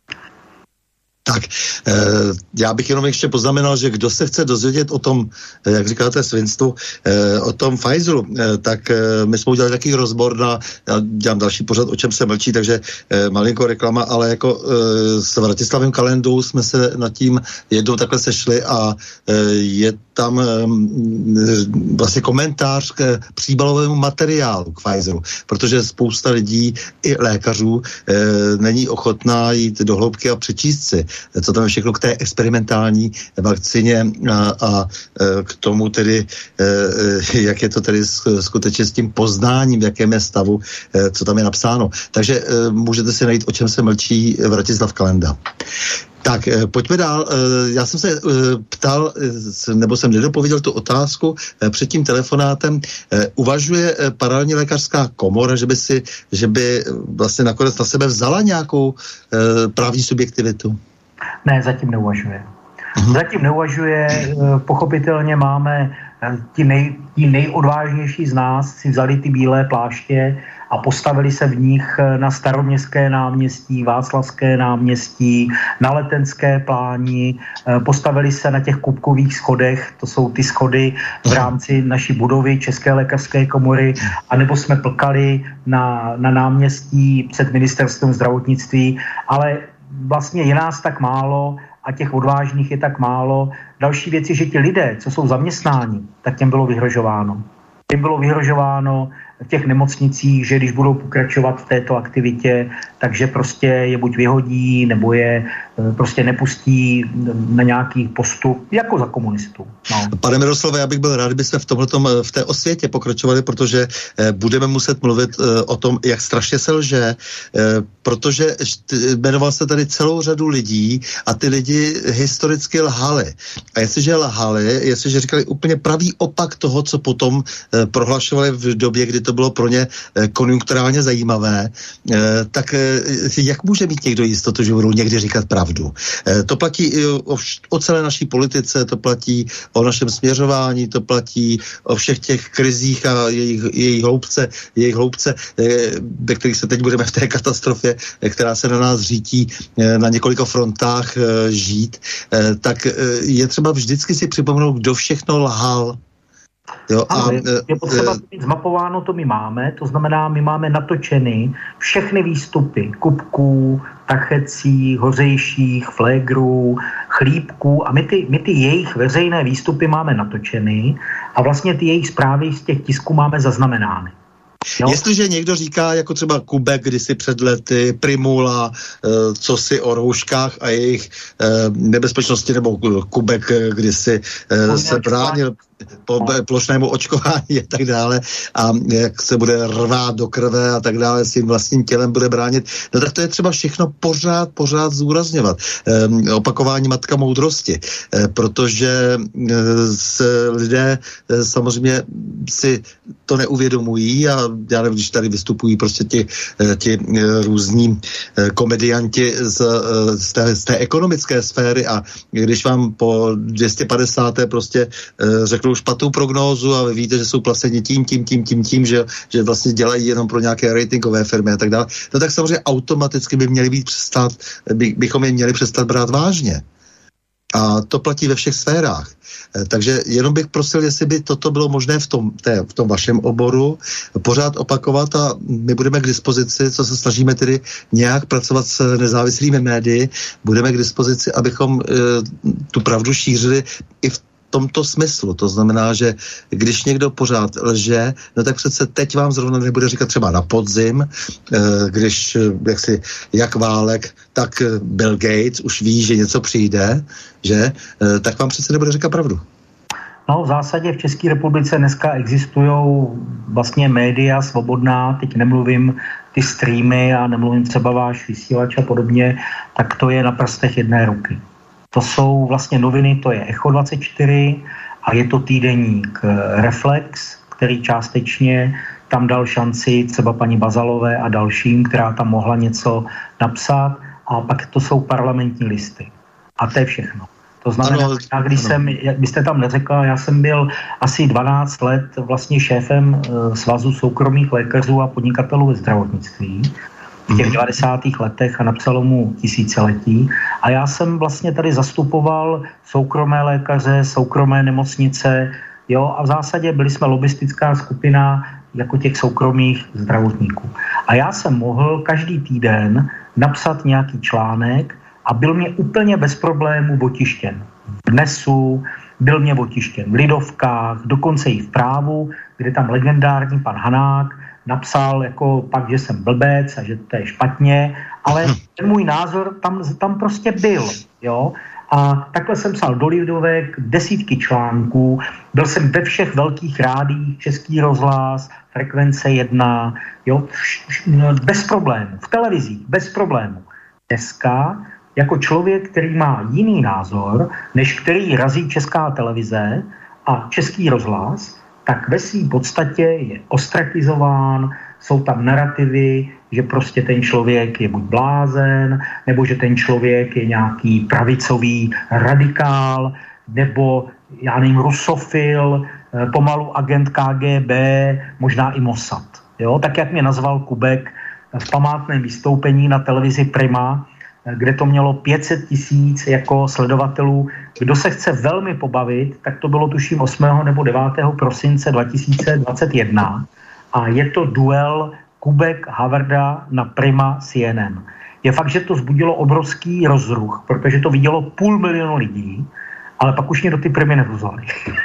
Tak, já bych jenom ještě poznamenal, že kdo se chce dozvědět o tom, jak říkáte, svinstvu, o tom Pfizeru, tak my jsme udělali takový rozbor na, já dělám další pořad, o čem se mlčí, takže malinko reklama, ale jako s Vratislavem Kalendou jsme se nad tím jednou takhle sešli a je tam vlastně komentář k příbalovému materiálu k Pfizeru, protože spousta lidí i lékařů není ochotná jít do hloubky a přečíst si, co tam je všechno k té experimentální vakcině a, a k tomu tedy, jak je to tedy skutečně s tím poznáním, v jakém je stavu, co tam je napsáno. Takže můžete si najít, o čem se mlčí Vratislav Kalenda. Tak, pojďme dál. Já jsem se ptal, nebo jsem nedopověděl tu otázku před tím telefonátem. Uvažuje paralelní lékařská komora, že by si, že by vlastně nakonec na sebe vzala nějakou právní subjektivitu? Ne, zatím neuvažuje. Uh-huh. Zatím neuvažuje, pochopitelně máme ti, nej, ti nejodvážnější z nás si vzali ty bílé pláště a postavili se v nich na Staroměstské náměstí, Václavské náměstí, na Letenské pláni, postavili se na těch kubkových schodech, to jsou ty schody v rámci naší budovy České lékařské komory, anebo jsme plkali na, na náměstí před ministerstvem zdravotnictví, ale vlastně je nás tak málo a těch odvážných je tak málo. Další věc je, že ti lidé, co jsou zaměstnáni, tak těm bylo vyhrožováno. Těm bylo vyhrožováno v těch nemocnicích, že když budou pokračovat v této aktivitě, takže prostě je buď vyhodí, nebo je prostě nepustí na nějaký postup, jako za komunistů. No. Pane Miroslave, já bych byl rád, kdybychom v tomhletom, v té osvětě pokračovali, protože eh, budeme muset mluvit eh, o tom, jak strašně se lže, eh, protože jmenoval se tady celou řadu lidí a ty lidi historicky lhali. A jestliže lhali, jestliže říkali úplně pravý opak toho, co potom eh, prohlašovali v době, kdy to bylo pro ně eh, konjunkturálně zajímavé, eh, tak eh, jak může mít někdo jistotu, že budou někdy říkat pravdu? To platí i o, vš- o celé naší politice, to platí o našem směřování, to platí o všech těch krizích a jejich, jejich hloubce, jejich hloubce, ve kterých se teď budeme v té katastrofě, která se na nás řítí na několika frontách žít, tak je třeba vždycky si připomenout, kdo všechno lhal. Jo, a, je, je potřeba to mít zmapováno, to my máme, to znamená, my máme natočeny všechny výstupy kubků, tachecí, hořejších, flégrů, chlípků a my ty, my ty jejich veřejné výstupy máme natočeny a vlastně ty jejich zprávy z těch tisků máme zaznamenány. Jo? Jestliže někdo říká, jako třeba Kubek kdysi před lety, Primula, co si o rouškách a jejich nebezpečnosti, nebo Kubek kdysi se bránil po plošnému očkování a tak dále a jak se bude rvát do krve a tak dále, s tím vlastním tělem bude bránit, no tak to je třeba všechno pořád, pořád zúrazňovat. E, opakování matka moudrosti, e, protože e, s, lidé e, samozřejmě si to neuvědomují a já nevím, když tady vystupují prostě ti, e, ti e, různí e, komedianti z, e, z, té, z té ekonomické sféry a když vám po dvě stě padesáté prostě e, řeknou špatnou prognózu a vy víte, že jsou placeni tím, tím, tím, tím, tím, že, že vlastně dělají jenom pro nějaké ratingové firmy a tak dále, no tak samozřejmě automaticky by měli být přestat, by, bychom je měli přestat brát vážně. A to platí ve všech sférách. Takže jenom bych prosil, jestli by toto bylo možné v tom, té, v tom vašem oboru pořád opakovat a my budeme k dispozici, co se snažíme tedy nějak pracovat s nezávislými médii, budeme k dispozici, abychom e, tu pravdu šířili i v tomto smyslu. To znamená, že když někdo pořád lže, no tak přece teď vám zrovna nebude říkat třeba na podzim, když jak, si, jak Válek, tak Bill Gates už ví, že něco přijde, že, tak vám přece nebude říkat pravdu. No v zásadě v České republice dneska existují vlastně média svobodná, teď nemluvím ty streamy a nemluvím třeba váš vysílač a podobně, tak to je na prstech jedné ruky. To jsou vlastně noviny, to je Echo dvacet čtyři a je to týdeník Reflex, který částečně tam dal šanci třeba paní Bazalové a dalším, která tam mohla něco napsat a pak to jsou parlamentní listy. A to je všechno. To znamená, ano, já, když ano. jsem, jak byste tam neřekla, já jsem byl asi dvanáct let vlastně šéfem Svazu soukromých lékařů a podnikatelů ve zdravotnictví v těch devadesátých letech a na přelomu tisíciletí. A já jsem vlastně tady zastupoval soukromé lékaře, soukromé nemocnice, jo, a v zásadě byli jsme lobistická skupina jako těch soukromých zdravotníků. A já jsem mohl každý týden napsat nějaký článek a byl mě úplně bez problémů otištěn. V Dnesu, byl mě otištěn v Lidovkách, dokonce i v Právu, kde tam legendární pan Hanák napsal jako pak, že jsem blbec a že to je špatně, ale ten můj názor tam, tam prostě byl, jo. A takhle jsem psal do Lidovek desítky článků, byl jsem ve všech velkých rádiích, Český rozhlas, Frekvence jedna, jo, bez problémů, v televizích, bez problémů. Dneska jako člověk, který má jiný názor, než který razí Česká televize a Český rozhlas, tak ve své podstatě je ostrakizován, jsou tam narrativy, že prostě ten člověk je buď blázen, nebo že ten člověk je nějaký pravicový radikál, nebo já nevím, rusofil, pomalu agent K G B, možná i Mossad. Jo? Tak jak mě nazval Kubek v památném vystoupení na televizi Prima, kde to mělo pět set tisíc jako sledovatelů. Kdo se chce velmi pobavit, tak to bylo tuším osmého nebo devátého prosince dva tisíce dvacet jedna a je to duel Kubek Havrda na Prima C N N. Je fakt, že to vzbudilo obrovský rozruch, protože to vidělo půl milionu lidí, ale pak už mě do ty Primy nevzali.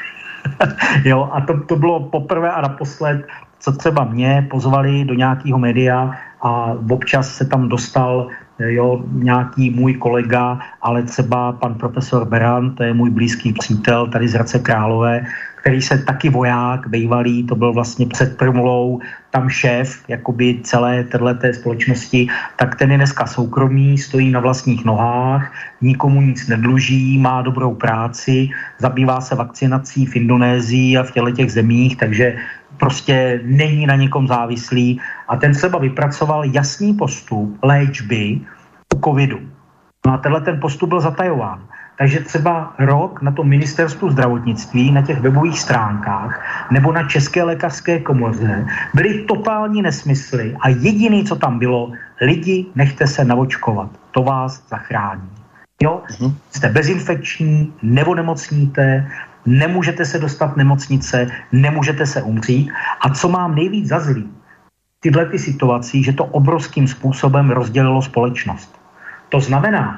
Jo, a to, to bylo poprvé a naposled, co třeba mě pozvali do nějakého média a občas se tam dostal jo, nějaký můj kolega, ale třeba pan profesor Beran, to je můj blízký přítel tady z Hradce Králové, který se taky voják bývalý, to byl vlastně před Primulou, tam šéf jakoby celé téhleté společnosti, tak ten je dneska soukromý, stojí na vlastních nohách, nikomu nic nedluží, má dobrou práci, zabývá se vakcinací v Indonésii a v těchto těch zemích, takže prostě není na nikom závislý a ten třeba vypracoval jasný postup léčby u covidu. No a tenhle ten postup byl zatajován. Takže třeba rok na tom ministerstvu zdravotnictví, na těch webových stránkách nebo na České lékařské komoře byly totální nesmysly a jediný, co tam bylo, lidi, nechte se naočkovat. To vás zachrání. Jo? Mm-hmm. Jste bezinfekční, neonemocníte, nemůžete se dostat nemocnice, nemůžete se umřít. A co mám nejvíc za zlý, tyhle ty situací, že to obrovským způsobem rozdělilo společnost. To znamená,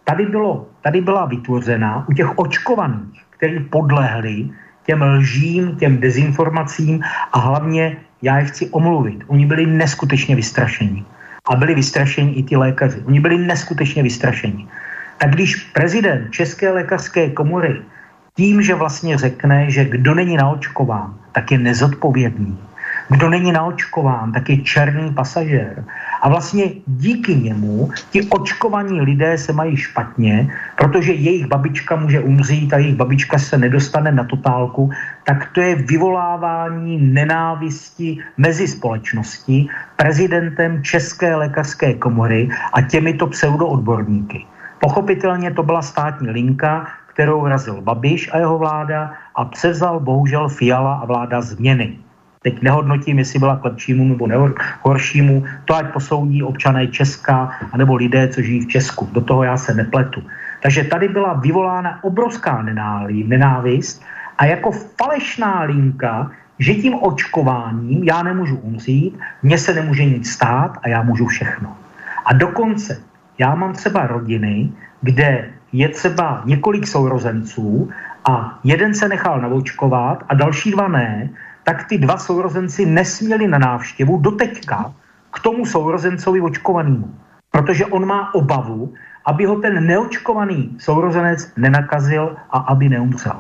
tady, bylo, tady byla vytvořena u těch očkovaných, kteří podlehli těm lžím, těm dezinformacím a hlavně já je chci omluvit. Oni byli neskutečně vystrašení. A byli vystrašeni i ty lékaři. Oni byli neskutečně vystrašeni. Tak když prezident České lékařské komory tím, že vlastně řekne, že kdo není naočkován, tak je nezodpovědný. Kdo není naočkován, tak je černý pasažér. A vlastně díky němu ti očkovaní lidé se mají špatně, protože jejich babička může umřít a jejich babička se nedostane na totálku, tak to je vyvolávání nenávisti mezi společností prezidentem České lékařské komory a těmito pseudoodborníky. Pochopitelně to byla státní linka, kterou razil Babiš a jeho vláda a převzal bohužel Fiala a vláda změny. Teď nehodnotím, jestli byla k lepšímu nebo horšímu, to ať posoudí občané Česka anebo lidé, co žijí v Česku. Do toho já se nepletu. Takže tady byla vyvolána obrovská nenávist a jako falešná linka, že tím očkováním já nemůžu umřít, mně se nemůže nic stát a já můžu všechno. A dokonce já mám třeba rodiny, kde je třeba několik sourozenců a jeden se nechal naočkovat a další dva ne, tak ty dva sourozenci nesměli na návštěvu doteďka k tomu sourozencovi očkovanému. Protože on má obavu, aby ho ten neočkovaný sourozenec nenakazil a aby neumřel.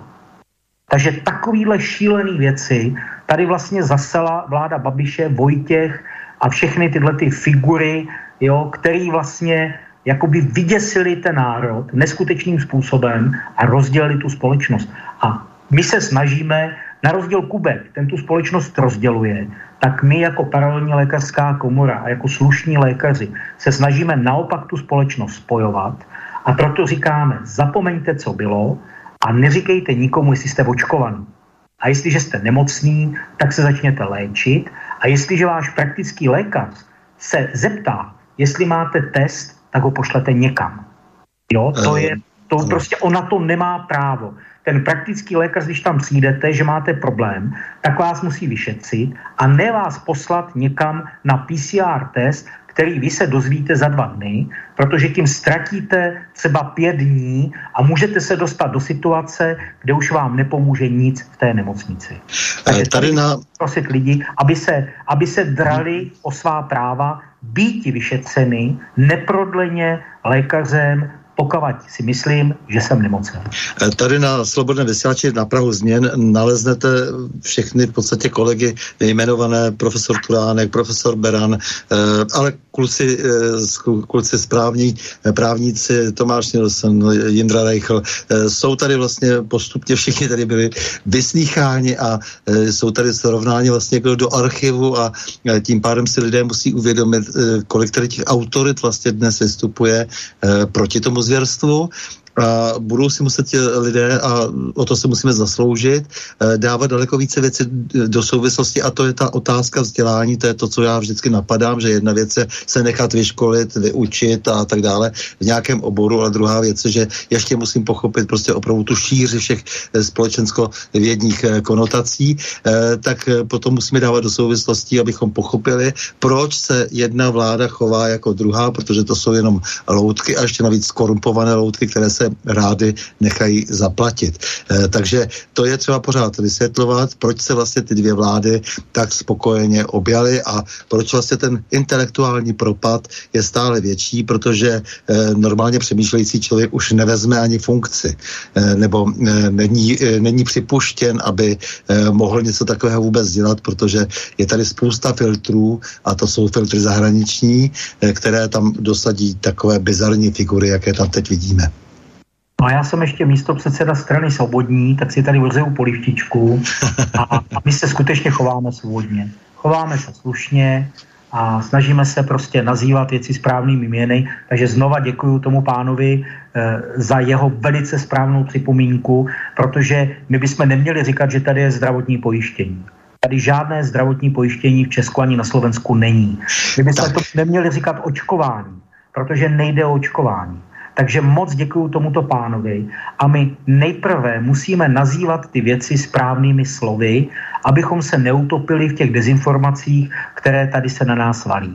Takže takovýhle šílený věci tady vlastně zasela vláda Babiše, Vojtěch a všechny tyhle ty figury, jo, který vlastně jakoby vyděsili ten národ neskutečným způsobem a rozdělili tu společnost. A my se snažíme, na rozdíl Kubek, ten tu společnost rozděluje, tak my jako paralelní lékařská komora a jako slušní lékaři se snažíme naopak tu společnost spojovat a proto říkáme, zapomeňte, co bylo a neříkejte nikomu, jestli jste očkovaný. A jestliže jste nemocný, tak se začněte léčit a jestliže váš praktický lékař se zeptá, jestli máte test, tak ho pošlete někam. Jo, to je, to prostě ona to nemá právo. Ten praktický lékař, když tam přijdete, že máte problém, tak vás musí vyšetřit a ne vás poslat někam na P C R test, který vy se dozvíte za dva dny, protože tím ztratíte třeba pět dní a můžete se dostat do situace, kde už vám nepomůže nic v té nemocnici. Takže tady na... prosit lidi, aby se, aby se drali o svá práva, býti vyšetřeny neprodleně lékařem, pokud si myslím, že jsem nemocen. Tady na Slobodném vysílači na Prahu změn naleznete všechny v podstatě kolegy nejmenované, profesor Turánek, profesor Beran, ale kluci, kluci správní, právníci Tomáš Nilsson, Jindra Reichl, jsou tady vlastně postupně všichni tady byli vyslýcháni a jsou tady srovnáni vlastně do archivu a tím pádem si lidé musí uvědomit, kolik tady těch autorit vlastně dnes vystupuje proti tomu zvěrstvu. A budou si muset lidé, a o to se musíme zasloužit, dávat daleko více věci do souvislosti a to je ta otázka vzdělání, to je to, co já vždycky napadám, že jedna věc je se nechat vyškolit, vyučit a tak dále v nějakém oboru, ale druhá věc je, že ještě musím pochopit prostě opravdu tu šíři všech společensko-vědních konotací, tak potom musíme dávat do souvislostí, abychom pochopili, proč se jedna vláda chová jako druhá, protože to jsou jenom loutky a ještě navíc korumpované loutky, které se rády nechají zaplatit. E, takže to je třeba pořád vysvětlovat, proč se vlastně ty dvě vlády tak spokojeně objaly a proč vlastně ten intelektuální propad je stále větší, protože e, normálně přemýšlející člověk už nevezme ani funkci, e, nebo e, není, e, není připuštěn, aby e, mohl něco takového vůbec dělat, protože je tady spousta filtrů a to jsou filtry zahraniční, e, které tam dosadí takové bizarní figury, jaké tam teď vidíme. No a já jsem ještě místo předseda strany Svobodní, tak si tady vlzeju polivčičku a, a my se skutečně chováme svobodně. Chováme se slušně a snažíme se prostě nazývat věci správnými jmény. Takže znova děkuju tomu pánovi e, za jeho velice správnou připomínku, protože my bychom neměli říkat, že tady je zdravotní pojištění. Tady žádné zdravotní pojištění v Česku ani na Slovensku není. My bychom to neměli říkat očkování, protože nejde o očkování. Takže moc děkuju tomuto pánovi a my nejprve musíme nazývat ty věci správnými slovy, abychom se neutopili v těch dezinformacích, které tady se na nás valí.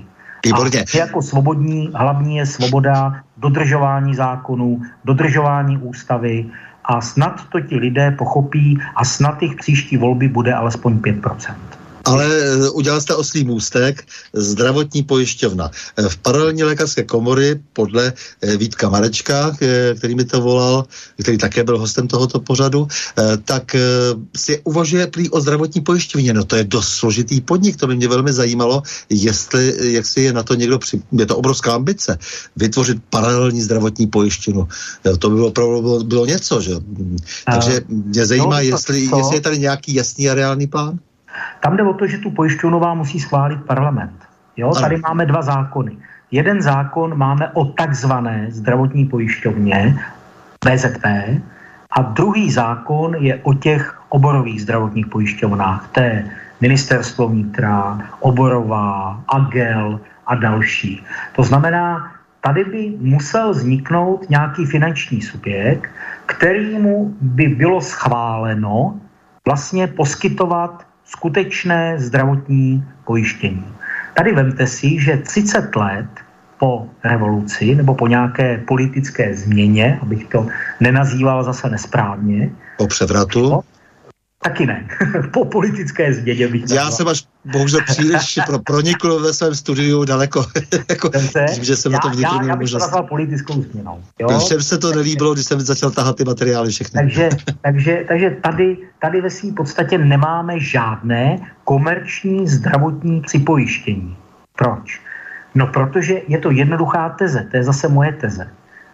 Výborně. A jako svobodní, hlavní je svoboda dodržování zákonů, dodržování ústavy a snad to ti lidé pochopí a snad jich příští volby bude alespoň pět procent. Ale udělal jste oslý můstek, zdravotní pojišťovna. V paralelní lékařské komory podle Vítka Marečka, který mi to volal, který také byl hostem tohoto pořadu, tak si uvažuje prý o zdravotní pojišťovně. No to je dost složitý podnik, to by mě velmi zajímalo, jestli, jak si je na to někdo při... Je to obrovská ambice, vytvořit paralelní zdravotní pojišťovnu. To by bylo, bylo, bylo něco, že? Takže mě zajímá, no, jestli, jestli je tady nějaký jasný a reálný plán. Tam jde o to, že tu pojišťovnu vám musí schválit parlament. Jo? Tady máme dva zákony. Jeden zákon máme o takzvané zdravotní pojišťovně, B Z P, a druhý zákon je o těch oborových zdravotních pojišťovnách. To je Ministerstvo vnitra, oborová, Agel a další. To znamená, tady by musel vzniknout nějaký finanční subjekt, kterému by bylo schváleno vlastně poskytovat skutečné zdravotní pojištění. Tady vemte si, že třicet let po revoluci nebo po nějaké politické změně, abych to nenazýval zase nesprávně. Po převratu? Taky ne. Po politické změně bych Já jsem až bohužel příliš pro, pronikl ve svém studiu daleko. jako, tím, že jsem já, na to vnitř já, já bych možnost... to nazval politickou změnou. Jo? Všem se to nelíbilo, když jsem začal tahat ty materiály všechny. Takže, takže, takže tady, tady ve svým podstatě nemáme žádné komerční zdravotní připojištění. Proč? No protože je to jednoduchá teze, to je zase moje teze.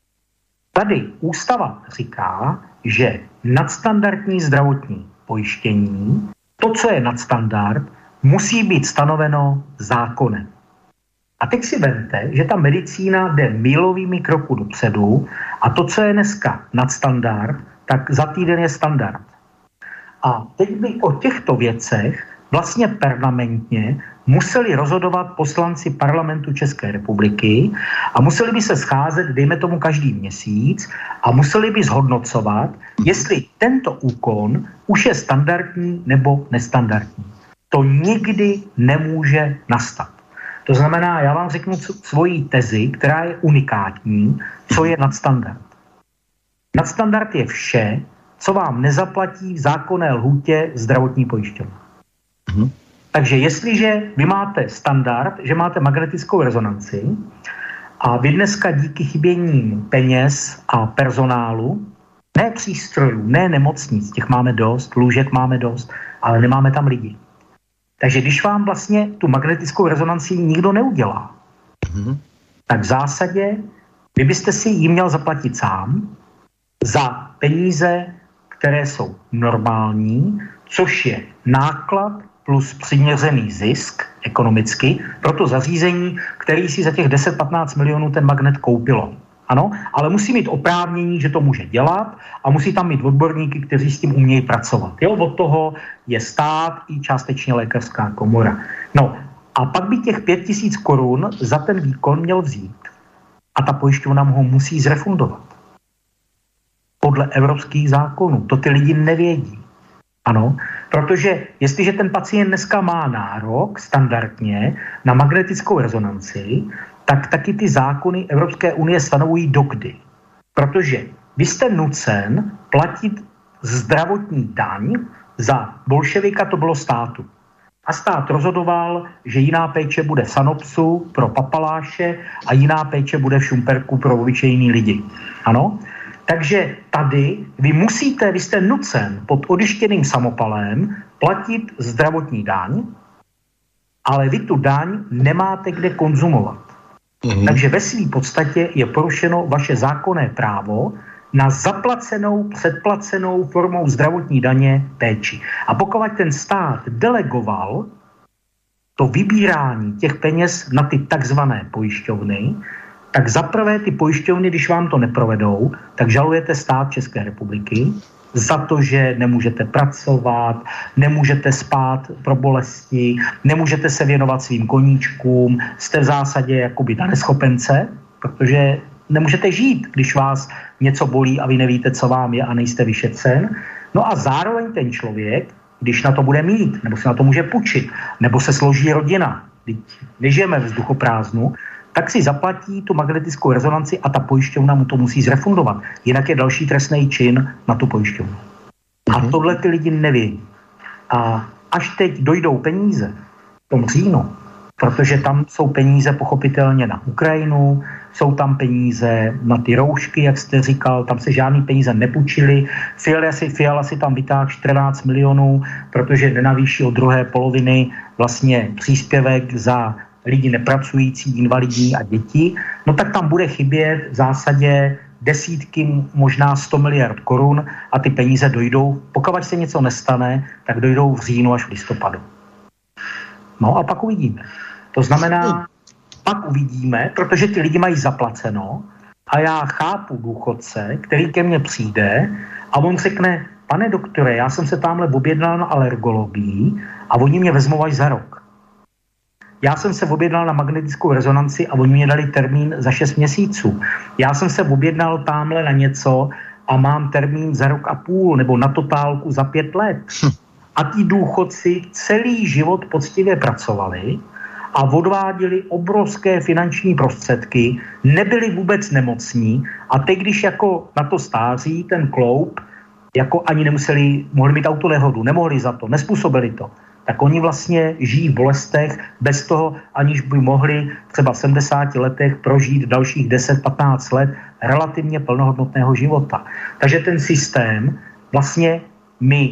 Tady ústava říká, že nadstandardní zdravotní pojištění, to, co je nadstandard, musí být stanoveno zákonem. A teď si vemte, že ta medicína jde milovými kroku dopředu a to, co je dneska nadstandard, tak za týden je standard. A teď by o těchto věcech vlastně permanentně museli rozhodovat poslanci parlamentu České republiky a museli by se scházet, dejme tomu každý měsíc, a museli by zhodnocovat, jestli tento úkon už je standardní nebo nestandardní. To nikdy nemůže nastat. To znamená, já vám řeknu svoji tezi, která je unikátní, co je nadstandard. Nadstandard je vše, co vám nezaplatí v zákonné lhůtě zdravotní pojišťovna. Mm-hmm. Takže jestliže vy máte standard, že máte magnetickou rezonanci a vy dneska díky chybění peněz a personálu, ne přístrojů, ne nemocnic, těch máme dost, lůžek máme dost, ale nemáme tam lidi. Takže když vám vlastně tu magnetickou rezonanci nikdo neudělá, mm-hmm. tak v zásadě vy byste si ji měl zaplatit sám za peníze, které jsou normální, což je náklad plus přiměřený zisk ekonomicky pro to zařízení, který si za těch deset patnáct milionů ten magnet koupilo. Ano, ale musí mít oprávnění, že to může dělat a musí tam mít odborníky, kteří s tím umějí pracovat. Jo, od toho je stát i částečně lékařská komora. No a pak by těch pět tisíc korun za ten výkon měl vzít a ta pojišťovna ho musí zrefundovat. Podle evropských zákonů. To ty lidi nevědí. Ano, protože jestliže ten pacient dneska má nárok standardně na magnetickou rezonanci, tak taky ty zákony Evropské unie stanovují dokdy. Protože vy jste nucen platit zdravotní daň, za bolševika to bylo státu. A stát rozhodoval, že jiná péče bude v Sanopsu pro papaláše a jiná péče bude v Šumperku pro obyčejný lidi. Ano? Takže tady vy musíte, vy jste nucen pod odyštěným samopalem platit zdravotní daň, ale vy tu daň nemáte kde konzumovat. Mm-hmm. Takže ve své podstatě je porušeno vaše zákonné právo na zaplacenou, předplacenou formou zdravotní daně péči. A pokud ten stát delegoval to vybírání těch peněz na ty takzvané pojišťovny, tak zaprvé ty pojišťovny, když vám to neprovedou, tak žalujete stát České republiky za to, že nemůžete pracovat, nemůžete spát pro bolesti, nemůžete se věnovat svým koníčkům, jste v zásadě jakoby na neschopence, protože nemůžete žít, když vás něco bolí a vy nevíte, co vám je a nejste vyšetřen. No a zároveň ten člověk, když na to bude mít, nebo se na to může půjčit, nebo se složí rodina, nežijeme v vzduchoprázdnu, tak si zaplatí tu magnetickou rezonanci a ta pojišťovna mu to musí zrefundovat. Jinak je další trestný čin na tu pojišťovnu. A tohle ty lidi neví. A až teď dojdou peníze v tom říjnu, protože tam jsou peníze pochopitelně na Ukrajinu, jsou tam peníze na ty roušky, jak jste říkal, tam se žádný peníze nepůjčily. Fiala si, Fiala si tam vytáhl čtrnáct milionů, protože nenavýší od druhé poloviny vlastně příspěvek za lidi nepracující, invalidní a děti. No tak tam bude chybět v zásadě desítky, možná sto miliard korun a ty peníze dojdou, pokud se něco nestane, tak dojdou v říjnu až v listopadu. No a pak uvidíme. To znamená, pak uvidíme, protože ty lidi mají zaplaceno a já chápu důchodce, který ke mně přijde a on řekne, pane doktore, já jsem se tamhle objednal na alergologii a oni mě vezmou až za rok. Já jsem se objednal na magnetickou rezonanci a oni mě dali termín za šest měsíců. Já jsem se objednal tamhle na něco a mám termín za rok a půl nebo na totálku za pět let. A ti důchodci celý život poctivě pracovali a odváděli obrovské finanční prostředky, nebyli vůbec nemocní a teď, když jako na to stáří ten kloup, jako ani nemuseli, mohli mít autonehodu, nemohli za to, nespůsobili to, tak oni vlastně žijí v bolestech bez toho, aniž by mohli třeba v sedmdesáti letech prožít dalších deset patnáct let relativně plnohodnotného života. Takže ten systém vlastně my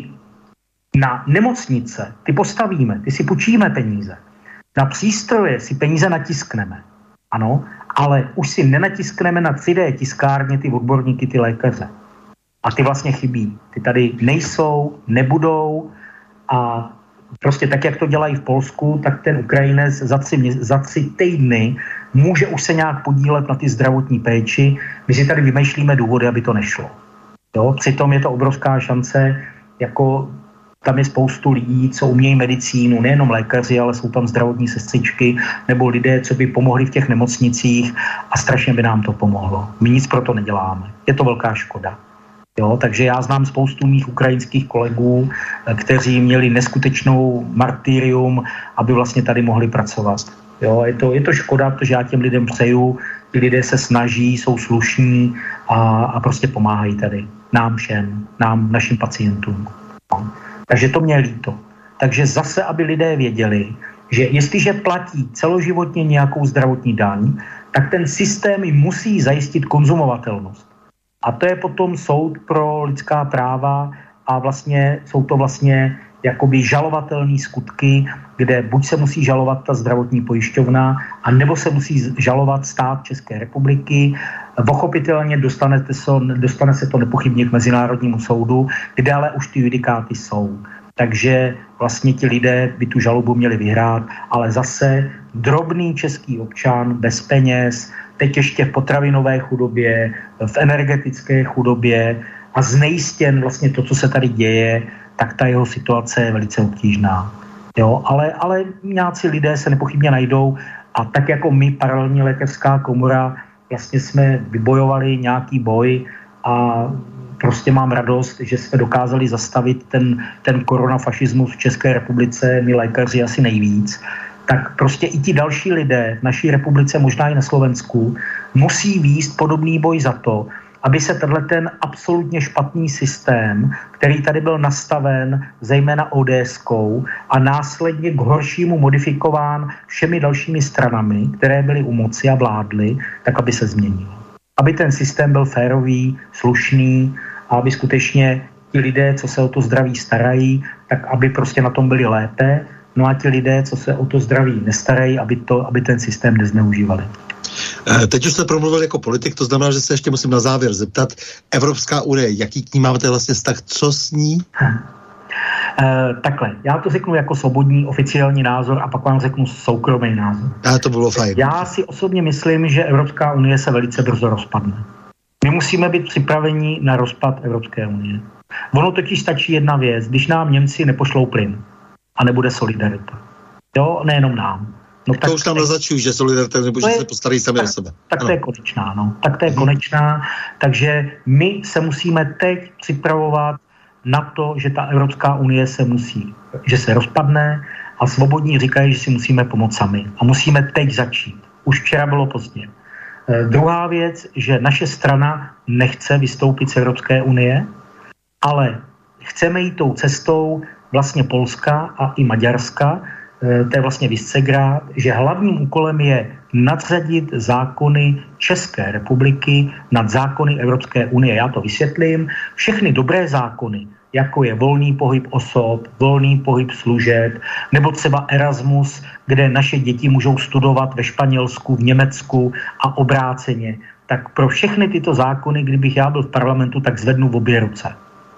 na nemocnice, ty postavíme, ty si půjčíme peníze. Na přístroje si peníze natiskneme. Ano, ale už si nenatiskneme na tři dé tiskárně ty odborníky, ty lékaře. A ty vlastně chybí. Ty tady nejsou, nebudou a prostě tak, jak to dělají v Polsku, tak ten Ukrajinec za tři, za tři týdny může už se nějak podílet na ty zdravotní péči. My si tady vymýšlíme důvody, aby to nešlo. Jo? Přitom je to obrovská šance, jako tam je spoustu lidí, co umějí medicínu, nejenom lékaři, ale jsou tam zdravotní sestřičky nebo lidé, co by pomohli v těch nemocnicích a strašně by nám to pomohlo. My nic pro to neděláme. Je to velká škoda. Jo, takže já znám spoustu mých ukrajinských kolegů, kteří měli neskutečnou martyrium, aby vlastně tady mohli pracovat. Jo, je to, je to škoda, protože já těm lidem přeju, ty lidé se snaží, jsou slušní a, a prostě pomáhají tady. Nám všem, nám, našim pacientům. No. Takže to mě líto. Takže zase, aby lidé věděli, že jestliže platí celoživotně nějakou zdravotní daň, tak ten systém jim musí zajistit konzumovatelnost. A to je potom soud pro lidská práva a vlastně jsou to vlastně jakoby žalovatelné skutky, kde buď se musí žalovat ta zdravotní pojišťovna, a nebo se musí žalovat stát České republiky. Pochopitelně dostane, dostane se to nepochybně k Mezinárodnímu soudu, kde ale už ty judikáty jsou. Takže vlastně ti lidé by tu žalobu měli vyhrát, ale zase drobný český občan bez peněz, teď ještě v potravinové chudobě, v energetické chudobě a znejistěn vlastně to, co se tady děje, tak ta jeho situace je velice obtížná. Jo, ale, ale nějací lidé se nepochybně najdou a tak jako my, paralelní lékařská komora, vlastně jsme vybojovali nějaký boj a prostě mám radost, že jsme dokázali zastavit ten, ten koronafašismus v České republice, my lékaři asi nejvíc, tak prostě i ti další lidé v naší republice, možná i na Slovensku, musí vést podobný boj za to, aby se tenhle ten absolutně špatný systém, který tady byl nastaven zejména ODSkou a následně k horšímu modifikován všemi dalšími stranami, které byly u moci a vládly, tak aby se změnil. Aby ten systém byl férový, slušný a aby skutečně ti lidé, co se o to zdraví starají, tak aby prostě na tom byli lépe. No a ti lidé, co se o to zdraví nestarají, aby, to, aby ten systém nezneužívali. Teď už jste promluvil jako politik, to znamená, že se ještě musím na závěr zeptat. Evropská unie, jaký k ní máte vlastně vztah, co s ní? Hm. E, takhle, já to řeknu jako svobodní oficiální názor a pak vám řeknu soukromý názor. A to bylo fajn. Já si osobně myslím, že Evropská unie se velice brzo rozpadne. My musíme být připraveni na rozpad Evropské unie. Ono totiž stačí jedna věc, když nám Němci nepošlou plyn a nebude solidarita. Jo, nejenom nám. No, tak to už tam naznačují, že solidarita nebo že se postarají sami o sebe. Tak ano. To je konečná, no. Tak to je hmm. konečná. Takže my se musíme teď připravovat na to, že ta Evropská unie se musí, že se rozpadne A svobodní říkají, že si musíme pomoct sami. A musíme teď začít. Už včera bylo pozdě. E, druhá věc, že naše strana nechce vystoupit z Evropské unie, ale chceme jít tou cestou vlastně Polska a i Maďarska, e, to je vlastně Visegrád, že hlavním úkolem je nadřadit zákony České republiky nad zákony Evropské unie. Já to vysvětlím. Všechny dobré zákony, jako je volný pohyb osob, volný pohyb služeb, nebo třeba Erasmus, kde naše děti můžou studovat ve Španělsku, v Německu a obráceně, tak pro všechny tyto zákony, kdybych já byl v parlamentu, tak zvednu v obě ruce.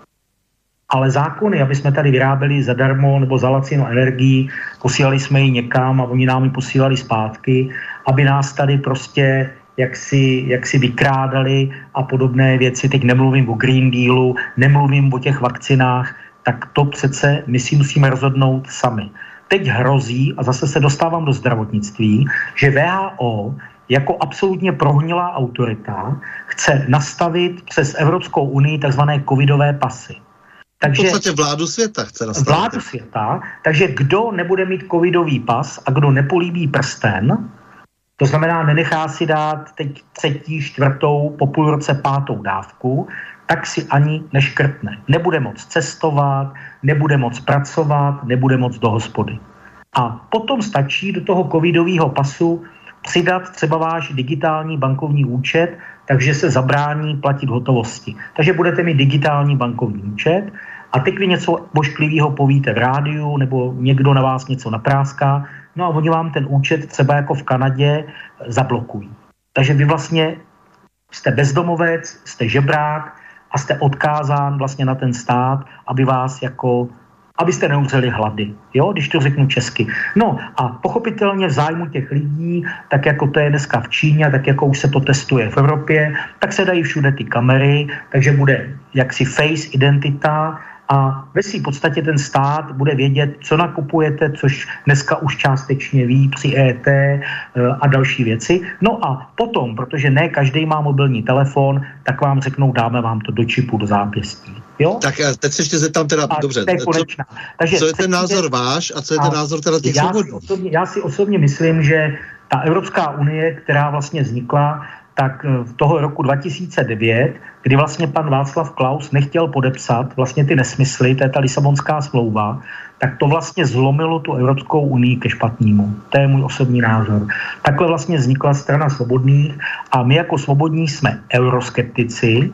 Ale zákony, aby jsme tady vyráběli zadarmo nebo za lacinou energii, posílali jsme ji někam a oni nám ji posílali zpátky, aby nás tady prostě jaksi, jaksi vykrádali a podobné věci. Teď nemluvím o Green Dealu, nemluvím o těch vakcinách, tak to přece my si musíme rozhodnout sami. Teď hrozí, a zase se dostávám do zdravotnictví, že V H O jako absolutně prohnilá autorita chce nastavit přes Evropskou unii takzvané covidové pasy. Takže, v podstatě vládu světa chce nastavit. Vládu světa, takže kdo nebude mít covidový pas a kdo nepolíbí prsten, to znamená, nenechá si dát teď třetí, čtvrtou, po půl roce pátou dávku, tak si ani neškrtne. Nebude moc cestovat, nebude moc pracovat, nebude moc do hospody. A potom stačí do toho covidového pasu přidat třeba váš digitální bankovní účet, takže se zabrání platit hotovosti. Takže budete mít digitální bankovní účet a teď vy něco božklivého povíte v rádiu nebo někdo na vás něco napráská, no a oni vám ten účet třeba jako v Kanadě zablokují. Takže vy vlastně jste bezdomovec, jste žebrák a jste odkázán vlastně na ten stát, aby vás jako, abyste neumřeli hlady, jo, když to řeknu česky. No a pochopitelně v zájmu těch lidí, tak jako to je dneska v Číně, tak jako už se to testuje v Evropě, tak se dají všude ty kamery, takže bude jaksi face identita a ve svým podstatě ten stát bude vědět, co nakupujete, což dneska už částečně ví při E T a další věci. No a potom, protože ne každý má mobilní telefon, tak vám řeknou, dáme vám to do čipu, do zápěstí. Jo? Tak teď se ještě zeptám teda, a dobře, co, Takže co je ten názor je, váš a co je ten názor teda těch svobodných? Já si osobně myslím, že ta Evropská unie, která vlastně vznikla, tak v toho roku dva tisíce devět, kdy vlastně pan Václav Klaus nechtěl podepsat vlastně ty nesmysly, to je ta Lisabonská smlouva, tak to vlastně zlomilo tu Evropskou unii ke špatnému. To je můj osobní názor. Takhle vlastně vznikla strana svobodných a my jako svobodní jsme euroskeptici,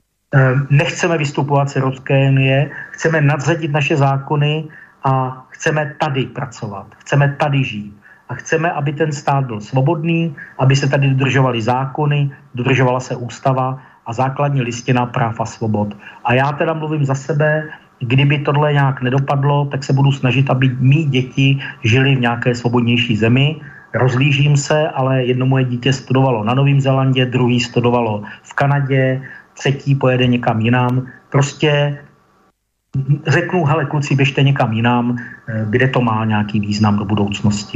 nechceme vystupovat z Evropské unie, chceme nadřadit naše zákony a chceme tady pracovat, chceme tady žít. A chceme, aby ten stát byl svobodný, aby se tady dodržovaly zákony, dodržovala se ústava a základní listina práv a svobod. A já teda mluvím za sebe, kdyby tohle nějak nedopadlo, tak se budu snažit, aby mý děti žili v nějaké svobodnější zemi. Rozlížím se, ale jedno moje dítě studovalo na Novém Zélandě, druhý studovalo v Kanadě, třetí pojede někam jinam. Prostě řeknu, hele kluci, běžte někam jinam, kde to má nějaký význam do budoucnosti.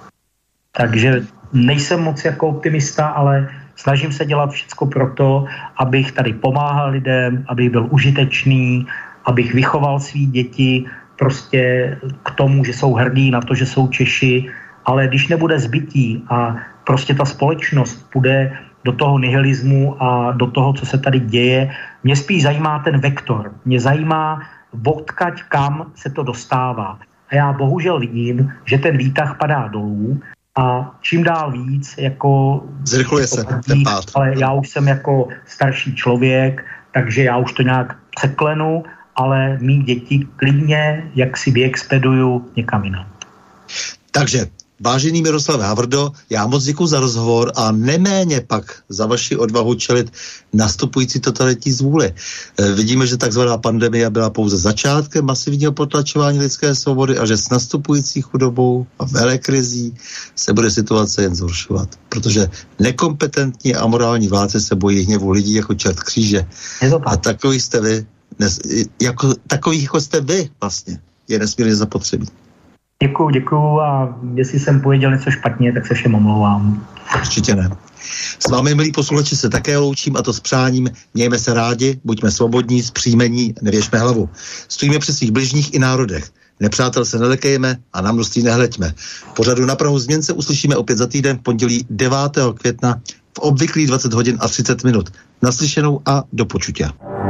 Takže nejsem moc jako optimista, ale snažím se dělat všecko proto, abych tady pomáhal lidem, abych byl užitečný, abych vychoval svý děti prostě k tomu, že jsou hrdí na to, že jsou Češi, ale když nebude zbytí a prostě ta společnost půjde do toho nihilismu a do toho, co se tady děje, mě spíš zajímá ten vektor. Mě zajímá, odkaď kam se to dostává. A já bohužel vidím, že ten výtah padá dolů, a čím dál víc, jako... Zrychluje se ten pád. Ale já už jsem jako starší člověk, takže já už to nějak překlenu, ale mý děti klidně, jak si vyexpeduju někam jinam. Takže, vážený Miroslav Havrdo, já moc děkuji za rozhovor a neméně pak za vaši odvahu čelit nastupující totalitní zvůli. E, vidíme, že takzvaná pandemie byla pouze začátkem masivního potlačování lidské svobody a že s nastupující chudobou a velekrizí se bude situace jen zhoršovat. Protože nekompetentní a morální vládci se bojí hněvu lidí jako čert kříže. A takový jste vy, nes, jako, takových jako jste vy vlastně, je nesmírně zapotřebí. Děkuju, děkuju a jestli jsem pověděl něco špatně, tak se všem omlouvám. Určitě ne. S vámi, milí posluchači, se také loučím a to s přáním. Mějme se rádi, buďme svobodní, zpříjmení, nevěšme hlavu. Stojíme při svých bližních i národech. Nepřátel se nelekejme a na množství nehleďme. V pořadu Na prahu změn se uslyšíme opět za týden v pondělí devátého května v obvyklých dvacet hodin a třicet minut. Naslyšenou a do počutia.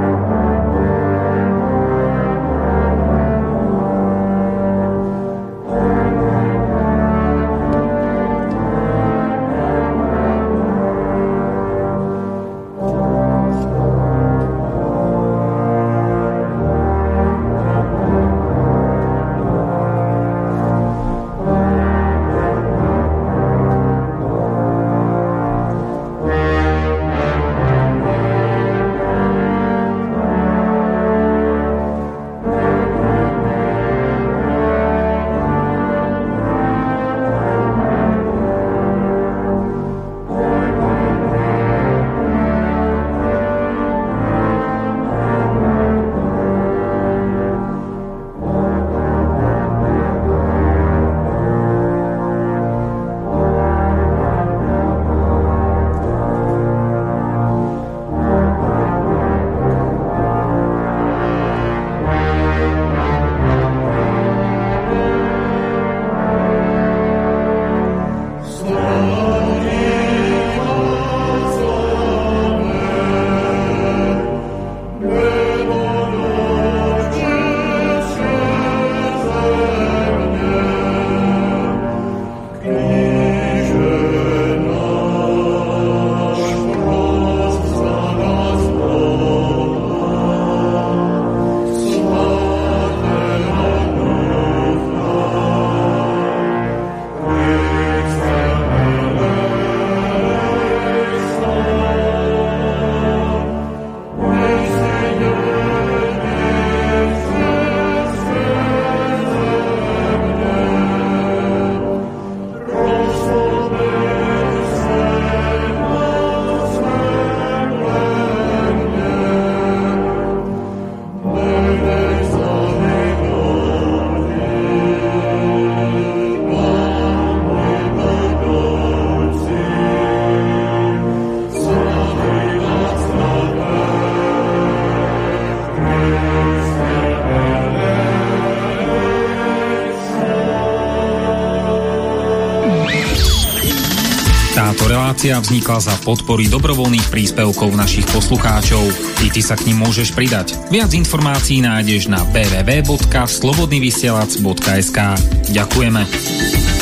Relácia vznikla za podpory dobrovoľných príspevkov našich poslucháčov. I ty sa k nim môžeš pridať. Viac informácií nájdeš na w w w bodka slobodnyvysielac bodka es ka. Ďakujeme.